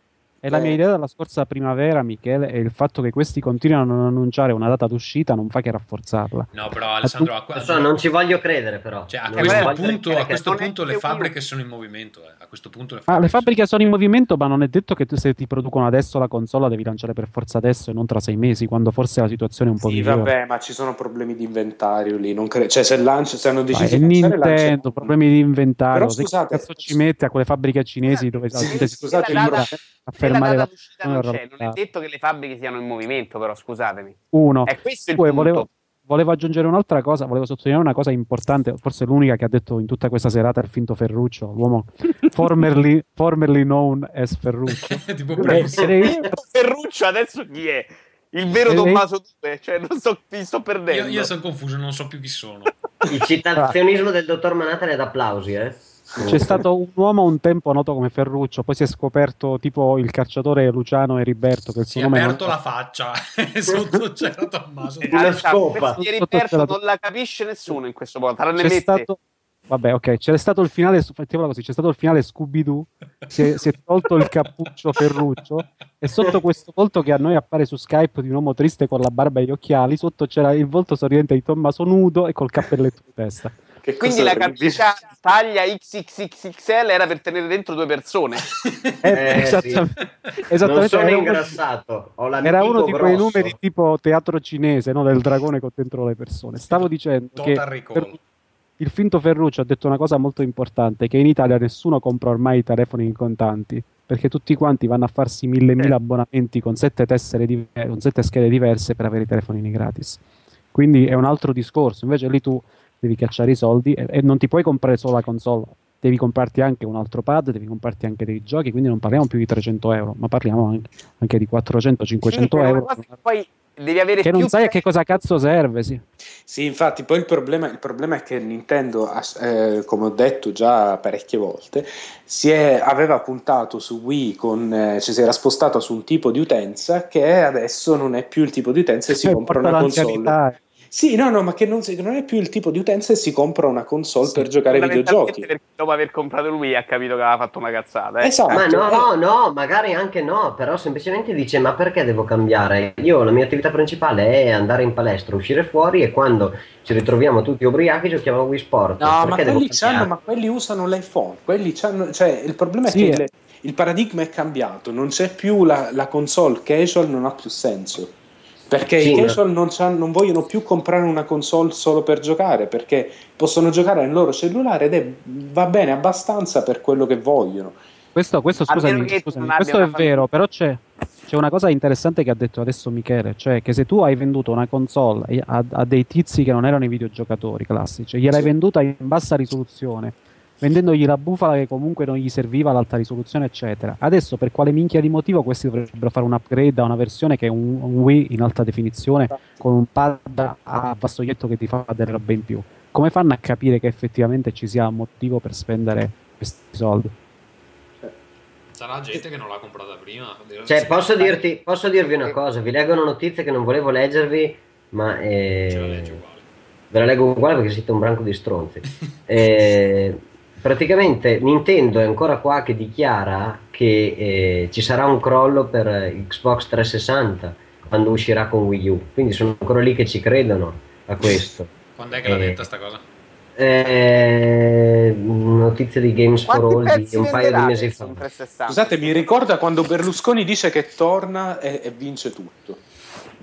È la mia idea dalla scorsa primavera, Michele, e il fatto che questi continuino a non annunciare una data d'uscita non fa che rafforzarla. No, però Alessandro, a, so, non ci voglio credere, però. Cioè, a non questo punto, a questo non punto le più fabbriche più. sono in movimento. Eh. A questo punto le Ah, fabbriche, le fabbriche sono in movimento, ma non è detto che tu, se ti producono adesso la console la devi lanciare per forza adesso e non tra sei mesi, quando forse la situazione è un po' Sì, migliore. vabbè, ma ci sono problemi di inventario lì. Non cre- cioè, se lancio, se hanno deciso È di lanciare, Nintendo, lanciano. problemi di inventario. Però, Se scusate, cazzo ci mette a quelle fabbriche cinesi dove sì, la gente si scusate, tira il pro- a fermare la d'uscita non c'è, non è detto che le fabbriche siano in movimento, però scusatemi. Uno. È questo il Poi punto. volevo, volevo aggiungere un'altra cosa, volevo sottolineare una cosa importante, forse l'unica che ha detto in tutta questa serata il finto Ferruccio, l'uomo formerly, formerly known as Ferruccio. tipo Eh, direi- Ferruccio adesso chi è? Il vero E lei- Tommaso due, cioè non so, mi sto perdendo. Io, io sono confuso, non so più chi sono. Il citazionismo del dottor Manhattan è da applausi, eh? C'è stato un uomo un tempo noto come Ferruccio, poi si è scoperto tipo il calciatore Luciano Eriberto, che il Si suo è nome aperto non... la faccia e sotto c'era Tommaso. Una scopa. Questo di Sotto Eriberto c'era- non la capisce nessuno in questo modo, tranne C'è me e te. stato... Vabbè, ok, c'è stato il finale, mettiamola così, c'è stato il finale Scooby-Doo, si è, si è tolto il cappuccio Ferruccio e sotto questo volto che a noi appare su Skype di un uomo triste con la barba e gli occhiali, sotto c'era il volto sorridente di Tommaso nudo e col cappelletto in testa. Che Quindi cosa la orribile. camicia taglia X X X X L era per tenere dentro due persone. Eh, esattamente, sì. esattamente, Non sono era uno- ingrassato, ho l'amico Era uno di quei grosso. numeri tipo teatro cinese, no? Del dragone con dentro le persone. Stavo dicendo che Total Recall. per- il finto Ferruccio ha detto una cosa molto importante, che in Italia nessuno compra ormai i telefoni in contanti, perché tutti quanti vanno a farsi mille mila abbonamenti con sette tessere diver- con sette schede diverse per avere i telefonini gratis. Quindi è un altro discorso, invece lì tu devi cacciare i soldi e, e non ti puoi comprare solo la console, devi comprarti anche un altro pad, devi comprarti anche dei giochi, quindi non parliamo più di trecento euro, ma parliamo anche, anche di quattrocento cinquecento Sì, euro, però una cosa che poi devi avere che più non sai a che cosa cazzo serve, sì. Sì, infatti, poi il problema, il problema è che Nintendo, ha- eh, come ho detto già parecchie volte, si è, aveva puntato su Wii, con, eh, ci si era spostato su un tipo di utenza che adesso non è più il tipo di utenza e si Eh, compra porta una console. l'anzianità. Sì, no, no, ma che non, si- non è più il tipo di utenza e si compra una console Sì. per giocare ai Fondamentalmente videogiochi. perché dopo aver comprato il Wii ha capito che aveva fatto una cazzata. Eh. Esatto. Ma no, no, no, magari anche no, però semplicemente dice ma perché devo cambiare? Io la mia attività principale è andare in palestra, uscire fuori e quando ci ritroviamo tutti ubriachi giochiamo a Wii Sport. No, ma perché devo quelli, cambiare? c'hanno, ma quelli usano l'iPhone. Quelli c'hanno, cioè, il problema è Sì, che eh. il, il paradigma è cambiato, non c'è più la, la console casual, non ha più senso. Perché Sì, i ma- casual non, c'han- non vogliono più comprare una console solo per giocare, perché possono giocare nel loro cellulare ed è, va bene abbastanza per quello che vogliono. Questo, questo A meno scusami, che tu scusami, non questo abbia è una vero, famiglia. però c'è, c'è una cosa interessante che ha detto adesso Michele, cioè che se tu hai venduto una console e- a, a dei tizi che non erano i videogiocatori classici, gliel'hai Sì. venduta in bassa risoluzione, vendendogli la bufala che comunque non gli serviva l'alta risoluzione, eccetera. Adesso per quale minchia di motivo questi dovrebbero fare un upgrade a una versione che è un, un Wii in alta definizione con un pad a vassoietto che ti fa delle robe in più? Come fanno a capire che effettivamente ci sia motivo per spendere questi soldi? Sarà gente che non l'ha comprata prima. Cioè, posso dirti, posso dirvi una cosa, vi leggo una notizia che non volevo leggervi, ma eh, Ce la leggi uguale. ve la leggo uguale perché siete un branco di stronzi. Eh, praticamente Nintendo è ancora qua che dichiara che eh, ci sarà un crollo per Xbox trecentosessanta quando uscirà con Wii U, quindi sono ancora lì che ci credono a questo. Quando è che l'ha Eh, detta sta cosa? Eh, notizia di Games for Quanti All di pezzi un paio di venderà mesi adesso fa. un trecentosessanta? Scusate, mi ricorda quando Berlusconi dice che torna e, e vince tutto.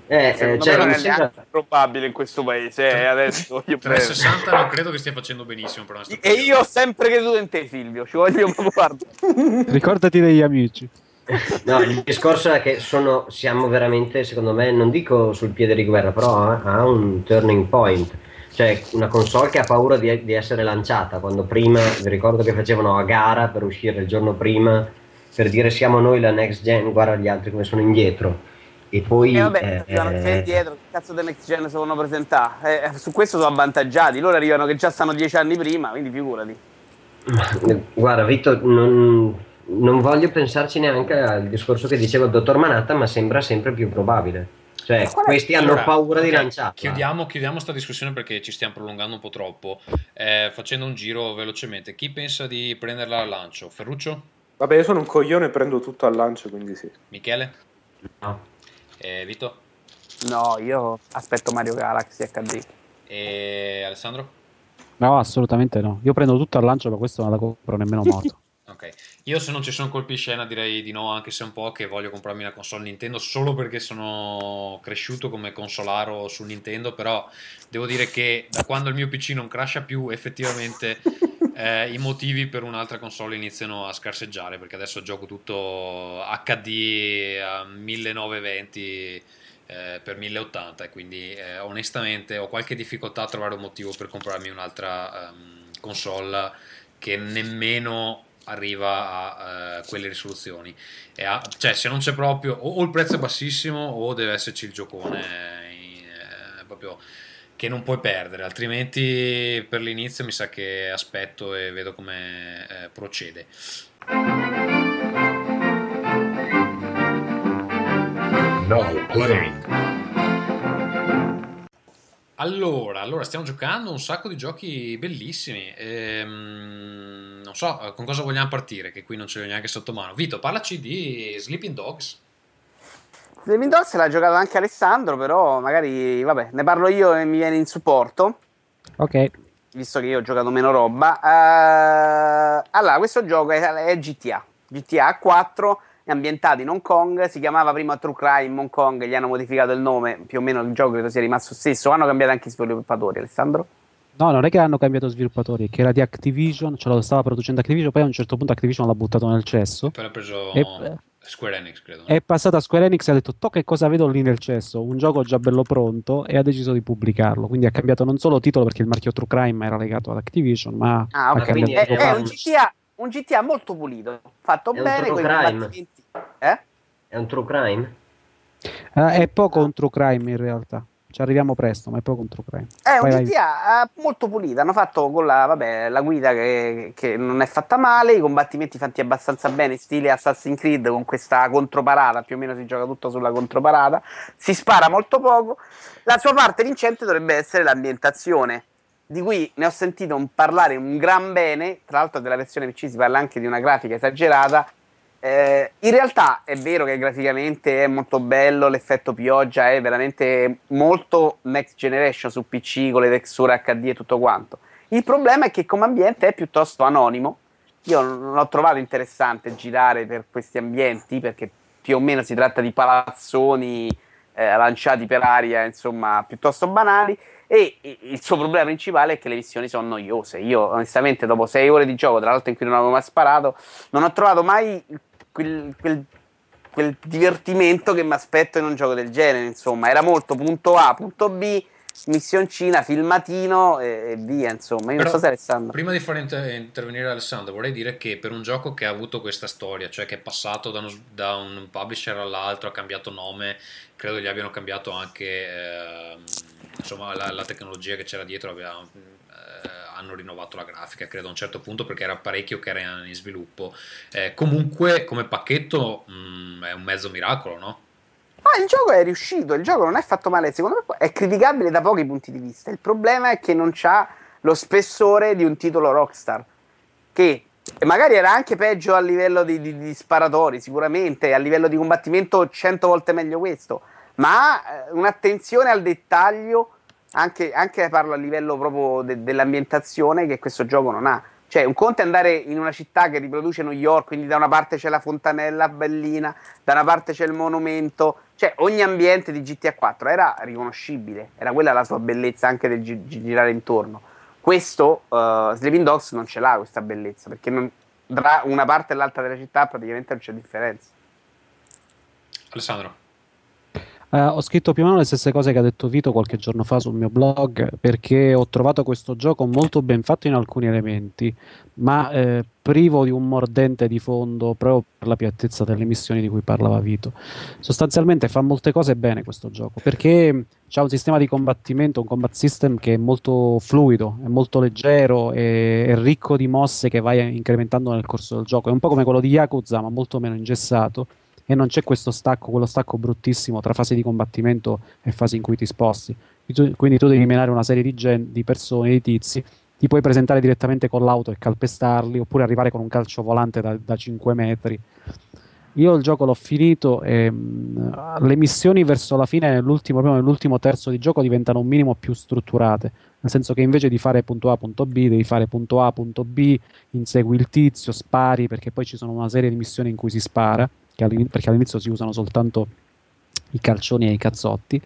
Eh, Secondo eh, cioè, me non mi è sembra- neanche probabile in questo paese. Eh, adesso io trecentosessanta non credo che stia facendo benissimo per una E io ho sempre creduto in te, Silvio. Ci voglio proprio guardare. Ricordati degli amici. No, il discorso è che sono, siamo veramente, secondo me, non dico sul piede di guerra, però ha, ha un turning point. Cioè, una console che ha paura di, di essere lanciata, quando prima, vi ricordo che facevano a gara per uscire il giorno prima, per dire siamo noi la next gen, guarda gli altri come sono indietro. E poi... E vabbè, eh, arrivano eh, indietro, che cazzo del next gen si vogliono presentare? Eh, su questo sono avvantaggiati, loro arrivano che già stanno dieci anni prima, quindi figurati. Guarda, Vito, non, non voglio pensarci neanche al discorso che diceva il dottor Manatta, ma sembra sempre più probabile. Cioè, questi hanno Allora, paura di ok, lanciarla. Chiudiamo, chiudiamo sta discussione perché ci stiamo prolungando un po' troppo. Eh, facendo un giro velocemente, chi pensa di prenderla al lancio? Ferruccio? Vabbè, io sono un coglione e prendo tutto al lancio, quindi sì. Michele? No. Eh, Vito? No, io aspetto Mario Galaxy acca di. E Alessandro? No, assolutamente no. Io prendo tutto al lancio, ma questo non la compro nemmeno morto. Ok, io se non ci sono colpi di scena direi di no, anche se un po' che voglio comprarmi una console Nintendo solo perché sono cresciuto come consolaro su Nintendo, però devo dire che da quando il mio P C non crasha più effettivamente eh, i motivi per un'altra console iniziano a scarseggiare, perché adesso gioco tutto acca di a millenovecentoventi eh, per mille ottanta e quindi eh, onestamente ho qualche difficoltà a trovare un motivo per comprarmi un'altra um, console che nemmeno arriva a uh, quelle risoluzioni e a, cioè se non c'è proprio o, o il prezzo è bassissimo o deve esserci il giocone eh, proprio che non puoi perdere, altrimenti per l'inizio mi sa che aspetto e vedo come eh, procede. Now playing. Allora, allora, stiamo giocando un sacco di giochi bellissimi. Ehm, non so con cosa vogliamo partire, che qui non ce l'ho neanche sotto mano. Vito, parlaci di Sleeping Dogs. Sleeping Dogs l'ha giocato anche Alessandro, però magari, vabbè, ne parlo io e mi viene in supporto. Ok. Visto che io ho giocato meno roba. Uh, allora, questo gioco è, è G T A. G T A quattro. Ambientato in Hong Kong, si chiamava prima True Crime Hong Kong, gli hanno modificato il nome, più o meno il gioco credo sia rimasto stesso, hanno cambiato anche i sviluppatori, Alessandro? No, non è che hanno cambiato sviluppatori, è che era di Activision, ce lo stava producendo Activision, poi a un certo punto Activision l'ha buttato nel cesso. Poi l'ha preso e, Square Enix, credo. È passata a Square Enix e ha detto, to che cosa vedo lì nel cesso, un gioco già bello pronto, e ha deciso di pubblicarlo, quindi ha cambiato non solo titolo perché il marchio True Crime era legato ad Activision, ma ah, ha okay. cambiato è, è un G T A un G T A molto pulito, fatto è bene, con i combattimenti. Eh? È un true crime? Uh, è poco un true crime in realtà. Ci arriviamo presto, ma è poco un true crime. È vai, un G T A vai. molto pulito. Hanno fatto con la, vabbè, la guida che, che non è fatta male, i combattimenti fatti abbastanza bene, stile Assassin's Creed, con questa controparata. Più o meno si gioca tutto sulla controparata. Si spara molto poco. La sua parte vincente dovrebbe essere l'ambientazione, di cui ne ho sentito parlare un gran bene. Tra l'altro della versione P C si parla anche di una grafica esagerata. Eh, in realtà è vero che graficamente è molto bello, l'effetto pioggia è veramente molto next generation su P C con le texture acca di e tutto quanto. Il problema è che come ambiente è piuttosto anonimo. Io non ho trovato interessante girare per questi ambienti perché più o meno si tratta di palazzoni eh, lanciati per aria, insomma, piuttosto banali. E il suo problema principale è che le missioni sono noiose. Io onestamente dopo sei ore di gioco, tra l'altro in cui non avevo mai sparato, non ho trovato mai quel, quel, quel divertimento che mi aspetto in un gioco del genere. Insomma, era molto punto A, punto B, missioncina, filmatino e, e via. Insomma, io Però, non so se Alessandro. Prima di far inter- intervenire Alessandro, vorrei dire che per un gioco che ha avuto questa storia, cioè che è passato da, uno, da un publisher all'altro, ha cambiato nome, credo gli abbiano cambiato anche eh, insomma la, la tecnologia che c'era dietro, abbiamo, eh, hanno rinnovato la grafica, credo a un certo punto, perché era parecchio che era in sviluppo. Eh, comunque come pacchetto mh, è un mezzo miracolo, no? Ma il gioco è riuscito, il gioco non è fatto male, secondo me è criticabile da pochi punti di vista. Il problema è che non c'ha lo spessore di un titolo Rockstar, che magari era anche peggio a livello di, di, di sparatori, sicuramente, a livello di combattimento cento volte meglio questo, ma ha un'attenzione al dettaglio, anche, anche parlo a livello proprio de, dell'ambientazione, che questo gioco non ha. Cioè, un conto è andare in una città che riproduce New York, quindi da una parte c'è la fontanella bellina, da una parte c'è il monumento, Cioè, ogni ambiente di G T A quattro era riconoscibile, era quella la sua bellezza anche del gi- gi- girare intorno. Questo uh, Sleeping Dogs non ce l'ha questa bellezza, perché non, tra una parte e l'altra della città praticamente non c'è differenza. Alessandro. Uh, ho scritto più o meno le stesse cose che ha detto Vito qualche giorno fa sul mio blog, perché ho trovato questo gioco molto ben fatto in alcuni elementi, ma eh, privo di un mordente di fondo proprio per la piattezza delle missioni di cui parlava Vito. Sostanzialmente fa molte cose bene questo gioco, perché c'ha un sistema di combattimento, un combat system che è molto fluido, è molto leggero, è, è ricco di mosse che vai incrementando nel corso del gioco. È un po' come quello di Yakuza, ma molto meno ingessato. E non c'è questo stacco, quello stacco bruttissimo tra fasi di combattimento e fasi in cui ti sposti. Quindi tu devi menare una serie di, gen- di persone, di tizi, ti puoi presentare direttamente con l'auto e calpestarli, oppure arrivare con un calcio volante da, da cinque metri. Io il gioco l'ho finito e mh, le missioni verso la fine, nell'ultimo, proprio nell'ultimo terzo di gioco, diventano un minimo più strutturate, nel senso che invece di fare punto A, punto B, devi fare punto A, punto B, insegui il tizio, spari, perché poi ci sono una serie di missioni in cui si spara, che all'inizio, perché all'inizio si usano soltanto i calcioni e i cazzotti,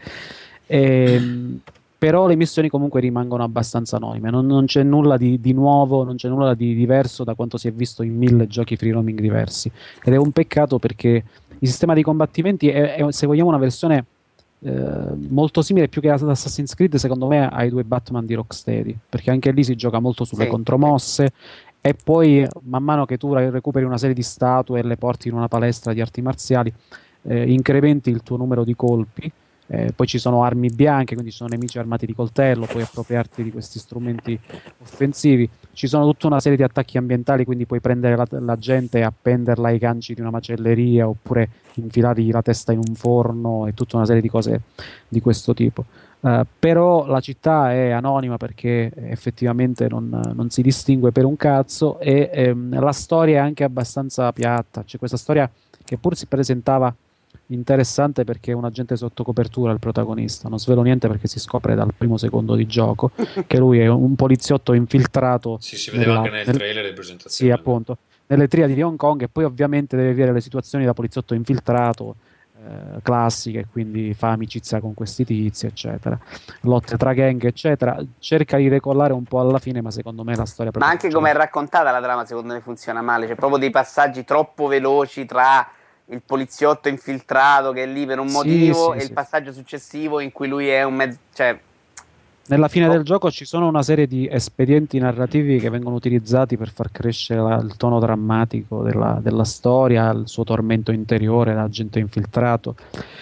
e, però le missioni comunque rimangono abbastanza anonime, non, non c'è nulla di, di nuovo, non c'è nulla di diverso da quanto si è visto in mille giochi free roaming diversi, ed è un peccato perché il sistema di combattimenti è, è se vogliamo una versione eh, molto simile, più che ad Assassin's Creed secondo me, ai due Batman di Rocksteady, perché anche lì si gioca molto sulle Sì. contromosse. E poi man mano che tu recuperi una serie di statue e le porti in una palestra di arti marziali, eh, incrementi il tuo numero di colpi, eh, poi ci sono armi bianche, quindi ci sono nemici armati di coltello, puoi appropriarti di questi strumenti offensivi, ci sono tutta una serie di attacchi ambientali, quindi puoi prendere la, la gente e appenderla ai ganci di una macelleria, oppure infilargli la testa in un forno e tutta una serie di cose di questo tipo. Uh, però la città è anonima perché effettivamente non, non si distingue per un cazzo, e ehm, la storia è anche abbastanza piatta. C'è questa storia che pur si presentava interessante perché è un agente sotto copertura il protagonista, non svelo niente perché si scopre dal primo secondo di gioco che lui è un poliziotto infiltrato. Sì, si vedeva nella, anche nel nel, trailer di presentazione. Sì, appunto, nelle triadi di Hong Kong, e poi ovviamente deve vivere le situazioni da poliziotto infiltrato Eh, classiche, quindi fa amicizia con questi tizi, eccetera, lotte tra gang, eccetera, cerca di decollare un po' alla fine, ma secondo me la storia Ma anche come è raccontata la trama secondo me funziona male, c'è proprio dei passaggi troppo veloci tra il poliziotto infiltrato che è lì per un Sì, motivo sì, e sì. il passaggio successivo in cui lui è un mezzo, cioè nella fine del gioco ci sono una serie di espedienti narrativi che vengono utilizzati per far crescere la, il tono drammatico della, della storia, il suo tormento interiore, l'agente infiltrato,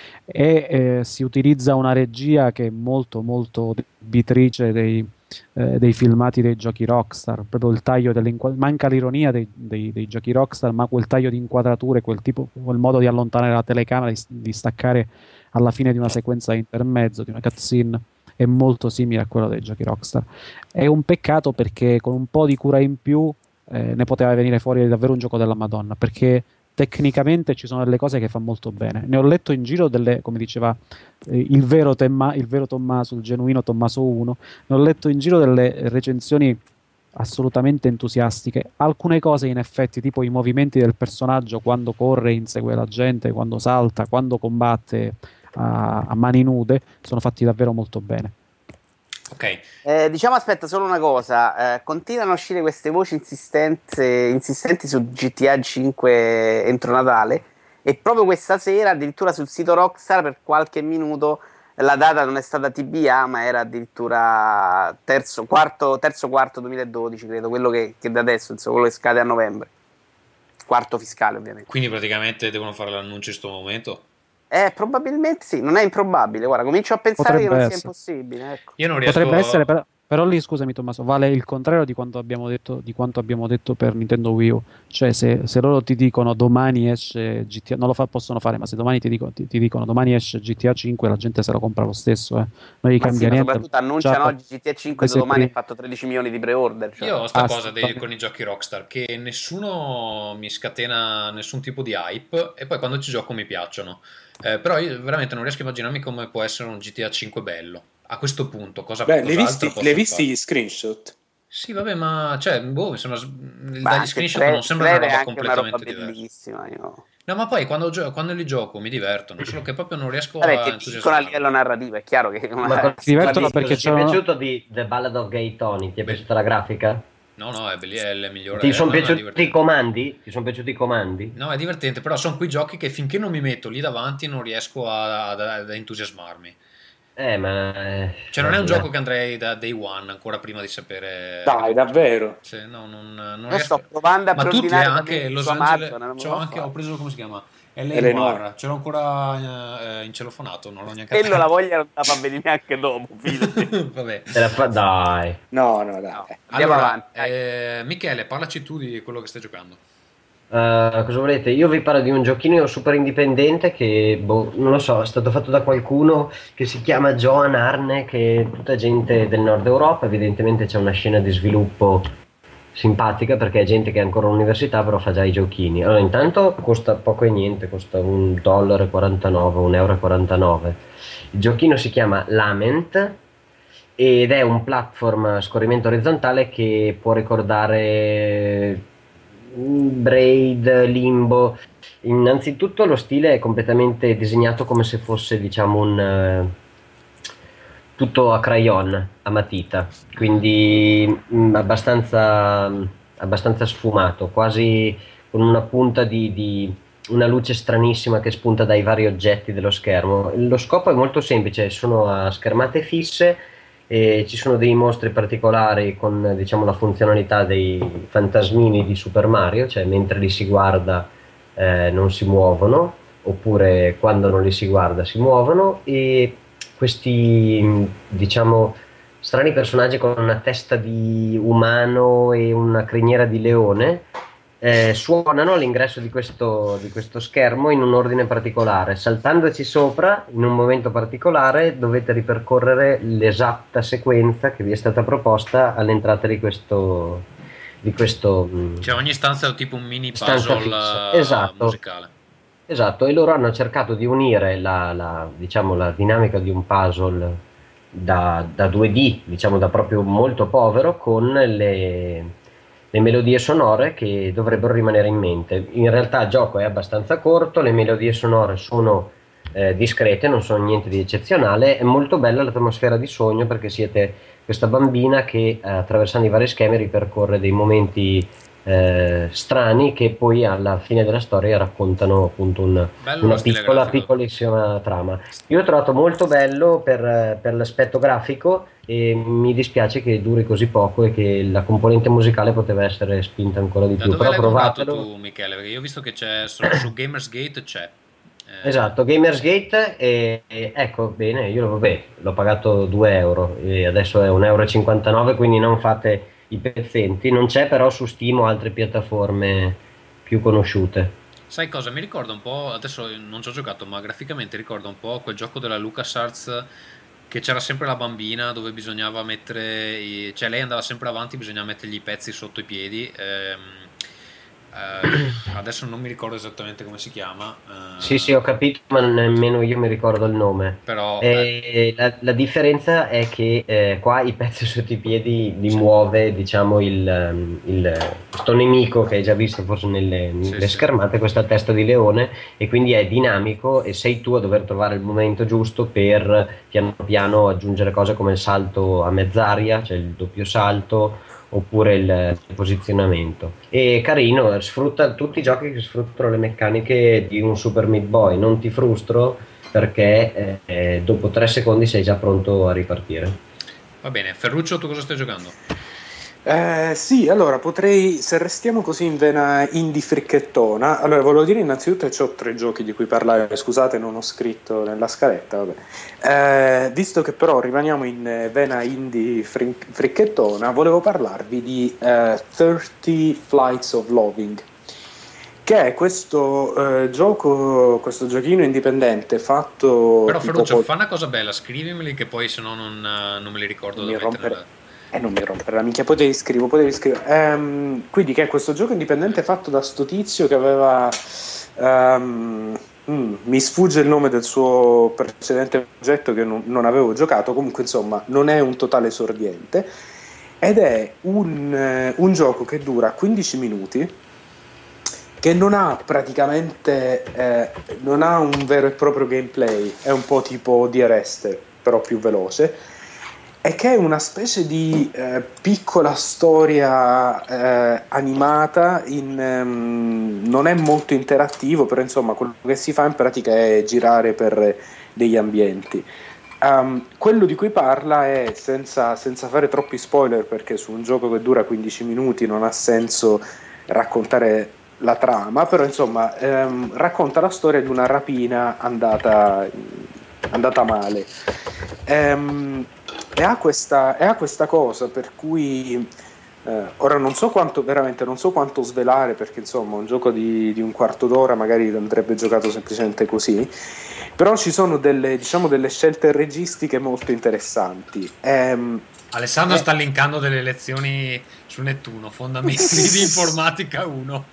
e eh, si utilizza una regia che è molto molto debitrice dei, eh, dei filmati dei giochi Rockstar, proprio il taglio dell'inqu- manca l'ironia dei, dei, dei giochi Rockstar, ma quel taglio di inquadrature, quel, tipo, quel modo di allontanare la telecamera, di, di staccare alla fine di una sequenza intermezzo, di una cutscene, è molto simile a quello dei giochi Rockstar. È un peccato perché con un po' di cura in più eh, ne poteva venire fuori davvero un gioco della Madonna, perché tecnicamente ci sono delle cose che fa molto bene. Ne ho letto in giro delle, come diceva eh, il, vero Temma, il vero Tommaso, il genuino Tommaso uno, ne ho letto in giro delle recensioni assolutamente entusiastiche. Alcune cose in effetti, tipo i movimenti del personaggio quando corre, insegue la gente, quando salta, quando combatte a, a mani nude, sono fatti davvero molto bene. Ok. Eh, diciamo, aspetta, solo una cosa, eh, continuano a uscire queste voci insistenti, insistenti su G T A cinque entro Natale, e proprio questa sera addirittura sul sito Rockstar per qualche minuto la data non è stata T B A ma era addirittura terzo quarto, terzo quarto duemiladodici, credo, quello che, che da adesso, insomma, quello che scade a novembre, quarto fiscale ovviamente. Quindi praticamente devono fare l'annuncio in questo momento? Eh, probabilmente sì, non è improbabile. Guarda, comincio a pensare Potrebbe che non essere. sia impossibile. Ecco. Io non riesco... Potrebbe essere, però, però lì, scusami Tommaso, vale il contrario di quanto abbiamo detto, di quanto abbiamo detto per Nintendo Wii U. Cioè, se, se loro ti dicono domani esce G T A, non lo fa, possono fare, ma se domani ti, dico, ti, ti dicono domani esce G T A cinque, la gente se lo compra lo stesso. Eh. Non gli Ma cambia sì, ma niente. soprattutto annunciano Già, oggi G T A cinque, se domani pri- ha fatto tredici milioni di pre-order. Cioè. Io ho sta Ah, cosa dei, sì. con i giochi Rockstar, che nessuno mi scatena nessun tipo di hype, e poi quando ci gioco mi piacciono. Eh, però io veramente non riesco a immaginarmi come può essere un G T A cinque bello. A questo punto, cosa Beh, l'hai cos'altro visti, posso l'hai visti fare? gli screenshot? Sì, vabbè, ma cioè, boh, mi sembra, Ma dagli anche screenshot tre- non sembra una tre è roba anche una roba completamente diversa. bellissima. Io. No, ma poi quando, gio- quando li gioco mi divertono, solo che proprio non riesco Vabbè, a ti dicono a entusiasmarmi. livello narrativo, è chiaro che... Ma cosa Si divertono cosa perché ti è c'erano- piaciuto di The Ballad of Gay Tony? Ti è piaciuta la grafica? No, no, è, belli- è il migliore. Ti sono no, no, è piaciuti i divertente. comandi? Ti sono piaciuti i comandi? No, è divertente, però sono quei giochi che finché non mi metto lì davanti non riesco a- ad, ad entusiasmarmi. Eh, ma... eh, Cioè non è un eh, gioco che andrei da day one, ancora prima di sapere... Dai, davvero? Sì, no, non, non Io riesco... sto provando a Ma tutti, eh, preordinare da anche me Los su Angeles... Amazon, non me c'ho lo anche, fa. ho preso, come si chiama? Eleanor. Eleanor, ce l'ho ancora eh, incelofonato, non l'ho neanche Quello la aperto. voglia non la fa venire neanche dopo, fidati. Vabbè. te la fa- Dai. No, no, dai. Andiamo Allora, avanti. dai. eh, Michele, parlaci tu di quello che stai giocando. Uh, cosa volete? Io vi parlo di un giochino super indipendente che, boh, non lo so, è stato fatto da qualcuno che si chiama Johan Arne, che è tutta gente del nord Europa. Evidentemente c'è una scena di sviluppo simpatica perché è gente che è ancora all'università però fa già i giochini. Allora, intanto costa poco e niente, costa un dollaro e quarantanove, un euro e quarantanove. Il giochino si chiama Lament ed è un platform a scorrimento orizzontale che può ricordare Braid, Limbo. Innanzitutto lo stile è completamente disegnato come se fosse, diciamo, un eh, tutto a crayon, a matita, quindi mh, abbastanza, mh, abbastanza sfumato, quasi con una punta di, di una luce stranissima che spunta dai vari oggetti dello schermo. Lo scopo è molto semplice, sono a schermate fisse e ci sono dei mostri particolari con, diciamo, la funzionalità dei fantasmini di Super Mario, cioè mentre li si guarda eh, non si muovono, oppure quando non li si guarda si muovono, e questi, diciamo, strani personaggi con una testa di umano e una criniera di leone eh, suonano all'ingresso di questo, di questo schermo in un ordine particolare. Saltandoci sopra in un momento particolare dovete ripercorrere l'esatta sequenza che vi è stata proposta all'entrata di questo, di questo mh, Cioè ogni stanza è tipo un mini stanza puzzle fissa. eh, Esatto. musicale. Esatto, e loro hanno cercato di unire la, la, diciamo, la dinamica di un puzzle da, da due D, diciamo da proprio molto povero, con le, le melodie sonore che dovrebbero rimanere in mente. In realtà il gioco è abbastanza corto, le melodie sonore sono eh, discrete, non sono niente di eccezionale. È molto bella l'atmosfera di sogno perché siete questa bambina che eh, attraversando i vari schemi ripercorre dei momenti Eh, strani che poi alla fine della storia raccontano appunto un, Bello una lo stile piccola grafico. piccolissima trama. Io l'ho trovato molto bello per, per l'aspetto grafico e mi dispiace che duri così poco e che la componente musicale poteva essere spinta ancora di Da più, dove però l'hai comprato provatelo. tu, Michele? Perché io ho visto che c'è su, su Gamersgate c'è. Eh, Esatto, Gamersgate, e, e ecco, bene, io vabbè, l'ho pagato due euro e adesso è un euro e cinquantanove, quindi non fate i pezzenti. Non c'è però su Steam o altre piattaforme più conosciute. Sai cosa? Mi ricorda un po', adesso non ci ho giocato, ma graficamente ricorda un po' quel gioco della LucasArts che c'era sempre la bambina dove bisognava mettere, i, cioè lei andava sempre avanti, bisognava mettergli i pezzi sotto i piedi. Ehm, eh, adesso non mi ricordo esattamente come si chiama. eh, Sì, sì, ho capito, ma nemmeno io mi ricordo il nome. Però eh, E la, la differenza è che eh, qua i pezzi sotto i piedi li muove, diciamo, il, ehm, il, questo nemico che hai già visto forse nelle, nelle sì. schermate, questa testa di leone, e quindi è dinamico e sei tu a dover trovare il momento giusto per piano piano aggiungere cose come il salto a mezz'aria, cioè il doppio salto, oppure il, il posizionamento. E carino, sfrutta tutti i giochi che sfruttano le meccaniche di un Super Meat Boy. Non ti frustro perché eh, dopo tre secondi sei già pronto a ripartire. va bene. Ferruccio, tu cosa stai giocando? Eh, sì, allora potrei, se restiamo così in vena indie fricchettona, allora volevo dire innanzitutto che ho tre giochi di cui parlare, scusate non ho scritto nella scaletta, vabbè. Eh, visto che però rimaniamo in vena indie fri- fricchettona, volevo parlarvi di eh, thirty Flights of Loving, che è questo eh, gioco, questo giochino indipendente fatto... Però tipo Ferruccio, pol- fa una cosa bella, scrivimeli che poi se no non, non me li ricordo Mi da mettere rompere- nella- Eh, non mi rompere la minchia, poi te li scrivo, poi te li scrivo. Ehm, quindi che è questo gioco indipendente fatto da sto tizio che aveva... ehm, mm, mi sfugge il nome del suo precedente progetto che non, non avevo giocato, comunque insomma non è un totale esordiente, ed è un, eh, un gioco che dura quindici minuti che non ha praticamente eh, non ha un vero e proprio gameplay, è un po' tipo di Arrested, però più veloce, e che è una specie di eh, piccola storia eh, animata, in, um, non è molto interattivo, però insomma quello che si fa in pratica è girare per degli ambienti. Um, quello di cui parla è, senza, senza fare troppi spoiler, perché su un gioco che dura quindici minuti non ha senso raccontare la trama, però insomma ehm, racconta la storia di una rapina andata, andata male, ehm, e ha questa, e ha questa cosa per cui eh, ora non so quanto, veramente non so quanto svelare, perché insomma un gioco di, di un quarto d'ora magari andrebbe giocato semplicemente così, però ci sono delle, diciamo, delle scelte registiche molto interessanti. ehm, Alessandro eh, sta linkando delle lezioni su Nettuno, fondamenti di informatica uno.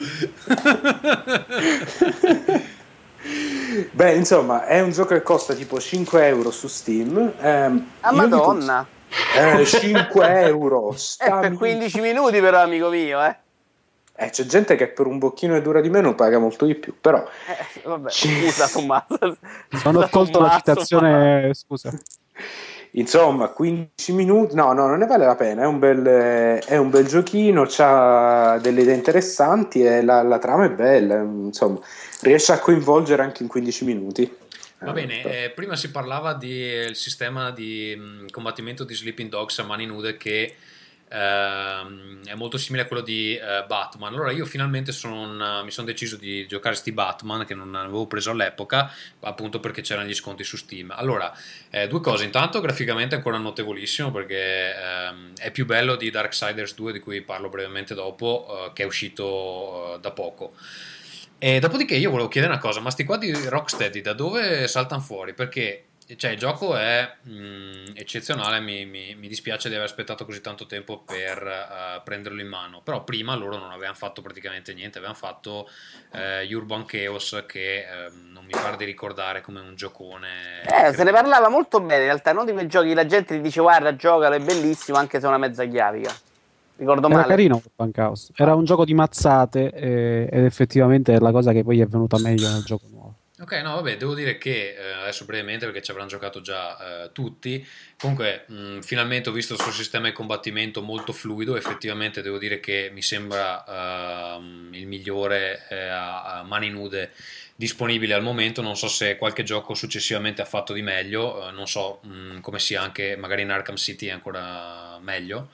Beh, insomma, è un gioco che costa tipo cinque euro su Steam. ehm, Ah, io Madonna! dico, eh, cinque euro È sta per mi- quindici minuti però, amico mio, eh. eh, c'è gente che per un bocchino che dura di meno paga molto di più, però Eh, vabbè, scusa Tommaso. Non ho Scusa, colto la Tommaso, citazione, scusa. insomma quindici minuti, no, no, non ne vale la pena. È un bel, è un bel giochino, c'ha delle idee interessanti e la, la trama è bella, insomma, riesce a coinvolgere anche in quindici minuti. Va bene, eh, prima si parlava del sistema di mh, combattimento di Sleeping Dogs a mani nude che ehm, è molto simile a quello di eh, Batman. Allora io finalmente son, mi sono deciso di giocare sti Batman che non avevo preso all'epoca, appunto perché c'erano gli sconti su Steam. Allora, eh, due cose: intanto graficamente è ancora notevolissimo, perché ehm, è più bello di Darksiders due, di cui parlo brevemente dopo, eh, che è uscito eh, da poco. E dopodiché io volevo chiedere una cosa: ma sti qua di Rocksteady da dove saltano fuori? Perché cioè, il gioco è mh, eccezionale, mi, mi, mi dispiace di aver aspettato così tanto tempo per uh, prenderlo in mano, però prima loro non avevano fatto praticamente niente, avevano fatto uh, Urban Chaos, che uh, non mi pare di ricordare come un giocone. Eh, se ne parlava molto bene, in realtà, non di quei giochi, la gente ti dice guarda, giocalo, è bellissimo, anche se è una mezza chiavica. Ricordo Era male. carino Urban Chaos, era un gioco di mazzate eh, ed effettivamente è la cosa che poi è venuta meglio nel gioco nuovo. Ok, no, vabbè, devo dire che eh, adesso brevemente, perché ci avranno giocato già eh, tutti. Comunque, mh, finalmente ho visto il suo sistema di combattimento molto fluido. Effettivamente, devo dire che mi sembra uh, il migliore eh, a, a mani nude disponibile al momento. Non so se qualche gioco successivamente ha fatto di meglio, uh, non so mh, come sia anche magari in Arkham City è ancora meglio.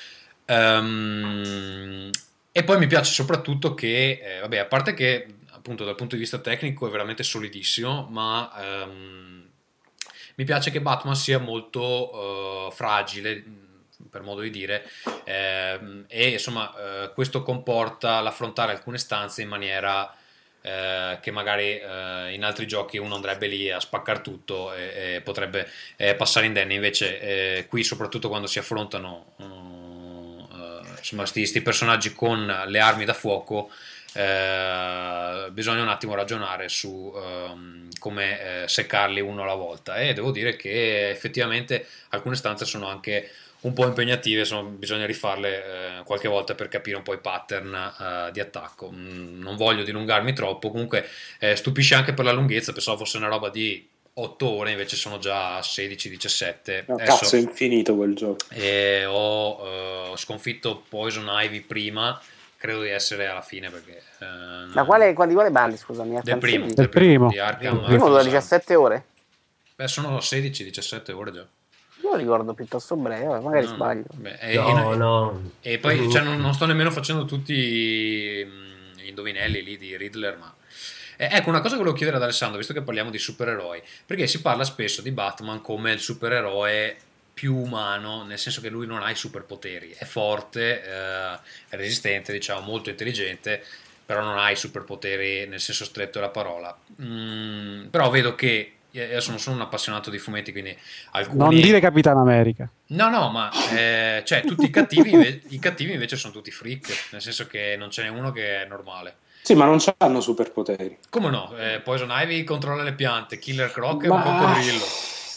Um, e poi mi piace soprattutto che, eh, vabbè, a parte che appunto dal punto di vista tecnico è veramente solidissimo, ma um, mi piace che Batman sia molto uh, fragile, per modo di dire, eh, e insomma uh, questo comporta l'affrontare alcune stanze in maniera uh, che magari uh, in altri giochi uno andrebbe lì a spaccare tutto e, e potrebbe eh, passare indenni. Invece eh, qui, soprattutto quando si affrontano uh, uh, insomma sti personaggi con le armi da fuoco, Eh, bisogna un attimo ragionare su um, come eh, seccarli uno alla volta, e devo dire che effettivamente alcune stanze sono anche un po' impegnative, insomma, bisogna rifarle eh, qualche volta per capire un po' i pattern eh, di attacco. Mm, non voglio dilungarmi troppo, comunque eh, stupisce anche per la lunghezza, pensavo fosse una roba di otto ore, invece sono già sedici diciassette. No, cazzo, è infinito quel gioco. E ho uh, sconfitto Poison Ivy prima. Credo di essere alla fine, perché eh, Ma quale, quali, quale balli, scusami? del primo, del primo, di Arkham, il primo dura diciassette ore? Beh, sono sedici diciassette ore già. Io lo ricordo piuttosto breve, magari no, sbaglio. Beh, e, no, e, no. E poi cioè, non, non sto nemmeno facendo tutti gli indovinelli lì di Riddler, ma eh, ecco, una cosa che volevo chiedere ad Alessandro, visto che parliamo di supereroi, perché si parla spesso di Batman come il supereroe più umano, nel senso che lui non ha i superpoteri, è forte, eh, è resistente, diciamo, molto intelligente, però non ha i superpoteri nel senso stretto della parola. Mm, però vedo che io non sono un appassionato di fumetti, quindi alcuni... Non dire Capitan America. No, no, ma eh, cioè tutti i cattivi, inve- i cattivi invece sono tutti freak, nel senso che non ce n'è uno che è normale. Sì, ma non hanno superpoteri. Come no? Eh, Poison Ivy controlla le piante, Killer Croc è ma... un coccodrillo.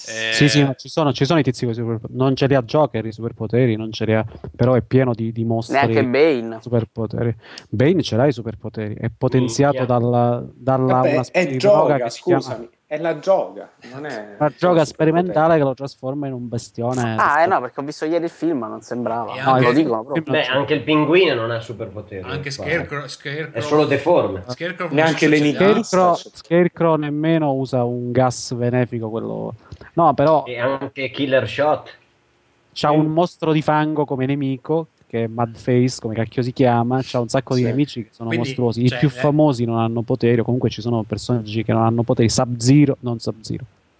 Eh, Sì, sì, ma ci sono, ci sono i tizi con i superpoteri. Non ce li ha Joker i superpoteri, non ce li ha, però è pieno di, di mostri. Neanche Bane. Superpoteri. Bane ce l'ha i superpoteri, è potenziato Minchia. dalla, dalla Vabbè, una è specie di droga gioca, che si chiama scusami, è la gioca, non è una droga sperimentale che lo trasforma in un bestione. Ah, eh no, perché ho visto ieri il film, non sembrava. E No, anche- lo dicono proprio. Beh, anche il pinguino non ha superpoteri. Anche qua. Scarecrow, Scarecrow È solo deforme. Scarecrow Neanche non so se le ce li ha. Nintendo. Scarecrow, Scarecrow nemmeno usa un gas benefico, quello. No, però E anche Killer Shot. c'ha un mostro di fango come nemico, che è Mudface, come cacchio si chiama. C'ha un sacco di Sì. nemici che sono Quindi, mostruosi. I cioè, più eh. famosi non hanno poteri, o comunque ci sono personaggi che non hanno poteri. Sub-Zero, non Sub-Zero.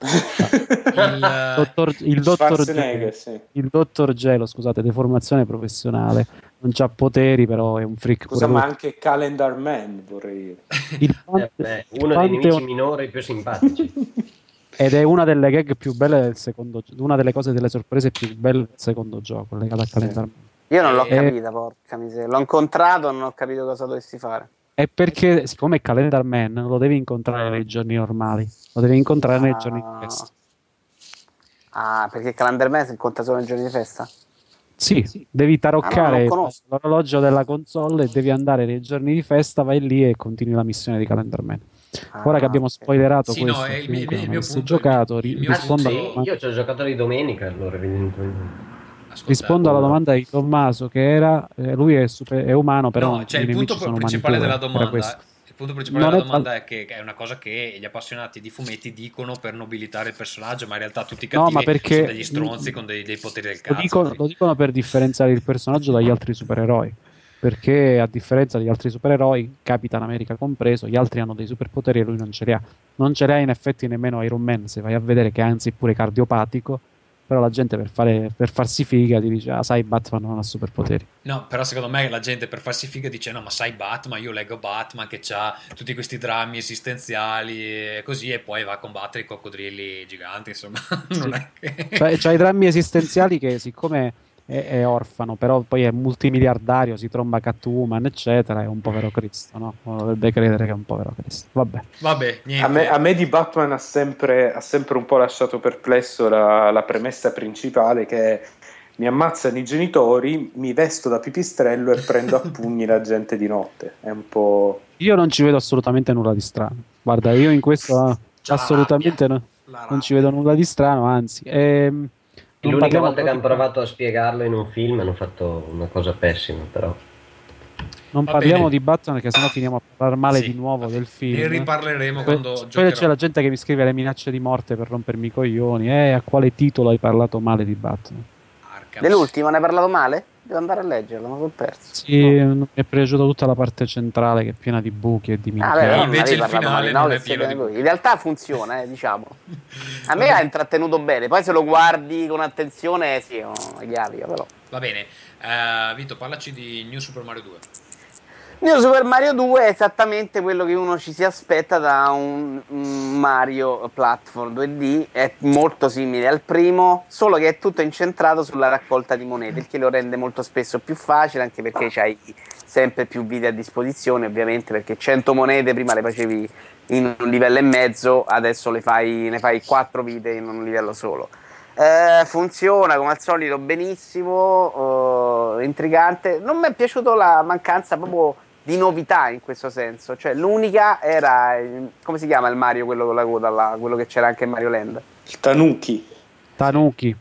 Il, Dottor, il dottor Schwarzenegger, Gelo, sì. il dottor Gelo, scusate, deformazione professionale. Non c'ha poteri, però è un freak Scusa, pure ma lui. anche Calendar Man, vorrei dire. Il Eh, Pante- beh, il uno dei nemici Pantheon- minori più simpatici. ed è una delle gag più belle del secondo gioco, una delle cose, delle sorprese più belle del secondo gioco, legata a Calendar Man. Io non l'ho Eh, capita, porca miseria. L'ho incontrato, non ho capito cosa dovessi fare. È perché, siccome è Calendar Man, non lo devi incontrare nei giorni normali, lo devi incontrare nei Ah. giorni di festa. Ah, perché Calendar Man si incontra solo nei giorni di festa? Sì, devi Ah, no, taroccare non conosco. l'orologio della console e devi andare nei giorni di festa, vai lì e continui la missione di Calendar Man. Ora Ah, che abbiamo ok. spoilerato Sì, questo, no, è il mio- chiunque il non mio avesse punto- giocato, il ri- mio rispondo, Sì, alla domanda, io ci ho giocato di domenica, allora evidentemente. Ascolta, rispondo alla domanda di Tommaso, che era eh, lui è, super- è umano, però no, non- cioè i il nemici punto sono umani principale pure, della era domanda questo. il punto principale Non della è domanda è che è una cosa che gli appassionati di fumetti dicono per nobilitare il personaggio, ma in realtà tutti i No, cattivi ma perché- sono degli stronzi con dei, dei poteri del Lo cazzo. dicono, lo dicono per differenziare il personaggio dagli altri supereroi. Perché a differenza degli altri supereroi, Capitan America compreso, gli altri hanno dei superpoteri e lui non ce li ha. Non ce li ha in effetti nemmeno Iron Man, se vai a vedere che anzi è pure cardiopatico, però la gente per, fare, per farsi figa ti dice, ah sai, Batman non ha superpoteri. No, però secondo me la gente per farsi figa dice no, ma sai Batman, io leggo Batman che ha tutti questi drammi esistenziali e così, e poi va a combattere i coccodrilli giganti, insomma. Non è che... Cioè, c'ha i drammi esistenziali che siccome è, è orfano, però poi è multimiliardario, si tromba Catwoman, eccetera, è un povero Cristo, no? Uno dovrebbe credere che è un povero Cristo. Vabbè. Vabbè, niente. A me, a me di Batman ha sempre, ha sempre un po' lasciato perplesso la, la premessa principale, che è: mi ammazzano i genitori, mi vesto da pipistrello e prendo a pugni la gente di notte. È un po'... Io non ci vedo assolutamente nulla di strano. Guarda, io in questo C'ha la assolutamente rabbia, no- la non ci rabbia. vedo nulla di strano, anzi. ehm, non L'unica parliamo volta che hanno proprio- provato a spiegarlo in un film hanno fatto una cosa pessima, però. Non Va parliamo bene. di Batman, che sennò finiamo a parlare male Sì, di nuovo del film. Ne riparleremo Poi, quando poi giocherò. c'è la gente che mi scrive le minacce di morte per rompermi i coglioni. Eh, a quale titolo hai parlato male di Batman? Arkham. Dell'ultimo ne hai parlato male? Devo andare a leggerlo, ma sono perso. Sì, mi è piaciuta tutta la parte centrale che è piena di buchi e di Ah, minchiate. beh, però non invece avevi il parlato finale male, no, non che è pieno siete di voi. In realtà funziona, eh, diciamo. A me ha intrattenuto bene, poi se lo guardi con attenzione, sì, oh, chiavi, però. Va bene. Eh, Vito, parlaci di New Super Mario due. New Super Mario due è esattamente quello che uno ci si aspetta da un, un Mario platform due D, è molto simile al primo, solo che è tutto incentrato sulla raccolta di monete, il che lo rende molto spesso più facile, anche perché c'hai sempre più vite a disposizione, ovviamente, perché cento monete prima le facevi in un livello e mezzo, adesso le fai, ne fai quattro vite in un livello solo. Eh, funziona come al solito benissimo, eh, intrigante. Non mi è piaciuto la mancanza proprio di novità in questo senso, cioè l'unica era il- come si chiama il Mario, quello con la coda là, quello che c'era anche in Mario Land, Il Tanuki. Tanuki.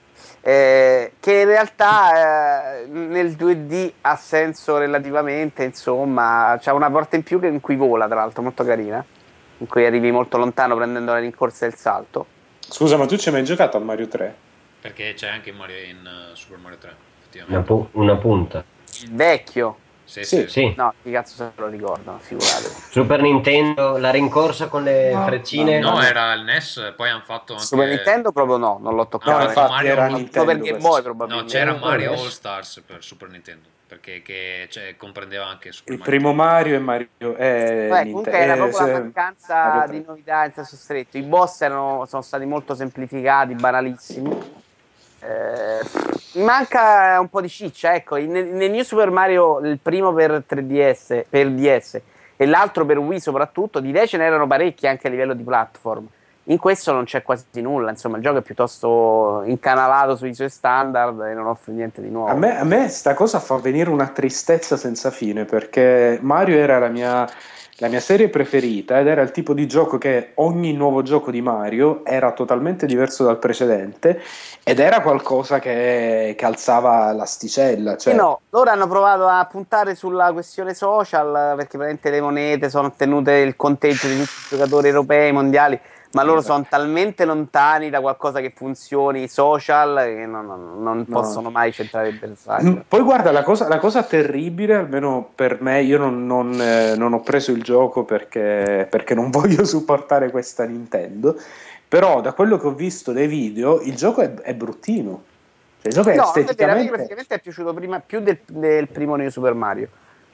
eh, che in realtà eh, nel due D ha senso relativamente, insomma, c'ha una porta in più che in cui vola, tra l'altro molto carina, in cui arrivi molto lontano prendendo la rincorsa e il salto. Scusa, ma tu ci hai mai giocato a Mario tre? Perché c'è anche in, Mario, in uh, Super Mario tre, Una, effettivamente. pu- una punta. Il vecchio, Sì, Sì. sì. Sì. no, chi cazzo se lo ricordano, figurate. Super Nintendo, la rincorsa con le freccine. No, era il N E S, poi hanno fatto anche... Super Nintendo proprio no, non l'ho toccato. No, No, eh. infatti Mario- era Solo Nintendo. per Game questo. Boy No, probabilmente. c'era Eh, Mario eh. All Stars per Super Nintendo, perché che, cioè, comprendeva anche Super Il Mario. primo Mario e Mario... Eh, Beh, Ninte- comunque era eh, proprio la se- mancanza Mario tre. di novità in senso stretto. I boss erano, sono stati molto semplificati, banalissimi. Eh, mi manca un po' di ciccia, ecco. In- Nel New Super Mario, il primo per tre D S, per D S e l'altro per Wii soprattutto, di idee ce n'erano parecchie anche a livello di platform. In questo non c'è quasi nulla, insomma, il gioco è piuttosto incanalato sui suoi standard e non offre niente di nuovo. A me, a me sta cosa fa venire una tristezza senza fine, perché Mario era la mia, la mia serie preferita ed era il tipo di gioco che ogni nuovo gioco di Mario era totalmente diverso dal precedente ed era qualcosa che, che alzava l'asticella. Cioè... Sì, no, loro hanno provato a puntare sulla questione social perché praticamente le monete sono ottenute il conteggio di tutti i giocatori europei, mondiali. Ma loro sono talmente lontani da qualcosa che funzioni social che non, non, non No. possono mai centrare il bersaglio. Poi guarda, la cosa, la cosa terribile, almeno per me, io non, non, eh, non ho preso il gioco perché, perché non voglio supportare questa Nintendo, però da quello che ho visto dei video il gioco è, è bruttino. Cioè, il gioco è No, esteticamente... a me praticamente è piaciuto prima, più del, del primo New Super Mario.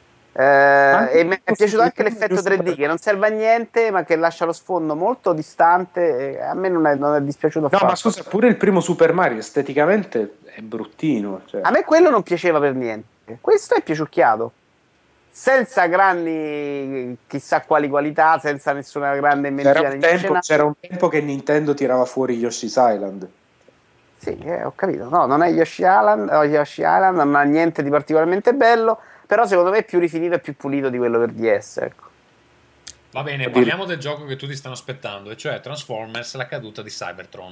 Eh, e mi è piaciuto anche l'effetto tre D che non serve a niente ma che lascia lo sfondo molto distante e a me non è, non è dispiaciuto No, affatto. ma scusa, pure il primo Super Mario esteticamente è bruttino. Cioè. A me quello non piaceva per niente, questo è piaciucchiato senza grandi chissà quali qualità, senza nessuna grande inventiva. C'era un, tempo, c'era un tempo che Nintendo tirava fuori Yoshi's Island. Sì, eh, ho capito, no, non è Yoshi Island, no, Yoshi Island non ha niente di particolarmente bello, però secondo me è più rifinito e più pulito di quello per D S, ecco. Va bene, parliamo del gioco che tutti stanno aspettando, e cioè Transformers, la caduta di Cybertron.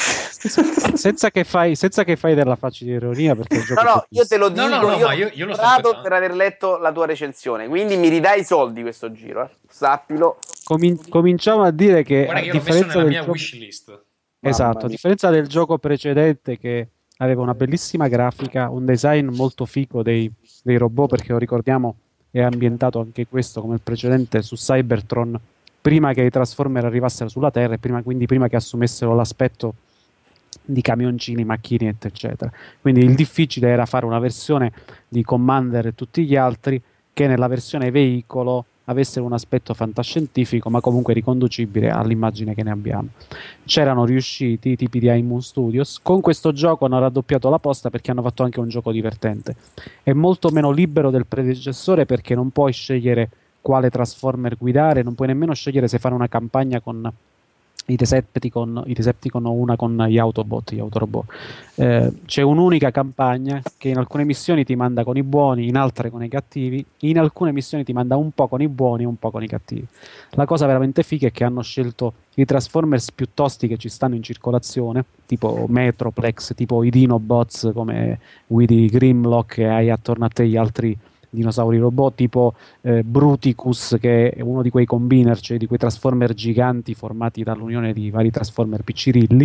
senza, che fai, senza che fai della faccia di ironia, perché il gioco no, no, io te lo dico, no, no, no, io, ma io, io lo sto ho aspettando per aver letto la tua recensione, quindi mi ridai i soldi questo giro, eh. Sappilo. Comin- cominciamo a dire che Guarda a che io l'ho messo differenza nella del mia gioco... wishlist. Esatto, a differenza del gioco precedente che aveva una bellissima grafica, un design molto figo dei, dei robot, perché lo ricordiamo è ambientato anche questo come il precedente su Cybertron, prima che i Transformer arrivassero sulla Terra e prima, quindi prima che assumessero l'aspetto di camioncini, macchinette eccetera. Quindi il difficile era fare una versione di Commander e tutti gli altri che nella versione veicolo avessero un aspetto fantascientifico ma comunque riconducibile all'immagine che ne abbiamo. C'erano riusciti i tipi di iMoon Studios, con questo gioco hanno raddoppiato la posta perché hanno fatto anche un gioco divertente, è molto meno libero del predecessore perché non puoi scegliere quale Transformer guidare, non puoi nemmeno scegliere se fare una campagna con i Decepticon, i Decepticon o una con gli Autobot, gli Autorobot. Eh, c'è un'unica campagna che in alcune missioni ti manda con i buoni, in altre con i cattivi, in alcune missioni ti manda un po' con i buoni e un po' con i cattivi. La cosa veramente figa è che hanno scelto i Transformers più tosti che ci stanno in circolazione, tipo Metroplex, tipo i Dinobots come Woody Grimlock, e hai attorno a te gli altri dinosauri robot, tipo eh, Bruticus, che è uno di quei combiner, cioè di quei Transformer giganti formati dall'unione di vari Transformer piccirilli,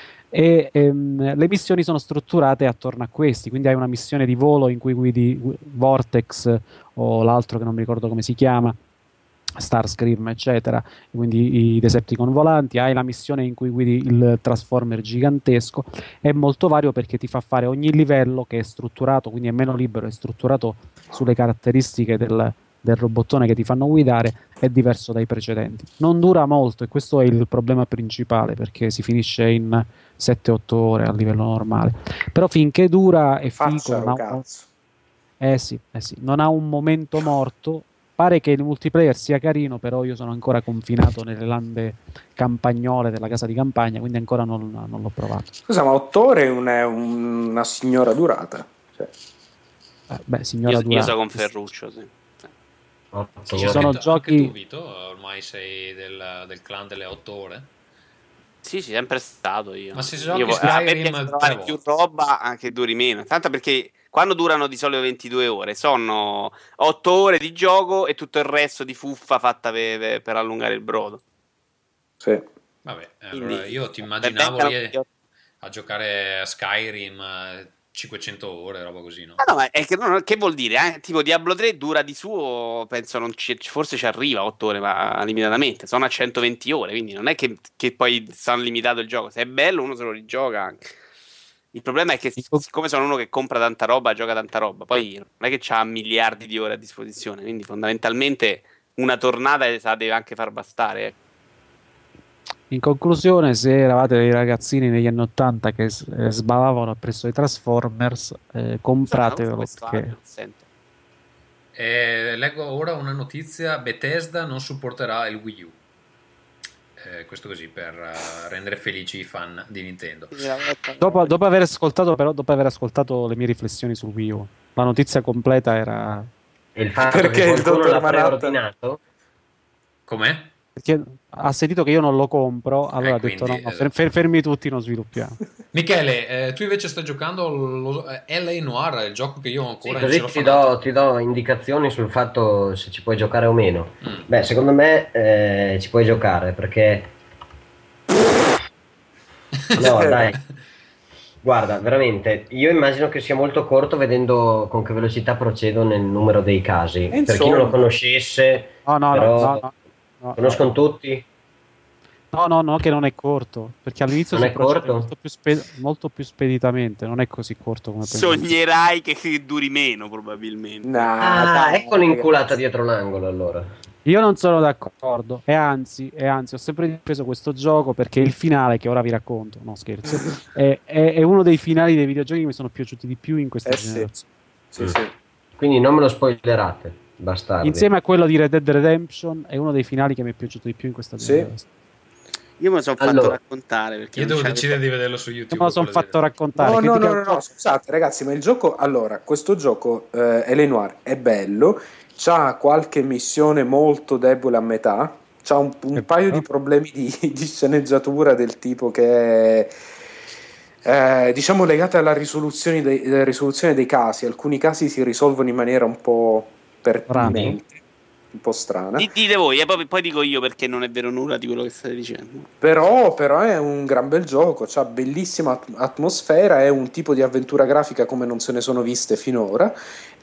e ehm, le missioni sono strutturate attorno a questi, quindi hai una missione di volo in cui guidi Vortex o l'altro che non mi ricordo come si chiama, Starscream eccetera, quindi i Decepticon volanti, hai la missione in cui guidi il Transformer gigantesco. È molto vario perché ti fa fare ogni livello, che è strutturato, quindi è meno libero, è strutturato sulle caratteristiche del, del robottone che ti fanno guidare, è diverso dai precedenti. Non dura molto e questo è il problema principale, perché si finisce in sette otto ore a livello normale, però finché dura è figo, non ha un... Eh sì, eh sì, non ha un momento morto. Pare che il multiplayer sia carino, però io sono ancora confinato nelle lande campagnole della casa di campagna, quindi ancora non, non l'ho provato. Scusa, ma otto ore è una, una signora durata? Cioè. Eh, beh, signora io, durata. io so con Ferruccio, sì. Oh, ci sono anche, giochi... anche tu, Vito, ormai sei del, del clan delle otto ore? Sì, sì, sempre stato io. Ma se si giochi io, Skyrim a me piace trovare tre più volte. roba, anche duri meno. Tanto perché quando durano di solito ventidue ore, sono otto ore di gioco e tutto il resto di fuffa fatta per, per, per allungare il brodo. Sì. Vabbè, Quindi, allora io ti immaginavo lì io... a giocare a Skyrim cinquecento ore, roba così, no? Ah, no, ma è che, no, che vuol dire? Eh? Tipo Diablo tre dura di suo, penso non ci, forse ci arriva a otto ore, ma limitatamente, sono a centoventi ore, quindi non è che, che poi sono limitato il gioco, se è bello uno se lo rigioca anche. Il problema è che siccome sono uno che compra tanta roba, gioca tanta roba, poi non è che c'ha miliardi di ore a disposizione, quindi fondamentalmente una tornata la deve anche far bastare, ecco. In conclusione, se eravate dei ragazzini negli anni ottanta che eh, sbavavano presso i Transformers, eh, compratevelo perché... Eh, leggo ora una notizia: Bethesda non supporterà il Wii U. eh, questo così per uh, rendere felici i fan di Nintendo. Dopo, dopo aver ascoltato però dopo aver ascoltato le mie riflessioni sul Wii U, la notizia completa era E il fatto Perché che il qualcuno dottor l'ha Manatta- preordinato? Com'è? perché ha sentito che io non lo compro, allora Eh, ha detto quindi, no, no, esatto. fer- fermi tutti, non sviluppiamo. Michele, eh, tu invece stai giocando lo, eh, L A Noir, il gioco che io ancora Così non ce ti l'ho fatto. do, ti do indicazioni sul fatto se ci puoi giocare o meno. Mm. Beh, secondo me eh, ci puoi giocare perché... No, dai. Guarda, veramente, io immagino che sia molto corto vedendo con che velocità procedo nel numero dei casi. E Per chi non lo insomma. conoscesse, No, no, però no, no, no, no, conoscono no. tutti. No, no, no, che non è corto, perché all'inizio Non si è procede corto? molto più, spe- molto più speditamente, non è così corto come penso. Sognerai che, che duri meno, probabilmente. Nah, Ah, dai, ecco l'inculata ragazzi. dietro l'angolo allora. Io non sono d'accordo, e anzi, e anzi, ho sempre difeso questo gioco perché il finale, che ora vi racconto, no scherzo, è, è- è uno dei finali dei videogiochi che mi sono piaciuti di più in questa Eh sì. generazione. Sì, sì. Quindi non me lo spoilerate, bastardi. Insieme a quello di Red Dead Redemption, è uno dei finali che mi è piaciuto di più in questa Sì. generazione. Io me lo sono fatto Allora. raccontare perché Io non devo c'avevo- decidere di vederlo su YouTube. Io me lo sono quello fatto del- raccontare. No, no, critica no, il no, no, scusate ragazzi, ma il gioco, allora, questo gioco, eh, L A Noir, è bello, c'ha qualche missione molto debole a metà, c'ha un, un È paio vero. di problemi di, di sceneggiatura del tipo che è, eh, diciamo, legate alla risoluzione dei, alla risoluzione dei casi. Alcuni casi si risolvono in maniera un po' pertinente, un po' strana. Di- Dite voi, e poi, poi dico io perché non è vero nulla di quello che state dicendo. Però, però è un gran bel gioco, c'ha bellissima at- atmosfera, è un tipo di avventura grafica come non se ne sono viste finora,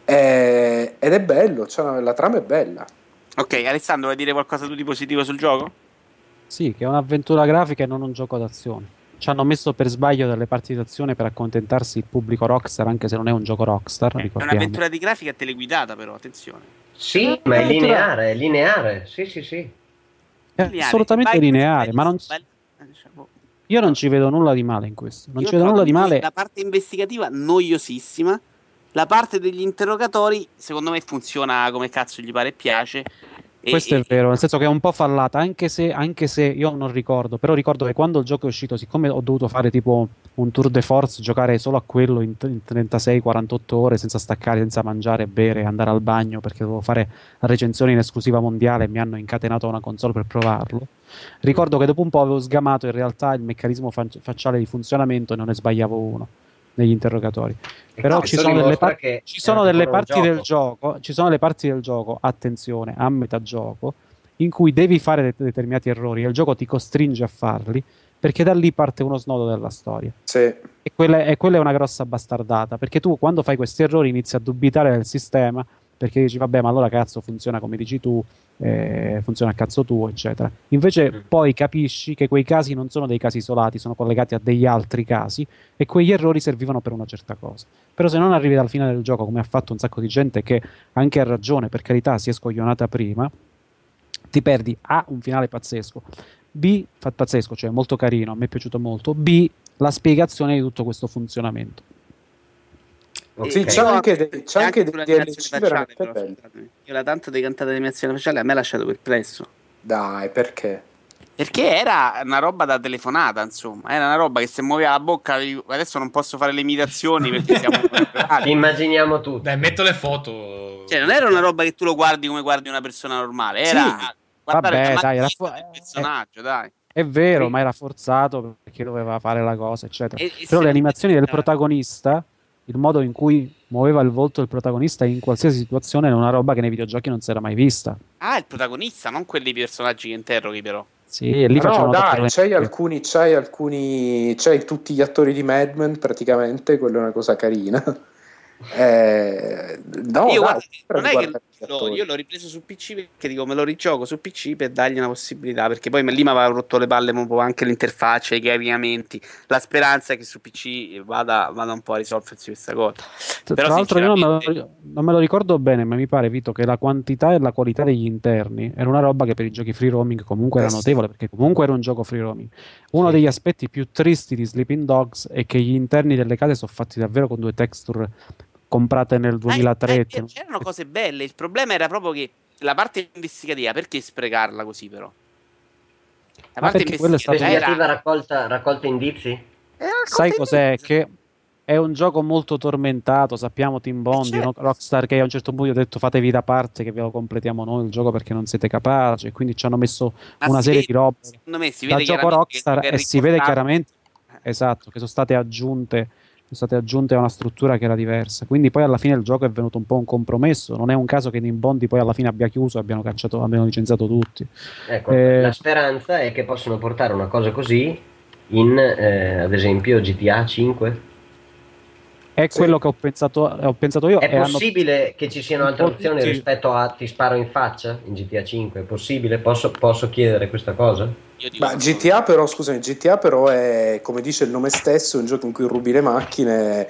eh, ed è bello, c'ha- la trama è bella. Ok, Alessandro, vuoi dire qualcosa tu di positivo sul gioco? Sì, che è un'avventura grafica e non un gioco d'azione. Ci hanno messo per sbaglio delle parti d'azione per accontentarsi il pubblico Rockstar, anche se non è un gioco Rockstar, È ricordiamo. un'avventura di grafica teleguidata, però, attenzione. Sì, ma è lineare, è lineare. Sì, sì, sì. È assolutamente Vai- lineare, ma non, vai- diciamo, io non ci vedo nulla di male in questo. Non io ci vedo trovo nulla di male. La parte investigativa noiosissima. La parte degli interrogatori, secondo me, funziona come cazzo gli pare e piace. E- Questo e- è vero, nel senso che è un po' fallata, anche se, anche se io non ricordo, però ricordo che quando il gioco è uscito, siccome ho dovuto fare tipo un tour de force, giocare solo a quello in, in trentasei quarantotto ore senza staccare, senza mangiare, bere, andare al bagno perché dovevo fare la recensione in esclusiva mondiale e mi hanno incatenato a una console per provarlo. Ricordo che dopo un po' avevo sgamato in realtà il meccanismo fa- facciale di funzionamento e non ne sbagliavo uno negli interrogatori. Però ci questo sono, delle, dimostra par- che ci è sono anche delle solo un parti del gioco. gioco, ci sono le parti del gioco, attenzione, a metà gioco, in cui devi fare de- determinati errori e il gioco ti costringe a farli perché da lì parte uno snodo della storia. Sì. E quella, e quella è una grossa bastardata, perché tu quando fai questi errori inizi a dubitare del sistema, perché dici vabbè ma allora cazzo funziona come dici tu, eh, funziona a cazzo tuo eccetera. Invece poi capisci che quei casi non sono dei casi isolati, sono collegati a degli altri casi e quegli errori servivano per una certa cosa. Però se non arrivi dal fine del gioco, come ha fatto un sacco di gente che anche ha ragione, per carità, si è scoglionata prima, ti perdi A, un finale pazzesco, B, fa pazzesco, cioè molto carino, a me è piaciuto molto, B, la spiegazione di tutto questo funzionamento. Ok. Sì, c'è anche, dei, c'è anche dei sull'animazione D L C facciale, veramente però, belli. scusatemi. Io la tanto decantata animazione facciale a me ha lasciato perplesso. Dai, perché? Perché era una roba da telefonata, insomma, era una roba che se muoveva la bocca, adesso non posso fare le imitazioni perché siamo Immaginiamo tutto. Dai, metto le foto. Cioè, non era una roba che tu lo guardi come guardi una persona normale, era Sì. guardare Vabbè, la dai, era macchina fu- del personaggio, dai. È vero, Sì. ma era forzato perché doveva fare la cosa, eccetera. E- e Però se- le animazioni del protagonista, il modo in cui muoveva il volto del protagonista in qualsiasi situazione, è una roba che nei videogiochi non si era mai vista. Ah, il protagonista, non quelli personaggi che interroghi, però. Sì, e lì Ma no, facevano dai, troppo c'hai le- alcuni, c'hai alcuni, c'hai tutti gli attori di Mad Men praticamente, quella è una cosa carina. Eh, no, io dai, guarda, però non è che guarda gli l'ho- attori. io l'ho ripreso su P C perché dico me lo rigioco su P C per dargli una possibilità, perché poi lì mi aveva rotto le palle un po' anche l'interfaccia, i caricamenti. La speranza è che su P C vada, vada un po' a risolversi questa cosa. Tra Però l'altro io non me, sinceramente- lo, non me lo ricordo bene, ma mi pare, Vito, che la quantità e la qualità degli interni era una roba che per i giochi free roaming comunque era Eh sì. notevole, perché comunque era un gioco free roaming. Uno Sì. degli aspetti più tristi di Sleeping Dogs è che gli interni delle case sono fatti davvero con due texture comprate nel duemilatré. Eh, eh, c'erano cose belle, il problema era proprio che la parte investigativa, perché sprecarla così però? A parte perché quello è stato- Investigativa raccolta, raccolta indizi? Sai cos'è? Che è un gioco molto tormentato, sappiamo Team Bondi, certo. no? Rockstar che a un certo punto ha detto fatevi da parte che ve lo completiamo noi il gioco perché non siete capaci, e quindi ci hanno messo Ma una si serie vede, di robe secondo me si da vede gioco chiaramente che Rockstar il gioco è e si vede riportato. chiaramente esatto, che sono state aggiunte sono state aggiunte a una struttura che era diversa, quindi poi alla fine il gioco è venuto un po' un compromesso, non è un caso che Team Bondi poi alla fine abbia chiuso e abbiano cacciato, abbiano licenziato tutti. Ecco, Eh, la speranza è che possano portare una cosa così in, eh, ad esempio, G T A cinque. È quello che ho pensato, ho pensato io. È e hanno- possibile che ci siano un altre po' opzioni tutti- rispetto a ti sparo in faccia in G T A cinque? È possibile? Posso, posso chiedere questa cosa? Ma G T A però, scusami, G T A però è, come dice il nome stesso, un gioco in cui rubi le macchine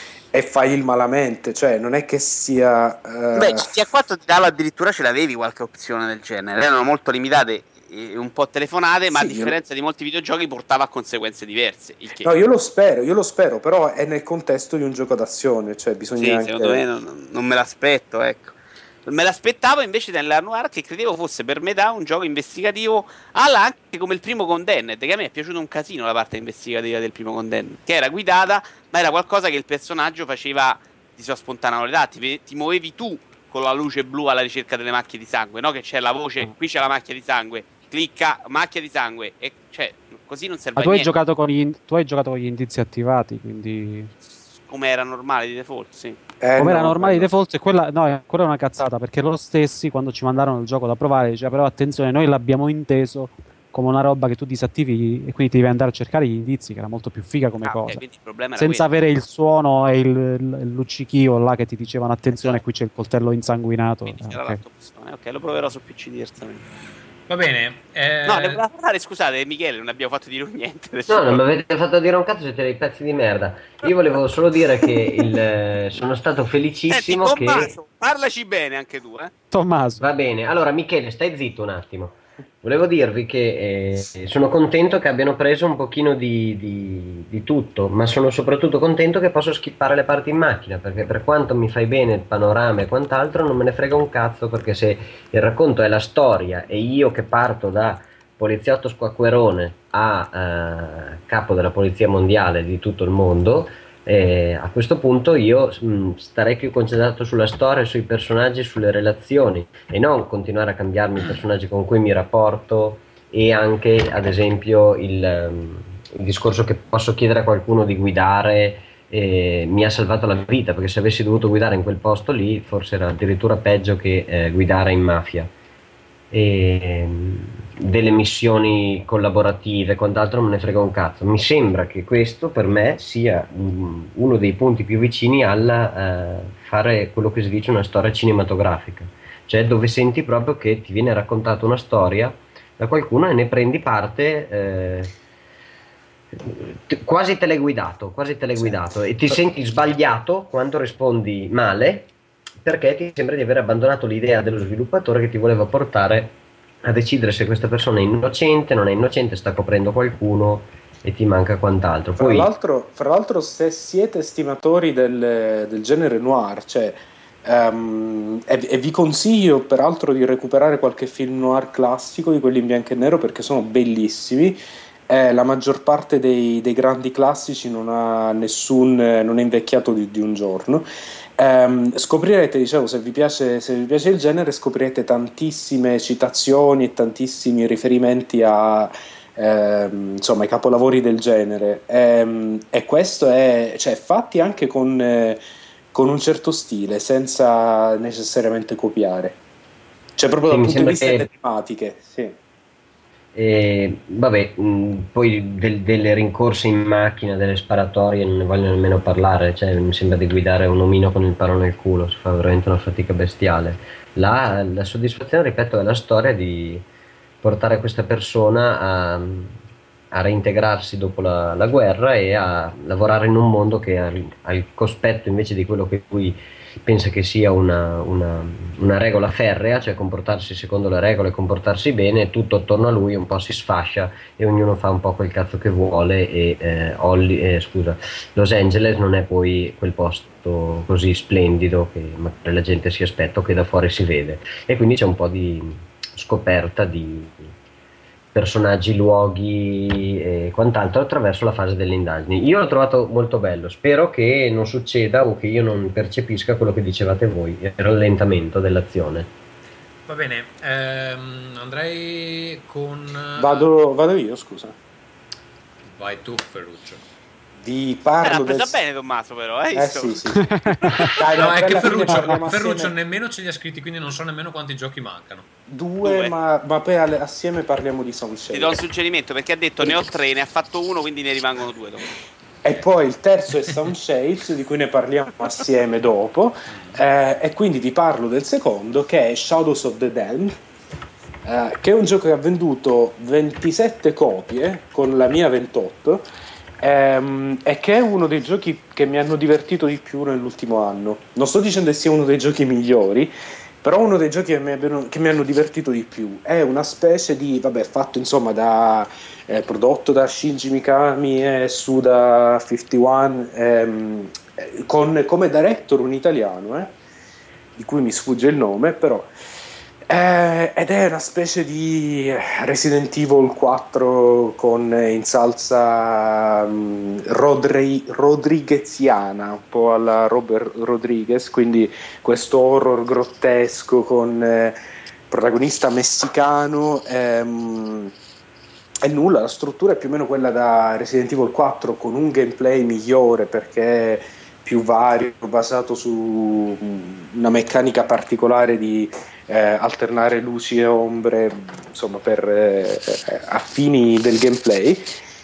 e fai il malamente, cioè non è che sia... eh, Beh, G T A quattro ti dava addirittura, ce l'avevi qualche opzione del genere, erano molto limitate e un po' telefonate, ma Sì, a differenza di molti videogiochi portava a conseguenze diverse. Il che, No, io lo spero, io lo spero, però è nel contesto di un gioco d'azione, cioè bisogna sì, anche... secondo me non, non me l'aspetto, ecco. Me l'aspettavo invece nella Noir, che credevo fosse per metà un gioco investigativo alla anche come il primo Condemned, che a me è piaciuto un casino la parte investigativa del primo Condemned, che era guidata, ma era qualcosa che il personaggio faceva di sua spontaneità, ti, ti muovevi tu con la luce blu alla ricerca delle macchie di sangue, no? Che c'è la voce, qui c'è la macchia di sangue, clicca, macchia di sangue, e cioè così non serve Ma a tu hai, niente, giocato con gli, tu hai giocato con gli indizi attivati, quindi come era normale di default, sì. Eh, come era no, normale di no. default, e quella, no, è ancora una cazzata perché loro stessi quando ci mandarono il gioco da provare diceva però attenzione, noi l'abbiamo inteso come una roba che tu disattivi e quindi ti devi andare a cercare gli indizi, che era molto più figa come Ah, ok, cosa, quindi il problema era senza quello. avere il suono e il, il- il luccichio là che ti dicevano attenzione, qui c'è il coltello insanguinato. Quindi Ah, c'era ok. l'altra opzione. Ok, lo proverò su P C diversamente. Va bene. eh, No, ne voleva parlare, scusate, Michele, non abbiamo fatto dire niente. adesso- No, non mi avete fatto dire un cazzo, siete dei pezzi di merda. Io volevo solo dire che il, eh, sono stato Senti, felicissimo che... Tommaso, parlaci bene anche tu, eh. Tommaso, Va bene, allora Michele, stai zitto un attimo. Volevo dirvi che eh, sono contento che abbiano preso un pochino di, di- di tutto, ma sono soprattutto contento che posso skippare le parti in macchina, perché per quanto mi fai bene il panorama e quant'altro, non me ne frega un cazzo, perché se il racconto è la storia e io che parto da poliziotto squacquerone a eh, capo della polizia mondiale di tutto il mondo, eh, a questo punto io mh, starei più concentrato sulla storia, sui personaggi, sulle relazioni e non continuare a cambiarmi i personaggi con cui mi rapporto e anche ad esempio il, ehm, il discorso che posso chiedere a qualcuno di guidare eh, mi ha salvato la vita, perché se avessi dovuto guidare in quel posto lì forse era addirittura peggio che eh, guidare in mafia. E delle missioni collaborative, quant'altro me ne frega un cazzo. Mi sembra che questo per me sia mm, uno dei punti più vicini al fare quello che si dice una storia cinematografica, cioè dove senti proprio che ti viene raccontata una storia da qualcuno e ne prendi parte eh, t- quasi teleguidato, quasi teleguidato e ti senti sbagliato quando rispondi male, perché ti sembra di aver abbandonato l'idea dello sviluppatore che ti voleva portare a decidere se questa persona è innocente, non è innocente, sta coprendo qualcuno e ti manca quant'altro. Fra Poi, l'altro, fra l'altro, se siete estimatori del, del genere noir, cioè, ehm, e, e vi consiglio peraltro di recuperare qualche film noir classico, di quelli in bianco e nero, perché sono bellissimi. Eh, la maggior parte dei, dei grandi classici non ha nessun, non è invecchiato di, di un giorno. Ehm, scoprirete, dicevo, se vi piace, se vi piace il genere, scoprirete tantissime citazioni e tantissimi riferimenti a ehm, insomma, ai capolavori del genere. Ehm, e questo è, cioè, fatti anche con, eh, con un certo stile, senza necessariamente copiare. Cioè, proprio Sì, dal mi punto di sembra vista che- delle tematiche, sì. eh, vabbè, mh, poi del- delle rincorse in macchina, delle sparatorie non ne voglio nemmeno parlare, cioè mi sembra di guidare un omino con il palo nel culo, si fa veramente una fatica bestiale. La, la soddisfazione, ripeto, è la storia di portare questa persona a, a reintegrarsi dopo la, la guerra e a lavorare in un mondo che ha, il- ha il cospetto invece di quello che lui pensa che sia una, una- una regola ferrea, cioè comportarsi secondo le regole, comportarsi bene, tutto attorno a lui un po' si sfascia e ognuno fa un po' quel cazzo che vuole e eh, Holly- eh, scusa, Los Angeles non è poi quel posto così splendido che magari la gente si aspetta o che da fuori si vede, e quindi c'è un po' di scoperta di, personaggi, luoghi e quant'altro attraverso la fase delle indagini. Io l'ho trovato molto bello, spero che non succeda o che io non percepisca quello che dicevate voi, il rallentamento dell'azione. Va bene, ehm, andrei con... Vado, vado io, scusa. Vai tu, Ferruccio. Vi Eh, parlo l'ha presa del... bene Tommaso, però, hai Eh visto? sì, sì. Dai, No, dai, è che alla fine Ferruccio, parliamo Ferruccio assieme. nemmeno ce li ha scritti, quindi non so nemmeno quanti giochi mancano. Due, Due. ma, ma poi alle- assieme parliamo di Sound Ti Shade. do un suggerimento perché ha detto ne ho tre, ne ha fatto uno, quindi ne rimangono due dopo. E poi il terzo è Sound Shades, di cui ne parliamo assieme dopo. Eh, e quindi vi parlo del secondo, che è Shadows of the Damned, eh, che è un gioco che ha venduto ventisette copie, con la mia ventotto, ehm, e che è uno dei giochi che mi hanno divertito di più nell'ultimo anno. Non sto dicendo che sia uno dei giochi migliori, però uno dei giochi che mi, abbiano- che mi hanno divertito di più. È una specie di, vabbè, fatto insomma da, eh, prodotto da Shinji Mikami e Suda cinquantuno, ehm, eh, con come director un italiano, eh, di cui mi sfugge il nome, però. Eh, ed è una specie di Resident Evil quattro con in salsa um, rodri- rodrigueziana, un po' alla Robert Rodriguez, quindi questo horror grottesco con eh, protagonista messicano. Ehm, e nulla, la struttura è più o meno quella da Resident Evil quattro, con un gameplay migliore perché è più vario, basato su una meccanica particolare di eh, alternare luci e ombre, insomma, per eh, a fini del gameplay,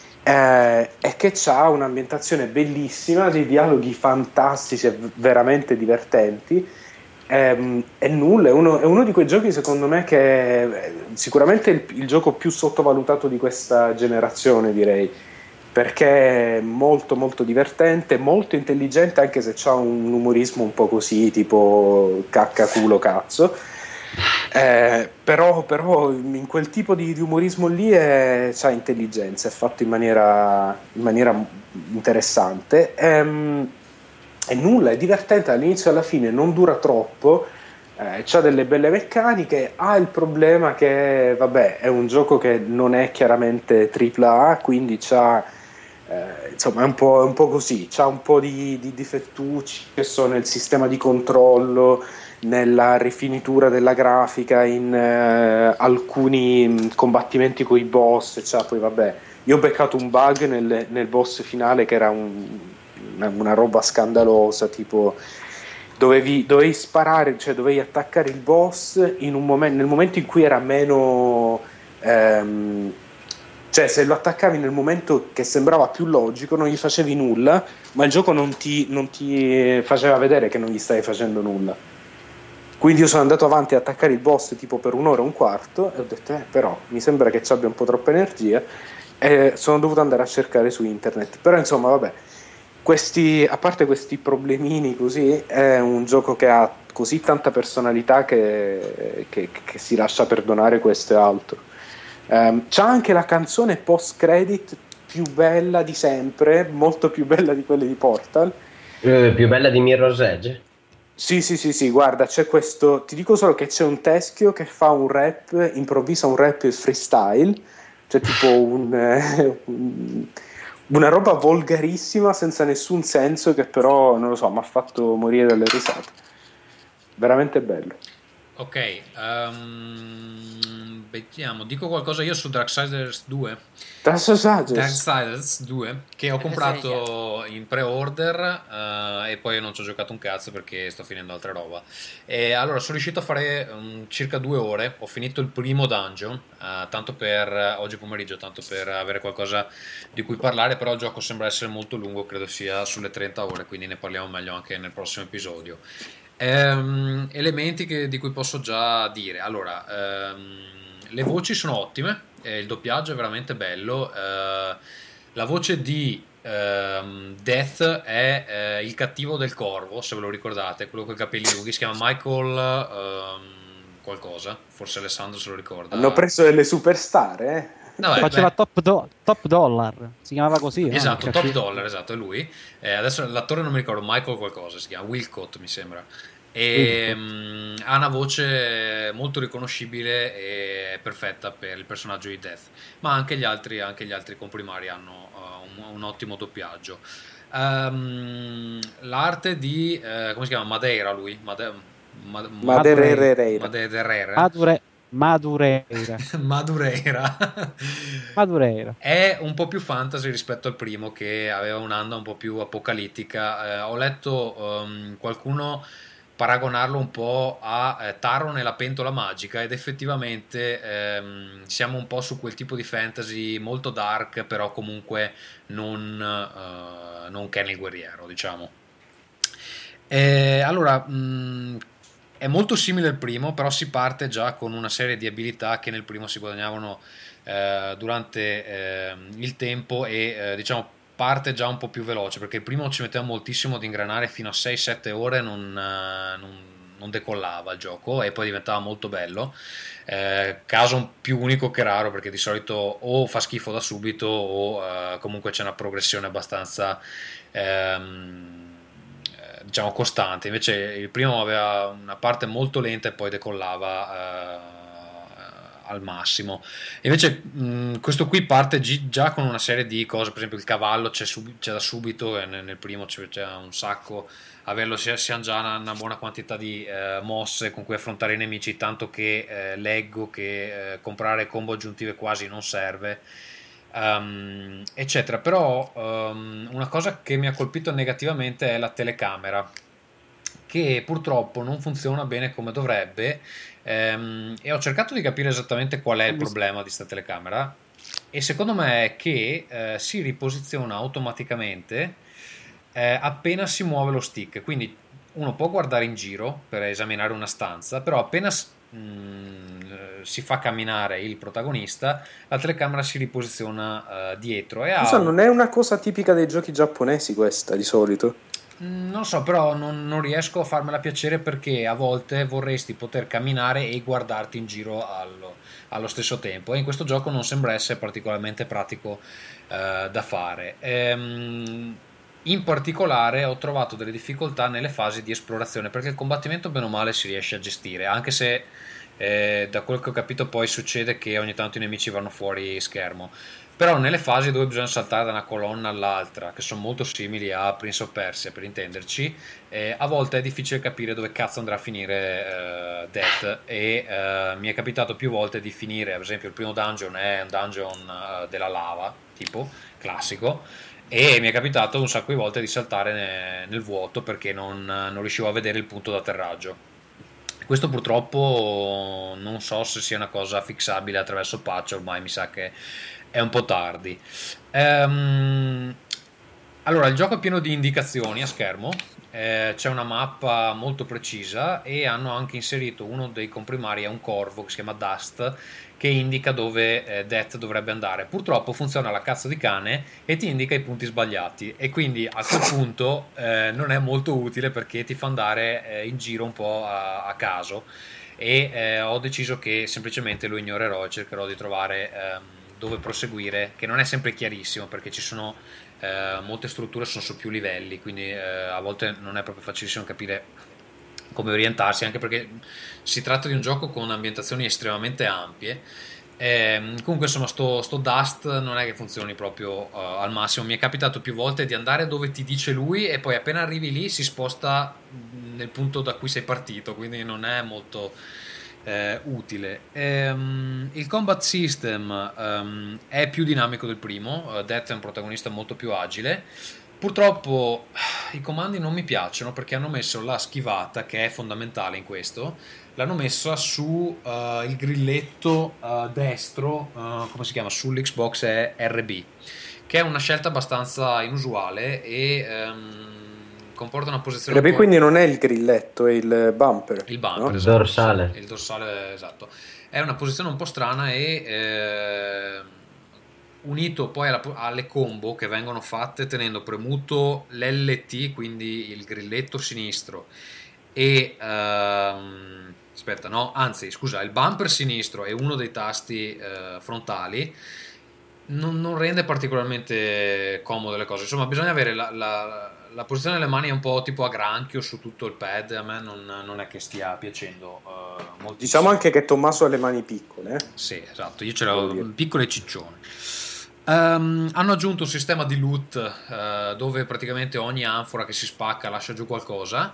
eh, e che ha un'ambientazione bellissima, dei dialoghi fantastici e veramente divertenti. Ehm, è nulla, è uno, è uno di quei giochi secondo me che è sicuramente il, il gioco più sottovalutato di questa generazione, direi, perché è molto molto divertente, molto intelligente, anche se ha un umorismo un po' così, tipo cacca, culo, cazzo. Eh, però, però in quel tipo di, di umorismo lì è, c'ha intelligenza, è fatto in maniera, in maniera interessante. Ehm, è nulla, è divertente dall'inizio alla fine, non dura troppo, eh, c'ha delle belle meccaniche, ha il problema che, vabbè, è un gioco che non è chiaramente tripla A, quindi c'ha, eh, insomma, è un po', è un po' così, c'ha un po' di, di difettucci che sono nel sistema di controllo, nella rifinitura della grafica, in eh, alcuni mh, combattimenti con i boss, cioè, poi vabbè, io ho beccato un bug nel, nel boss finale che era un, una, una roba scandalosa, tipo dovevi, dovevi sparare, cioè dovevi attaccare il boss in un momento, nel momento in cui era meno ehm, cioè se lo attaccavi nel momento che sembrava più logico non gli facevi nulla, ma il gioco non ti, non ti faceva vedere che non gli stavi facendo nulla. Quindi io sono andato avanti a attaccare il boss tipo per un'ora e un quarto e ho detto eh, però mi sembra che ci abbia un po' troppa energia, e sono dovuto andare a cercare su internet. Però insomma vabbè, questi, a parte questi problemini così, è un gioco che ha così tanta personalità che, che, che si lascia perdonare questo e altro. Um, c'ha anche la canzone post credit più bella di sempre, molto più bella di quelle di Portal, eh, più bella di Mirror's Edge. Sì, sì, sì, sì, guarda, c'è questo, ti dico solo che c'è un teschio che fa un rap, improvvisa un rap freestyle, cioè tipo un, eh, un, una roba volgarissima senza nessun senso, che però, non lo so, mi ha fatto morire dalle risate. Veramente bello. Ok, um, vediamo, dico qualcosa io su Darksiders due. Darksiders? Darksiders due, che ho comprato in pre-order uh, e poi non ci ho giocato un cazzo perché sto finendo altra roba. E allora sono riuscito a fare um, circa due ore, ho finito il primo dungeon, uh, tanto per uh, oggi pomeriggio, tanto per avere qualcosa di cui parlare, però il gioco sembra essere molto lungo, credo sia sulle trenta ore, quindi ne parliamo meglio anche nel prossimo episodio. Um, elementi che, di cui posso già dire. Allora, um, le voci sono ottime, eh, il doppiaggio è veramente bello. Uh, la voce di um, Death è eh, il cattivo del Corvo, se ve lo ricordate, quello con i capelli lunghi, si chiama Michael um, qualcosa, forse Alessandro se lo ricorda. Hanno preso delle superstar, eh? No, beh, faceva beh. top, do- top Dollar, si chiamava così, esatto, no? Top Dollar, esatto, è lui. Eh, adesso l'attore non mi ricordo, Michael qualcosa si chiama, Wilcott mi sembra. E um, ha una voce molto riconoscibile e perfetta per il personaggio di Death, ma anche gli altri, anche gli altri comprimari hanno uh, un, un ottimo doppiaggio. Um, l'arte di uh, come si chiama? Madeira, lui Made, Made, Madeira Madeira Madure, Madureira Madureira Madureira è un po' più fantasy rispetto al primo, che aveva un'anda un po' più apocalittica. Eh, ho letto um, qualcuno paragonarlo un po' a eh, Taro nella pentola magica, ed effettivamente ehm, siamo un po' su quel tipo di fantasy molto dark, però comunque non, uh, non Ken il guerriero, diciamo. E, allora, mh, è molto simile al primo, però si parte già con una serie di abilità che nel primo si guadagnavano eh, durante eh, il tempo, e eh, diciamo parte già un po' più veloce, perché il primo ci metteva moltissimo ad ingranare, fino a sei sette ore non, non, non decollava il gioco, e poi diventava molto bello, eh, caso più unico che raro, perché di solito o fa schifo da subito o eh, comunque c'è una progressione abbastanza ehm, diciamo costante. Invece il primo aveva una parte molto lenta e poi decollava eh, al massimo. Invece mh, questo qui parte gi- già con una serie di cose, per esempio il cavallo c'è, sub- c'è da subito, e nel, nel primo c'è, c'è un sacco, averlo si, si ha già una, una buona quantità di eh, mosse con cui affrontare i nemici, tanto che eh, leggo che eh, comprare combo aggiuntive quasi non serve, um, eccetera. Però um, una cosa che mi ha colpito negativamente è la telecamera, che purtroppo non funziona bene come dovrebbe, ehm, e ho cercato di capire esattamente qual è il problema di questa telecamera, e secondo me è che eh, si riposiziona automaticamente eh, appena si muove lo stick, quindi uno può guardare in giro per esaminare una stanza, però appena mh, si fa camminare il protagonista la telecamera si riposiziona eh, dietro, e ha Scusa, un... non è una cosa tipica dei giochi giapponesi questa, di solito? Non so, però non, non riesco a farmela piacere, perché a volte vorresti poter camminare e guardarti in giro allo, allo stesso tempo, e in questo gioco non sembra essere particolarmente pratico eh, da fare. Ehm, in particolare ho trovato delle difficoltà nelle fasi di esplorazione, perché il combattimento bene o male si riesce a gestire, anche se eh, da quel che ho capito poi succede che ogni tanto i nemici vanno fuori schermo. Però nelle fasi dove bisogna saltare da una colonna all'altra, che sono molto simili a Prince of Persia per intenderci, eh, a volte è difficile capire dove cazzo andrà a finire eh, Death, e eh, mi è capitato più volte di finire, ad esempio il primo dungeon è un dungeon eh, della lava, tipo, classico, e mi è capitato un sacco di volte di saltare ne, nel vuoto, perché non, non riuscivo a vedere il punto d'atterraggio. Questo purtroppo non so se sia una cosa fixabile attraverso patch, ormai mi sa che è un po' tardi. Ehm, allora, il gioco è pieno di indicazioni a schermo, eh, c'è una mappa molto precisa, e hanno anche inserito uno dei comprimari, è un corvo che si chiama Dust, che indica dove eh, Death dovrebbe andare. Purtroppo funziona la cazzo di cane e ti indica i punti sbagliati, e quindi a quel punto eh, non è molto utile, perché ti fa andare eh, in giro un po' a, a caso, e eh, ho deciso che semplicemente lo ignorerò e cercherò di trovare ehm, dove proseguire, che non è sempre chiarissimo, perché ci sono eh, molte strutture sono su più livelli, quindi eh, a volte non è proprio facilissimo capire come orientarsi, anche perché si tratta di un gioco con ambientazioni estremamente ampie. Eh, comunque insomma sto, sto Dust non è che funzioni proprio uh, al massimo. Mi è capitato più volte di andare dove ti dice lui, e poi appena arrivi lì si sposta nel punto da cui sei partito, quindi non è molto eh, utile. Ehm, il combat system um, è più dinamico del primo. uh, Death è un protagonista molto più agile. Purtroppo i comandi non mi piacciono, perché hanno messo la schivata, che è fondamentale in questo, l'hanno messa su uh, il grilletto uh, destro, uh, come si chiama? Sull'Xbox è R B, che è una scelta abbastanza inusuale e um, comporta una posizione R B, quindi non è il grilletto, è il bumper. Il bumper, no? esatto, Il dorsale. Il dorsale, esatto. È una posizione un po' strana, e eh, unito poi alla, alle combo che vengono fatte tenendo premuto l'L T, quindi il grilletto sinistro, e ehm, aspetta, no, anzi, scusa, il bumper sinistro e uno dei tasti eh, frontali, non, non rende particolarmente comode le cose. Insomma, bisogna avere la, la, la posizione delle mani è un po' tipo a granchio su tutto il pad, a me non, non è che stia piacendo uh, moltissimo. Diciamo anche che Tommaso ha le mani piccole. Eh? Sì, esatto, io ce l'ho piccole e ciccione. Um, hanno aggiunto un sistema di loot uh, dove praticamente ogni anfora che si spacca lascia giù qualcosa.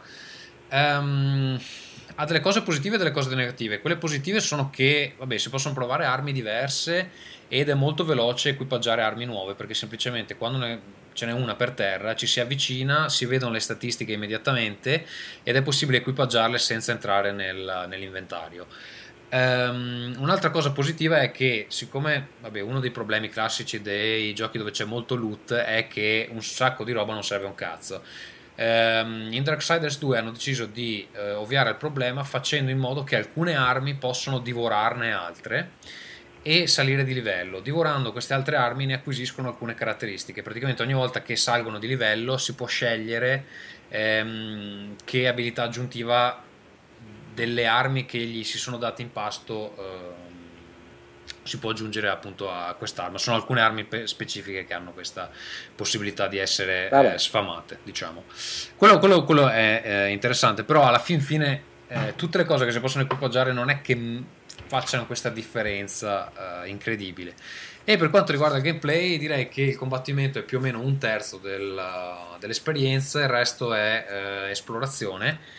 Um, ha delle cose positive e delle cose negative. Quelle positive sono che vabbè, si possono provare armi diverse ed è molto veloce equipaggiare armi nuove, perché semplicemente quando ne, ce n'è una per terra ci si avvicina, si vedono le statistiche immediatamente ed è possibile equipaggiarle senza entrare nel, nell'inventario. Um, un'altra cosa positiva è che, siccome vabbè, uno dei problemi classici dei giochi dove c'è molto loot è che un sacco di roba non serve un cazzo. Um, in Darksiders due hanno deciso di uh, ovviare il problema facendo in modo che alcune armi possono divorarne altre e salire di livello. Divorando queste altre armi ne acquisiscono alcune caratteristiche. Praticamente ogni volta che salgono di livello si può scegliere um, che abilità aggiuntiva delle armi che gli si sono date in pasto eh, si può aggiungere appunto a quest'arma. Sono alcune armi pe- specifiche che hanno questa possibilità di essere eh, sfamate, diciamo. Quello, quello, quello è eh, interessante, però alla fin fine eh, tutte le cose che si possono equipaggiare non è che m- facciano questa differenza eh, incredibile. E per quanto riguarda il gameplay, direi che il combattimento è più o meno un terzo del, dell'esperienza, il resto è eh, esplorazione.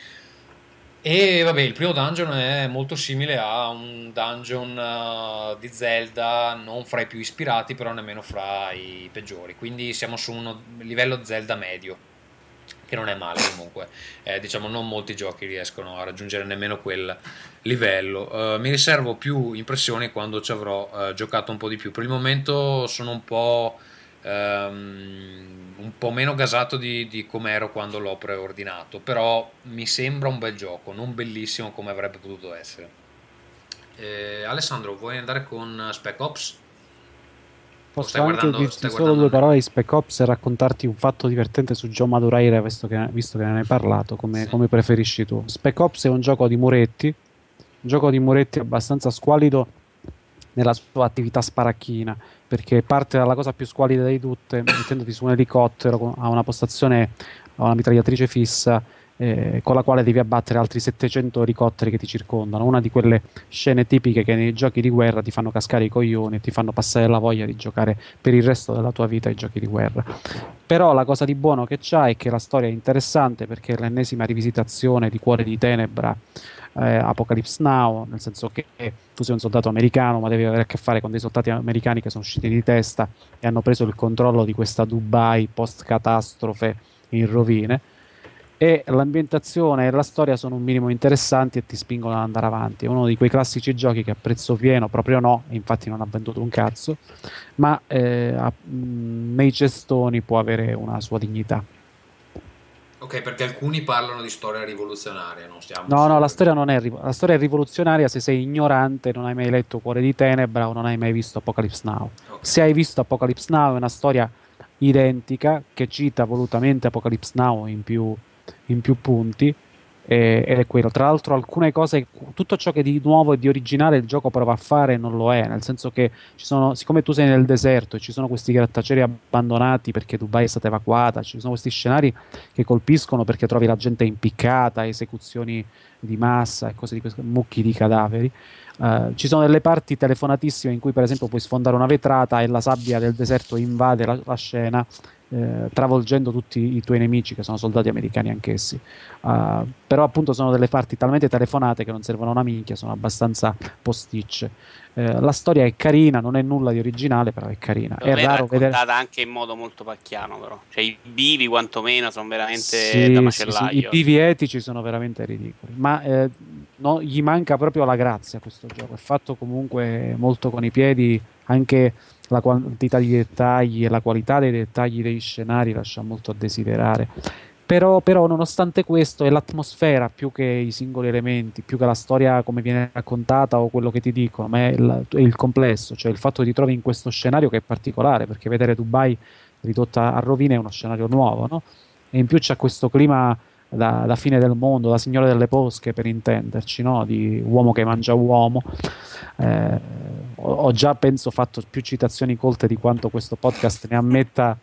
E vabbè, il primo dungeon è molto simile a un dungeon uh, di Zelda, non fra i più ispirati, però nemmeno fra i peggiori. Quindi siamo su un livello Zelda medio, che non è male comunque. Eh, diciamo, non molti giochi riescono a raggiungere nemmeno quel livello. Uh, mi riservo più impressioni quando ci avrò uh, giocato un po' di più. Per il momento sono un po'... Um, un po' meno gasato di, di come ero quando l'ho preordinato, però mi sembra un bel gioco, non bellissimo come avrebbe potuto essere. eh, Alessandro, vuoi andare con Spec Ops? Posso anche dirti solo due parole di Spec Ops e raccontarti un fatto divertente su Joe Madureira, visto che, visto che ne hai parlato, come, sì. come preferisci tu. Spec Ops è un gioco di muretti, un gioco di muretti abbastanza squalido nella sua attività sparacchina, perché parte dalla cosa più squalida di tutte, mettendoti su un elicottero a una postazione, a una mitragliatrice fissa, eh, con la quale devi abbattere altri settecento elicotteri che ti circondano. Una di quelle scene tipiche che nei giochi di guerra ti fanno cascare i coglioni e ti fanno passare la voglia di giocare per il resto della tua vita ai giochi di guerra. Però la cosa di buono che c'ha è che la storia è interessante, perché è l'ennesima rivisitazione di Cuore di Tenebra, Eh, Apocalypse Now, nel senso che tu sei un soldato americano ma devi avere a che fare con dei soldati americani che sono usciti di testa e hanno preso il controllo di questa Dubai post catastrofe in rovine, e l'ambientazione e la storia sono un minimo interessanti e ti spingono ad andare avanti. È uno di quei classici giochi che a prezzo pieno proprio no, e infatti non ha venduto un cazzo, ma eh, a, mh, nei cestoni può avere una sua dignità. Ok, perché alcuni parlano di storia rivoluzionaria, non stiamo... No, no, la storia non è la storia è rivoluzionaria se sei ignorante, non hai mai letto Cuore di Tenebra o non hai mai visto Apocalypse Now. Okay. Se hai visto Apocalypse Now è una storia identica che cita volutamente Apocalypse Now in più, in più punti, eh, ed è quello. Tra l'altro alcune cose, tutto ciò che di nuovo e di originale il gioco prova a fare non lo è, nel senso che ci sono, siccome tu sei nel deserto e ci sono questi grattacieli abbandonati perché Dubai è stata evacuata, ci sono questi scenari che colpiscono perché trovi la gente impiccata, esecuzioni di massa e cose di questo, mucchi di cadaveri. Uh, ci sono delle parti telefonatissime in cui per esempio puoi sfondare una vetrata e la sabbia del deserto invade la, la scena, eh, travolgendo tutti i tuoi nemici, che sono soldati americani anch'essi. Uh, però appunto sono delle parti talmente telefonate che non servono una minchia, sono abbastanza posticce. Uh, la storia è carina, non è nulla di originale, però è carina. È, è raro vedere, anche in modo molto pacchiano, però cioè i bivi quantomeno sono veramente sì, da sì, macellaio. sì. I bivi etici sono veramente ridicoli, ma eh, no, gli manca proprio la grazia a questo gioco. È fatto comunque molto con i piedi, anche la quantità di dettagli e la qualità dei dettagli dei scenari lascia molto a desiderare. Però, però nonostante questo è l'atmosfera più che i singoli elementi, più che la storia come viene raccontata o quello che ti dicono, ma è il, è il complesso, cioè il fatto che ti trovi in questo scenario che è particolare, perché vedere Dubai ridotta a rovine è uno scenario nuovo, no? E in più c'è questo clima da, da fine del mondo, da Signore delle Posche per intenderci, no? Di uomo che mangia uomo. Eh, ho, ho già penso fatto più citazioni colte di quanto questo podcast ne ammetta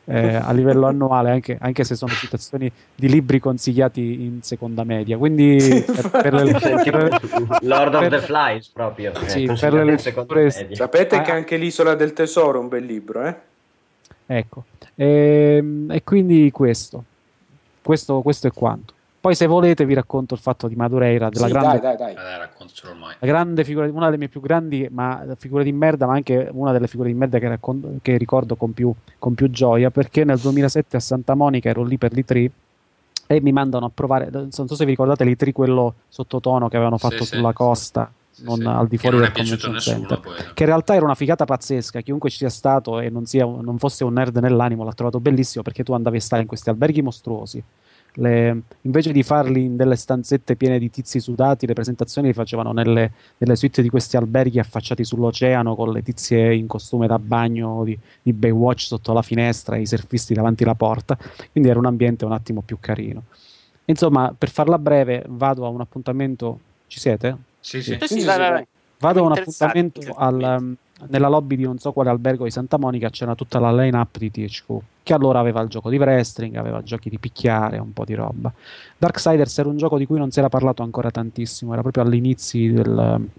eh, a livello annuale, anche, anche se sono citazioni di libri consigliati in seconda media. Quindi per, per le, per, Lord of per, the Flies proprio. Sì, eh, per le letture, sapete ah, che anche l'Isola del Tesoro è un bel libro, eh? Ecco, e, e quindi questo. questo, questo è quanto. Poi se volete vi racconto il fatto di Madureira, della sì, grande, dai, dai, dai. Eh, raccontacelo ormai. la grande figura, una delle mie più grandi ma figure di merda, ma anche una delle figure di merda che, raccon- che ricordo con più, con più gioia, perché nel duemilasette a Santa Monica ero lì per l'E tre e mi mandano a provare, non so se vi ricordate l'E tre, quello sottotono che avevano fatto sì, sulla sì, costa, sì, non sì, al di fuori non del è piaciuto a Convention nessuno, Center, poi. che in realtà era una figata pazzesca. Chiunque ci sia stato e non, sia, non fosse un nerd nell'animo l'ha trovato bellissimo, perché tu andavi a stare in questi alberghi mostruosi. Le, invece di farli in delle stanzette piene di tizi sudati, le presentazioni li facevano nelle, nelle suite di questi alberghi affacciati sull'oceano, con le tizie in costume da bagno di, di Baywatch sotto la finestra e i surfisti davanti la porta. Quindi era un ambiente un attimo più carino. Insomma, per farla breve, vado a un appuntamento. Ci siete? Sì, sì, sì, sì, vai, vai, vai. Vado a un appuntamento al, nella lobby di non so quale albergo di Santa Monica. C'era tutta la line-up di T H Q, che allora aveva il gioco di wrestling, aveva giochi di picchiare, un po' di roba. Darksiders era un gioco di cui non si era parlato ancora tantissimo, era proprio all'inizio del,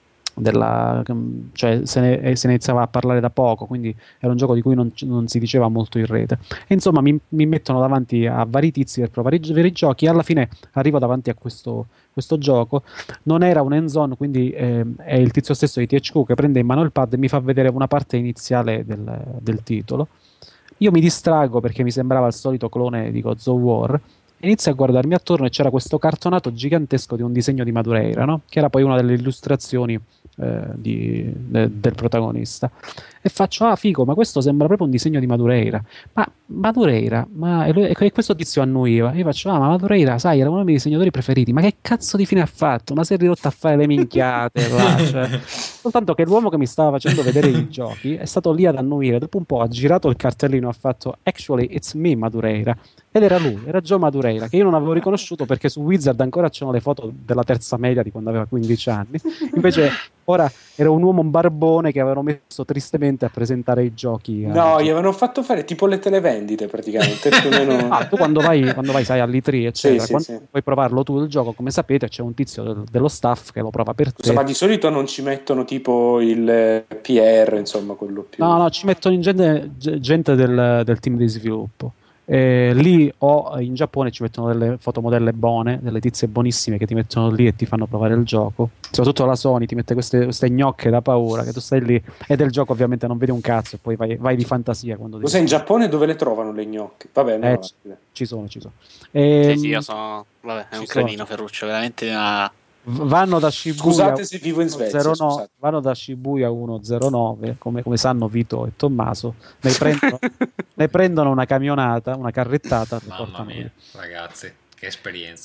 della, cioè se ne, se ne iniziava a parlare da poco, quindi era un gioco di cui non, non si diceva molto in rete. E insomma mi, mi mettono davanti a vari tizi per provare i, i giochi, e alla fine arrivo davanti a questo, questo gioco. Non era un hands-on, quindi eh, è il tizio stesso di T H Q che prende in mano il pad e mi fa vedere una parte iniziale del, del titolo. Io mi distraggo perché mi sembrava il solito clone di Gods of War. Inizio a guardarmi attorno e c'era questo cartonato gigantesco di un disegno di Madureira, no? Che era poi una delle illustrazioni eh, di, de, del protagonista. E faccio, ah figo, ma questo sembra proprio un disegno di Madureira. Ma Madureira, ma e, lui, e questo tizio annuiva. E io faccio, ah ma Madureira, sai, era uno dei miei disegnatori preferiti. Ma che cazzo di fine ha fatto? Ma si è ridotto a fare le minchiate là, cioè. Soltanto che l'uomo che mi stava facendo vedere i giochi è stato lì ad annuire. Dopo un po' ha girato il cartellino e ha fatto, actually it's me Madureira. Ed era lui, era Joe Madureira, che io non avevo riconosciuto perché su Wizard ancora c'erano le foto della terza media di quando aveva quindici anni. Invece ora era un uomo barbone che avevano messo tristemente a presentare i giochi. No, gli avevano fatto fare tipo le televendite praticamente. Più o meno... ah, tu quando vai, quando vai sai all'E tre eccetera, sì, sì, quando sì. puoi provarlo tu il gioco, come sapete c'è un tizio del, dello staff che lo prova per te. Ma di solito non ci mettono tipo il P R, insomma quello più... No, no, ci mettono in gente, gente del, del team di sviluppo. Eh, lì o in Giappone ci mettono delle fotomodelle buone, delle tizie buonissime che ti mettono lì e ti fanno provare il gioco. Soprattutto la Sony ti mette queste, queste gnocche da paura, che tu stai lì e del gioco ovviamente non vedi un cazzo e poi vai, vai di fantasia quando Cos'è in Giappone dove le trovano le gnocche? Vabbè, no, eh, ci, ci sono, ci sono. E, sì, sì, io sono... Vabbè, è un cretino Ferruccio, veramente una... Vanno da Shibuya, scusate se vivo in Svezia, zero nove, vanno da Shibuya centonove, come, come sanno Vito e Tommaso, ne prendono, ne prendono una camionata, una carrettata. Mamma mia, ragazzi, che esperienza.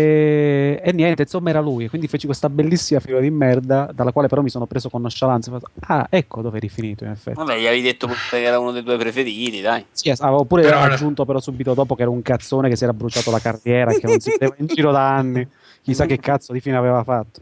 E, e niente, insomma era lui, quindi feci questa bellissima figura di merda, dalla quale però mi sono preso con nonchalance. Ah, ecco dove eri finito in effetti. Vabbè, gli avevi detto che era uno dei tuoi preferiti, dai. Sì, avevo pure però aggiunto però subito dopo che era un cazzone che si era bruciato la carriera, che non si vedeva in giro da anni. Chissà che cazzo di fine aveva fatto.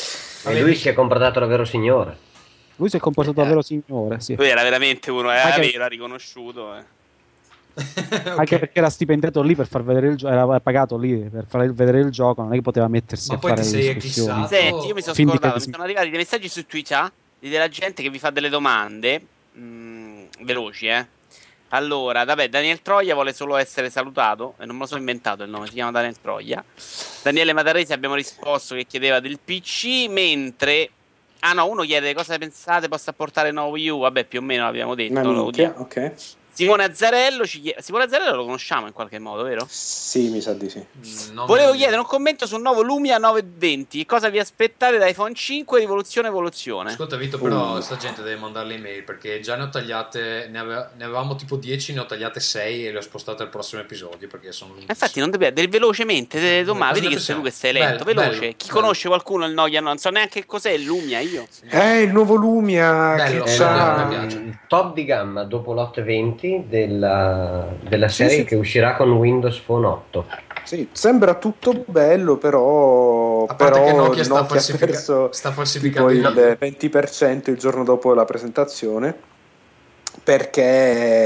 E lui si è comportato davvero signore. Lui si è comportato davvero signore, sì. Lui era veramente uno, era Anche... vero, riconosciuto. Eh. Okay. Anche perché era stipendiato lì per far vedere il gioco, era pagato lì per far vedere il gioco, non è che poteva mettersi ma a poi fare ti le sei discussioni. Senti, io mi sono scordato, mi sono arrivati dei messaggi su Twitter della gente che vi fa delle domande mh, veloci, eh. Allora, vabbè, Daniel Troia vuole solo essere salutato, e non me lo sono inventato il nome, si chiama Daniel Troia. Daniele Mataresi abbiamo risposto che chiedeva del P C, mentre... Ah no, uno chiede cosa pensate possa portare il nuovo Wii U, vabbè più o meno l'abbiamo detto. Una minchia, ok. Simone Azzarello ci chiede... Simone Azzarello lo conosciamo in qualche modo, vero? Sì, mi sa di sì. Mm, Volevo chiedere un commento sul nuovo Lumia nove venti. Cosa vi aspettate da iPhone cinque rivoluzione evoluzione? Ascolta Vito, però uh. sta gente deve mandare le email, perché già ne ho tagliate, ne, ave- ne avevamo tipo dieci, ne ho tagliate sei e le ho spostate al prossimo episodio perché sono lunghissime. Infatti non deve velocemente, de- domani, vedi che sei tu che sei lento, bello, veloce. Bello, Chi bello. conosce qualcuno il Nokia? Non so neanche cos'è il Lumia, io. Eh, il nuovo Lumia bello, che c'ha il top di gamma dopo l'otto venti della della serie sì, sì. che uscirà con Windows Phone otto. Sì, sembra tutto bello, però a parte però che Nokia sta, Nokia falsifica- perso sta falsificando il no. venti per cento il giorno dopo la presentazione, perché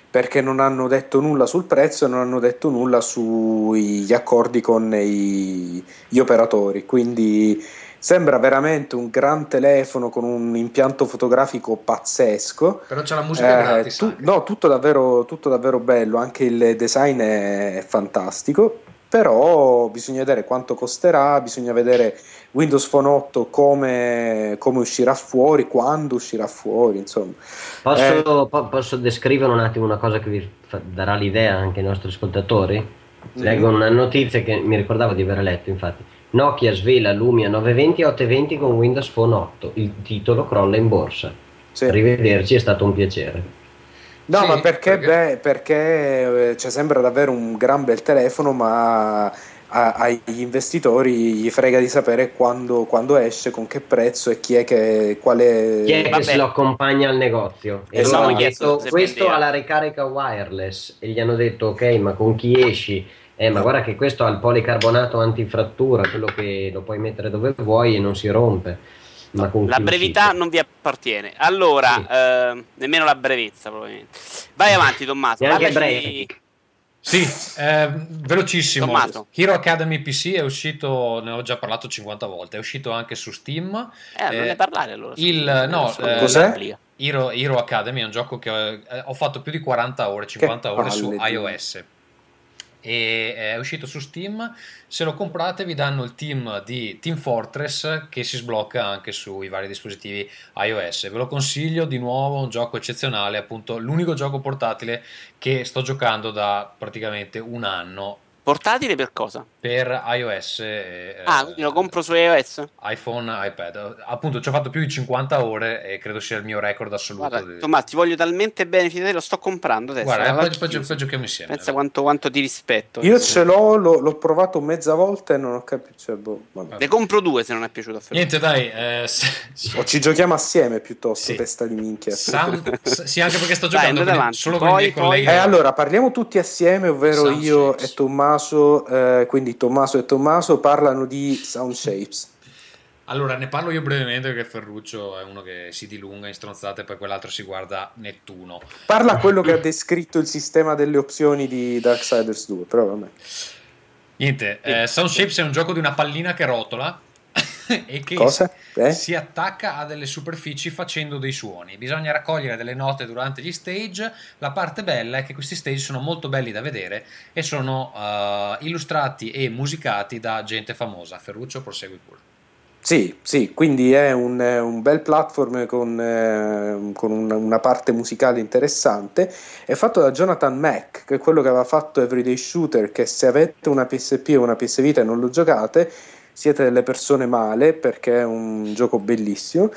perché non hanno detto nulla sul prezzo e non hanno detto nulla sugli accordi con i, gli operatori, quindi sembra veramente un gran telefono con un impianto fotografico pazzesco. Però c'è la musica Eh, gratis tu- anche. no, tutto davvero, tutto davvero bello, anche il design è fantastico, però bisogna vedere quanto costerà, bisogna vedere Windows Phone otto come, come uscirà fuori, quando uscirà fuori, insomma. Posso, Eh, po- posso descrivere un attimo una cosa che vi fa- darà l'idea anche ai nostri ascoltatori? Leggo una notizia che mi ricordavo di aver letto, infatti. Nokia svela Lumia novecento venti e ottocentoventi con Windows Phone otto. Il titolo crolla in borsa. Sì. Arrivederci, è stato un piacere. No, Sì, ma perché, perché- beh, perché eh, cioè, sembra davvero un gran bel telefono, ma a- agli investitori gli frega di sapere quando, quando esce, con che prezzo e chi è che quale. Chi è che Vabbè. se lo accompagna al negozio? E Esatto. loro hanno Chiesto detto se questo vendeva. ha la ricarica wireless e gli hanno detto ok, ma con chi esci? Eh, ma guarda che questo ha il policarbonato antifrattura, quello che lo puoi mettere dove vuoi e non si rompe. Ma con La chi brevità uscite? non vi appartiene. Allora, Sì. eh, nemmeno la brezza, probabilmente. Vai avanti, Tommaso. Neanche parlaci- brevi. Sì, eh, velocissimo. Tommaso. Hero Academy P C è uscito, ne ho già parlato cinquanta volte, è uscito anche su Steam. Eh, non Eh, ne parlare allora. il- scusa, no, nessuno eh, Cos'è? applica. Hero, Hero Academy è un gioco che ho, eh, ho fatto più di quaranta ore, cinquanta ore su palle di- iOS. E è uscito su Steam. Se lo comprate vi danno il team di Team Fortress che si sblocca anche sui vari dispositivi iOS. Ve lo consiglio di nuovo, un gioco eccezionale, appunto l'unico gioco portatile che sto giocando da praticamente un anno Portatile per cosa? per iOS, e, Ah, eh, quindi lo compro su iOS? iPhone, iPad. Appunto ci ho fatto più di cinquanta ore e credo sia il mio record assoluto. Guarda, di- Tommaso, ti voglio talmente bene, fidati, lo sto comprando adesso. Guarda, alla poi, poi, chiusa. poi giochiamo insieme. Pensa quanto, quanto ti rispetto. Io ce l'ho, l'ho, l'ho provato mezza volta e non ho capito. Cioè, boh, vabbè. Ne compro due se non è piaciuto a Ferruccio. Niente, dai, eh, s- O ci giochiamo assieme piuttosto, Sì. testa di minchia. Sound- s- sì, anche perché sto Dai, giocando andate con- avanti. solo Poi- con i miei poi- colleghi. Eh, allora parliamo tutti assieme, ovvero Sound io Shapes. e Tommaso, eh, quindi Tommaso e Tommaso parlano di Sound Shapes. Allora, ne parlo io brevemente perché Ferruccio è uno che si dilunga in stronzate e poi quell'altro si guarda Nettuno. Parla quello che ha descritto il sistema delle opzioni di Darksiders due, però vabbè. Niente, eh, Sound Shapes è un gioco di una pallina che rotola e che Cosa? Eh? si attacca a delle superfici facendo dei suoni. Bisogna raccogliere delle note durante gli stage. La parte bella è che questi stage sono molto belli da vedere e sono eh, illustrati e musicati da gente famosa. Ferruccio, prosegui pure. Sì, sì, quindi è un, un bel platform con, eh, con una, una parte musicale interessante. È fatto da Jonathan Mack, che è quello che aveva fatto Everyday Shooter, che se avete una P S P o una P S Vita e non lo giocate, siete delle persone male, perché è un gioco bellissimo.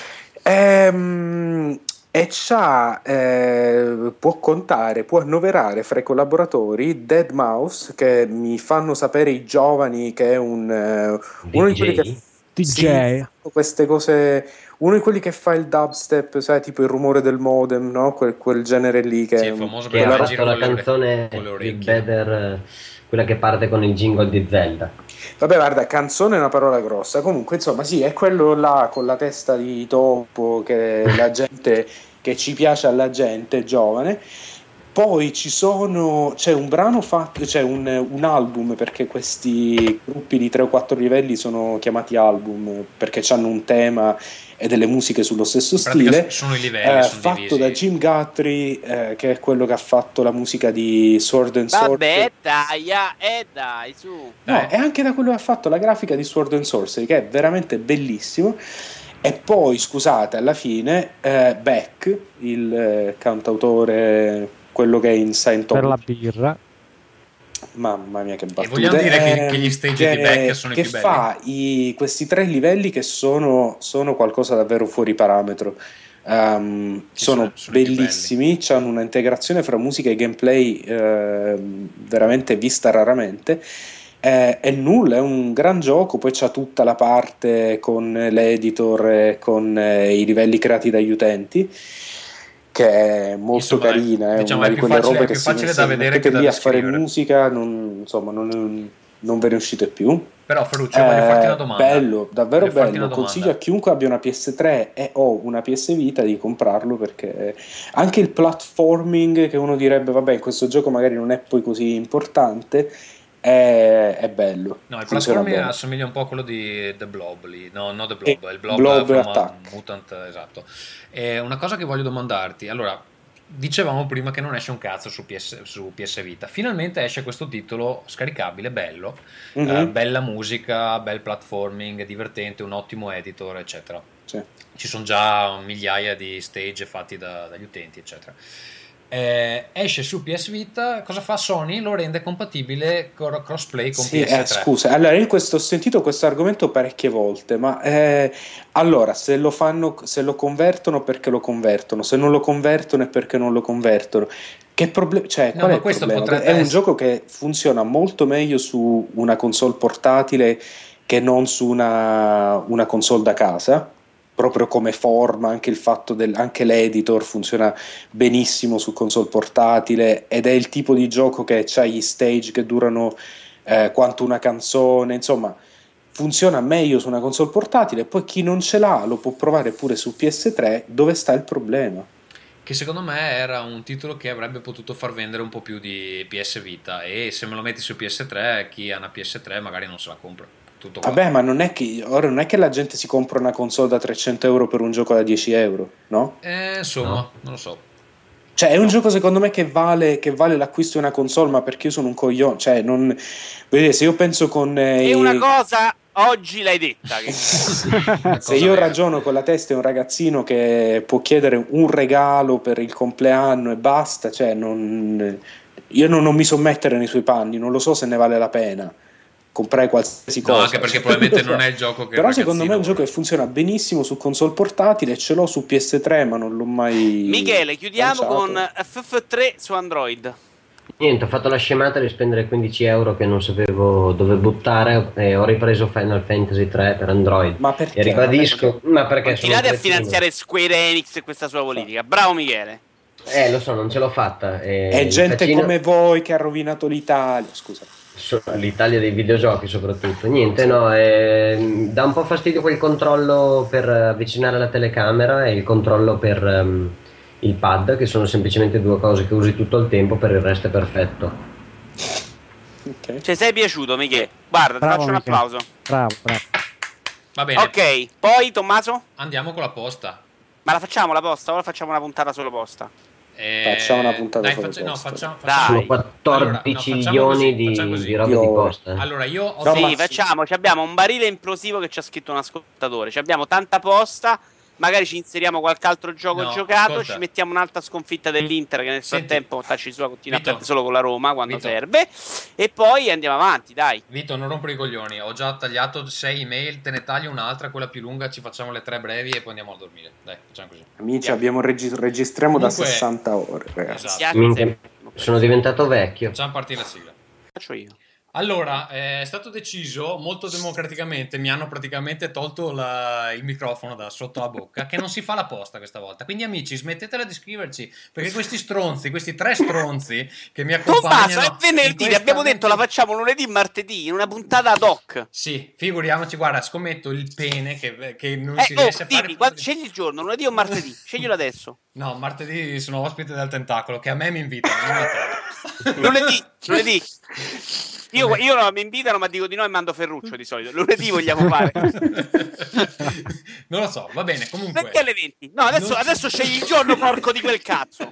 Ehm, e c'ha, eh, può contare, può annoverare fra i collaboratori deadmau five, che mi fanno sapere i giovani che è un, eh, uno di quelli che D J. sì, queste cose, uno di quelli che fa il dubstep, sai, tipo il rumore del modem, no? Quel, quel genere lì che Sì, è è un- famoso Che per ha la fatto la canzone con le di orecchie. Better, eh, quella che parte con il jingle di Zelda. Vabbè, guarda, canzone è una parola grossa. Comunque, insomma, sì, è quello là con la testa di topo che la gente che ci piace alla gente giovane. Poi ci sono, c'è un brano fatto, c'è un, un album, perché questi gruppi di tre o quattro livelli sono chiamati album perché hanno un tema e delle musiche sullo stesso In pratica stile. sono i livelli, Eh, sono fatto divisi. da Jim Guthrie, eh, che è quello che ha fatto la musica di Sword and Sorcery. Vabbè, dai, ah, eh, dai, su. No, e anche da quello che ha fatto la grafica di Sword and Sorcery, che è veramente bellissimo. E poi, scusate, alla fine eh, Beck, il eh, cantautore, quello che è in Scientology, Per la birra. mamma mia che battute, vogliamo dire che- ehm, che gli stage di Beck sono i che più belli? fa i- questi tre livelli che sono, sono qualcosa davvero fuori parametro. Um, Sì, sono sono- sono i più bellissimi, hanno una integrazione fra musica e gameplay ehm, veramente vista raramente. Eh, è nulla, è un gran gioco. Poi c'ha tutta la parte con l'editor e con eh, i livelli creati dagli utenti, che è molto Insomma, carina, è diciamo, una è di più quelle facile- robe è più che facile si, da si vedere mettete che da lì a fare descrivere. musica, non, insomma, non, non ve ne uscite più. Però Ferruccio, voglio Eh, farti una domanda. bello, davvero Voglio farti bello. una domanda. Consiglio a chiunque abbia una P S tre e o una P S Vita di comprarlo, perché anche il platforming, che uno direbbe vabbè in questo gioco magari non è poi così importante, è, è bello. No, il Funziona platforming bene. assomiglia un po' a quello di The Blob lì. No, no The Blob, E è il Blob, Blob from Attack. Mutant, esatto. E una cosa che voglio domandarti, allora, dicevamo prima che non esce un cazzo su P S, su P S Vita. Finalmente esce questo titolo scaricabile, bello, Mhm. eh, bella musica, bel platforming, divertente, un ottimo editor, eccetera. Sì. Ci sono già migliaia di stage fatti da- dagli utenti, eccetera. Eh, esce su P S Vita, cosa fa Sony? Lo rende compatibile con crossplay con Sì, P S tre. eh, scusa, allora io questo, ho sentito questo argomento parecchie volte, ma eh, allora se lo fanno, se lo convertono perché lo convertono, se non lo convertono è perché non lo convertono. Che problema? Cioè, No, qual ma è il questo problema? potrebbe È un essere- gioco che funziona molto meglio su una console portatile che non su una, una console da casa. Proprio come forma, anche il fatto del anche l'editor funziona benissimo su console portatile, ed è il tipo di gioco che ha gli stage che durano eh, quanto una canzone, insomma funziona meglio su una console portatile. Poi chi non ce l'ha lo può provare pure su P S tre. Dove sta il problema? Che secondo me era un titolo che avrebbe potuto far vendere un po' più di P S Vita, e se me lo metti su P S tre, chi ha una P S tre magari non se la compra. Tutto qua. Vabbè, ma non è che ora non è che la gente si compra una console da trecento euro per un gioco da dieci euro, no? Eh, insomma, No. non lo so. Cioè è un gioco secondo me che vale, che vale l'acquisto di una console, ma perché io sono un coglione, cioè non voglio dire, se io penso con eh, E i- una cosa oggi l'hai detta. Che... se io ragiono con la testa di un ragazzino che può chiedere un regalo per il compleanno e basta, cioè non, io non, non mi so mettere nei suoi panni, non lo so se ne vale la pena comprare qualsiasi No, cosa. anche perché cioè, probabilmente lo so. non è il gioco che Però il secondo me è un ragazzino gioco che funziona benissimo su console portatile, ce l'ho su P S tre ma non l'ho mai Michele, chiudiamo lanciato. con F F tre su Android. Niente, ho fatto la scemata di spendere quindici euro che non sapevo dove buttare e ho ripreso Final Fantasy tre per Android. Ma perché? E ribadisco, ma perché sono un Continuate a cretino. finanziare Square Enix e questa sua politica. Bravo Michele. Eh, lo so, non ce l'ho fatta. E È il gente faccino- come voi che ha rovinato l'Italia, scusa. so- l'Italia dei videogiochi soprattutto. Niente, no, eh, dà un po' fastidio quel controllo per avvicinare la telecamera e il controllo per ehm, il pad, che sono semplicemente due cose che usi tutto il tempo, per il resto è perfetto. Ok. Ci sei piaciuto Michele? Guarda, ti Bravo, faccio un Michele. applauso. Bravo, bravo. Va bene, Ok, poi Tommaso? andiamo con la posta. Ma la facciamo la posta o la facciamo una puntata solo posta? Eh, Facciamo una puntata dai, solo faccia- no, posta. facciamo, Dai. facciamo- Sono quattordici Allora, no, facciamo così, milioni facciamo di, così. di roba Di di ore. posta. eh. Allora, io ho No, Sì, ma- facciamo, ci abbiamo un barile implosivo che ci ha scritto un ascoltatore. Ci abbiamo tanta posta. Magari ci inseriamo qualche altro gioco No, giocato. ascolta. Ci mettiamo un'altra sconfitta dell'Inter, che nel Senti, frattempo Tacci sua continua Vito, a perdere solo con la Roma quando Vito. serve. E poi andiamo avanti, dai. Vito, non rompere i coglioni. Ho già tagliato sei email, te ne taglio un'altra, quella più lunga, ci facciamo le tre brevi e poi andiamo a dormire. Dai, facciamo così. Amici, abbiamo regi- registriamo da Comunque- sessanta ore, ragazzi. Esatto. Piace Minchia, sempre. sono diventato vecchio. Facciamo partire la sigla. Faccio io. Allora, eh, è stato deciso molto democraticamente, mi hanno praticamente tolto la- il microfono da sotto la bocca, che non si fa la posta questa volta. Quindi amici, smettetela di scriverci, perché questi stronzi, questi tre stronzi che mi accompagnano... Tommaso, è venerdì, in questa- abbiamo detto la facciamo lunedì e martedì in una puntata ad hoc. Sì, figuriamoci, guarda, scommetto il pene che, che non Eh, si oh, riesce a fare... dimmi, guarda, scegli il giorno, lunedì o martedì, sceglielo adesso. No, martedì sono ospite del Tentacolo, che a me mi invitano, non a te. Lunedì, lunedì. Io, io no, mi invitano, ma dico di no e mando Ferruccio di solito. Lunedì vogliamo fare. Non lo so, va bene, comunque... Perché alle venti? No, adesso, Non- adesso scegli il giorno, porco di quel cazzo.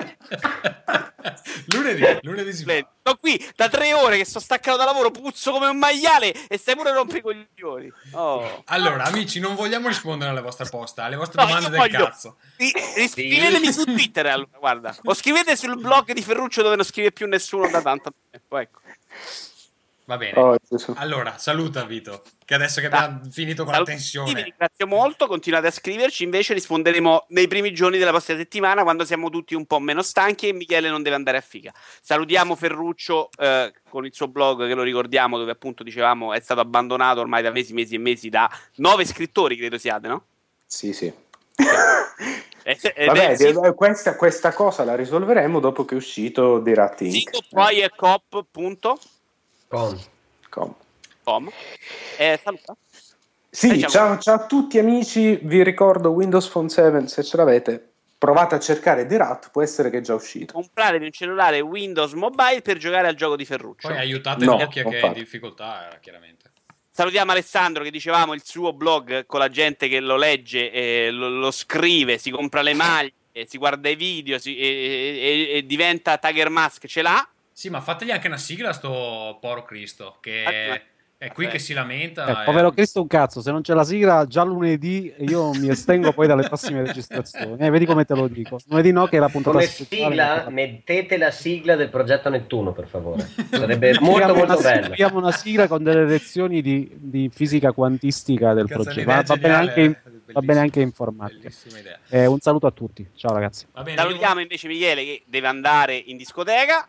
lunedì, lunedì si fa. Sto qui da tre ore che sto staccato da lavoro, puzzo come un maiale e stai pure rompi i coglioni. Oh. Allora, amici, non vogliamo rispondere alle vostre poste, alle vostre No, domande io del voglio- cazzo. Ri- ri- Scrivetemi su Twitter, allora, guarda. O scrivete sul blog di Ferruccio dove non scrive più nessuno da tanto tempo, ecco. Va bene. Oh, Gesù. Allora, saluta Vito, che adesso che abbiamo finito con la Saluti, tensione. vi ringrazio molto, continuate a scriverci, invece risponderemo nei primi giorni della prossima settimana quando siamo tutti un po' meno stanchi e Michele non deve andare a figa. Salutiamo Ferruccio eh, con il suo blog, che lo ricordiamo, dove appunto dicevamo è stato abbandonato ormai da mesi, mesi e mesi da nove scrittori, credo siate, no? Sì, sì. Ed è Vabbè, il sito- di- questa, questa cosa la risolveremo dopo che è uscito The Rat Inc. sito poi è cop punto Con. Com. Com. Eh, saluta. Sì, Diciamo- ciao, ciao a tutti amici, vi ricordo Windows Phone sette, se ce l'avete provate a cercare The Rat, può essere che è già uscito. Compratevi un cellulare Windows Mobile per giocare al gioco di Ferruccio. Poi aiutate No, Nokia non che è in fate. difficoltà, eh, chiaramente. Salutiamo Alessandro che dicevamo il suo blog con la gente che lo legge, eh, lo, lo scrive, si compra le maglie, eh, si guarda i video si- e, e- e diventa Tiger Mask, ce l'ha. Sì, ma fategli anche una sigla a sto poro Cristo, che Aspetta. è qui Aspetta. che si lamenta. Eh, e- povero Cristo un cazzo, se non c'è la sigla già lunedì io mi estengo poi dalle prossime registrazioni. Eh, vedi come te lo dico. Lunedì no, che è la puntata Come speciale. sigla, mettete la sigla del progetto Nettuno, per favore. Sarebbe molto Scriviamo molto una, bello. scriviamo una sigla con delle lezioni di, di fisica quantistica del Cazzo, progetto. un'idea Va, va bene geniale, anche in, eh, va bellissima. bene anche informatica. Bellissima idea. Eh, un saluto a tutti. Ciao ragazzi. Va bene, Salutiamo invece Michele che deve andare in discoteca.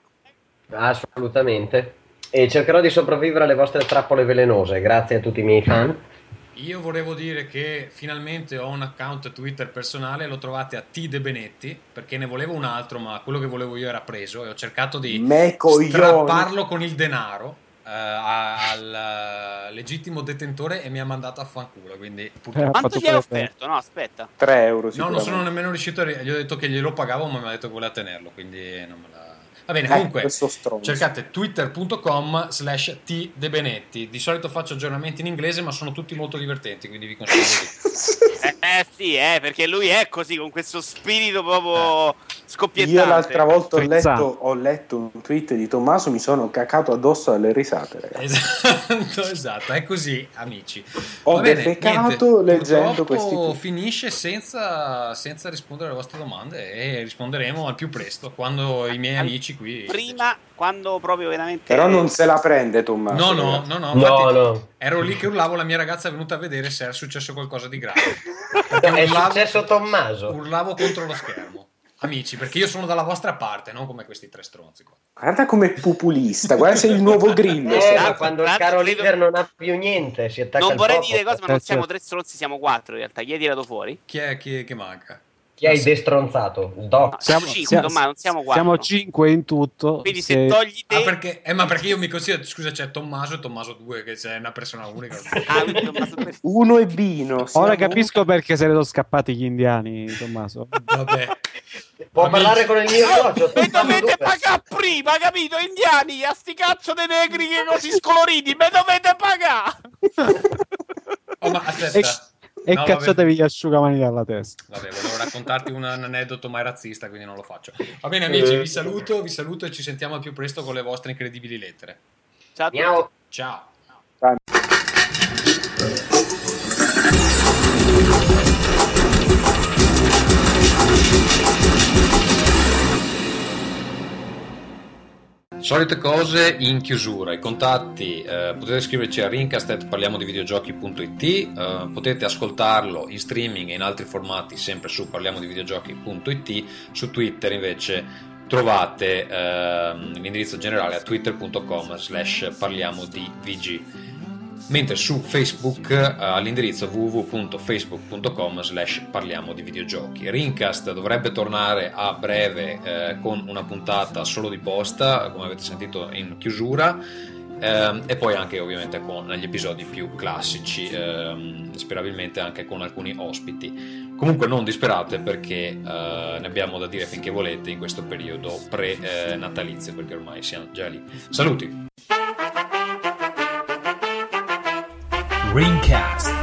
Assolutamente. E cercherò di sopravvivere alle vostre trappole velenose. Grazie a tutti i miei fan. Io volevo dire che finalmente ho un account Twitter personale, lo trovate a T De Benetti, perché ne volevo un altro, ma quello che volevo io era preso e ho cercato di Me coglioni. strapparlo con il denaro eh, a- al eh, legittimo detentore e mi ha mandato a fanculo, quindi Eh, purtroppo... ha Quanto fatto gli hai quello che- offerto? No, aspetta. tre euro No, sicuramente. non sono nemmeno riuscito a... ri- Gli ho detto che glielo pagavo, ma mi ha detto che voleva tenerlo, quindi non me la... Va bene, Eh, comunque, questo stronzo. cercate twitter.com slash T De Benetti. Di solito faccio aggiornamenti in inglese, ma sono tutti molto divertenti, quindi vi consiglio di... Eh, eh, sì, eh, perché lui è così, con questo spirito proprio scoppiettante. Io l'altra volta ho Frizzante. letto, ho letto un tweet di Tommaso, mi sono cacato addosso alle risate, ragazzi. Esatto, esatto, è così, amici. Ho Va bene, defecato niente, leggendo purtroppo questi tweet. finisce senza, senza rispondere alle vostre domande e risponderemo al più presto quando i miei amici qui... Prima, quando proprio veramente... Però non se la prende Tommaso. No, no, ragazzi. no, no, No, infatti no. ero lì che urlavo, la mia ragazza è venuta a vedere se era successo qualcosa di grave. Perché È urlavo, successo Tommaso. urlavo contro lo schermo. Amici, perché io sono dalla vostra parte, non come questi tre stronzi qua. Guarda com'è populista, guarda sei il nuovo Grillo. Eh, sei. ma quando il Tra caro l'altro, leader non ha più niente, si attacca Non al vorrei popolo. dire cose, ma non Eh, siamo certo. tre stronzi, siamo quattro in realtà. Chi hai tirato fuori? Chi è chi, che manca? Chi hai destronzato? No, Doc. siamo cinque, ma non siamo quattro. siamo cinque in tutto. Quindi se- se togli te... Ah, perché, eh, ma perché io mi considero, scusa, c'è Tommaso e Tommaso due, che c'è una persona unica. Ah, quindi Tommaso per- Uno e Bino. siamo- Ora capisco perché se ne sono scappati gli indiani, Tommaso. Vabbè. Può Amici. parlare con il mio socio. E Tommaso dovete due. pagare prima, capito? Indiani, a sti cazzo dei negri che così scoloriti, me dovete pagare! Oh, ma aspetta. E No, cacciatevi gli asciugamani dalla testa. Vabbè, volevo raccontarti un, un aneddoto mai razzista, quindi non lo faccio. Va bene, amici, vi saluto, vi saluto e ci sentiamo al più presto con le vostre incredibili lettere. Ciao a tutti. Miau. Ciao. Solite cose in chiusura, i contatti eh, potete scriverci a rincast at parliamodivideogiochi.it, eh, potete ascoltarlo in streaming e in altri formati sempre su parliamodivideogiochi.it, su Twitter invece trovate eh, l'indirizzo generale a twitter.com slash parliamodivg, mentre su Facebook eh, all'indirizzo w w w punto facebook punto com slash parliamo di videogiochi. Rincast dovrebbe tornare a breve eh, con una puntata solo di posta, come avete sentito in chiusura, eh, e poi anche ovviamente con gli episodi più classici, eh, sperabilmente anche con alcuni ospiti. Comunque non disperate, perché eh, ne abbiamo da dire finché volete in questo periodo pre-natalizio, perché ormai siamo già lì. Saluti! Ringcast.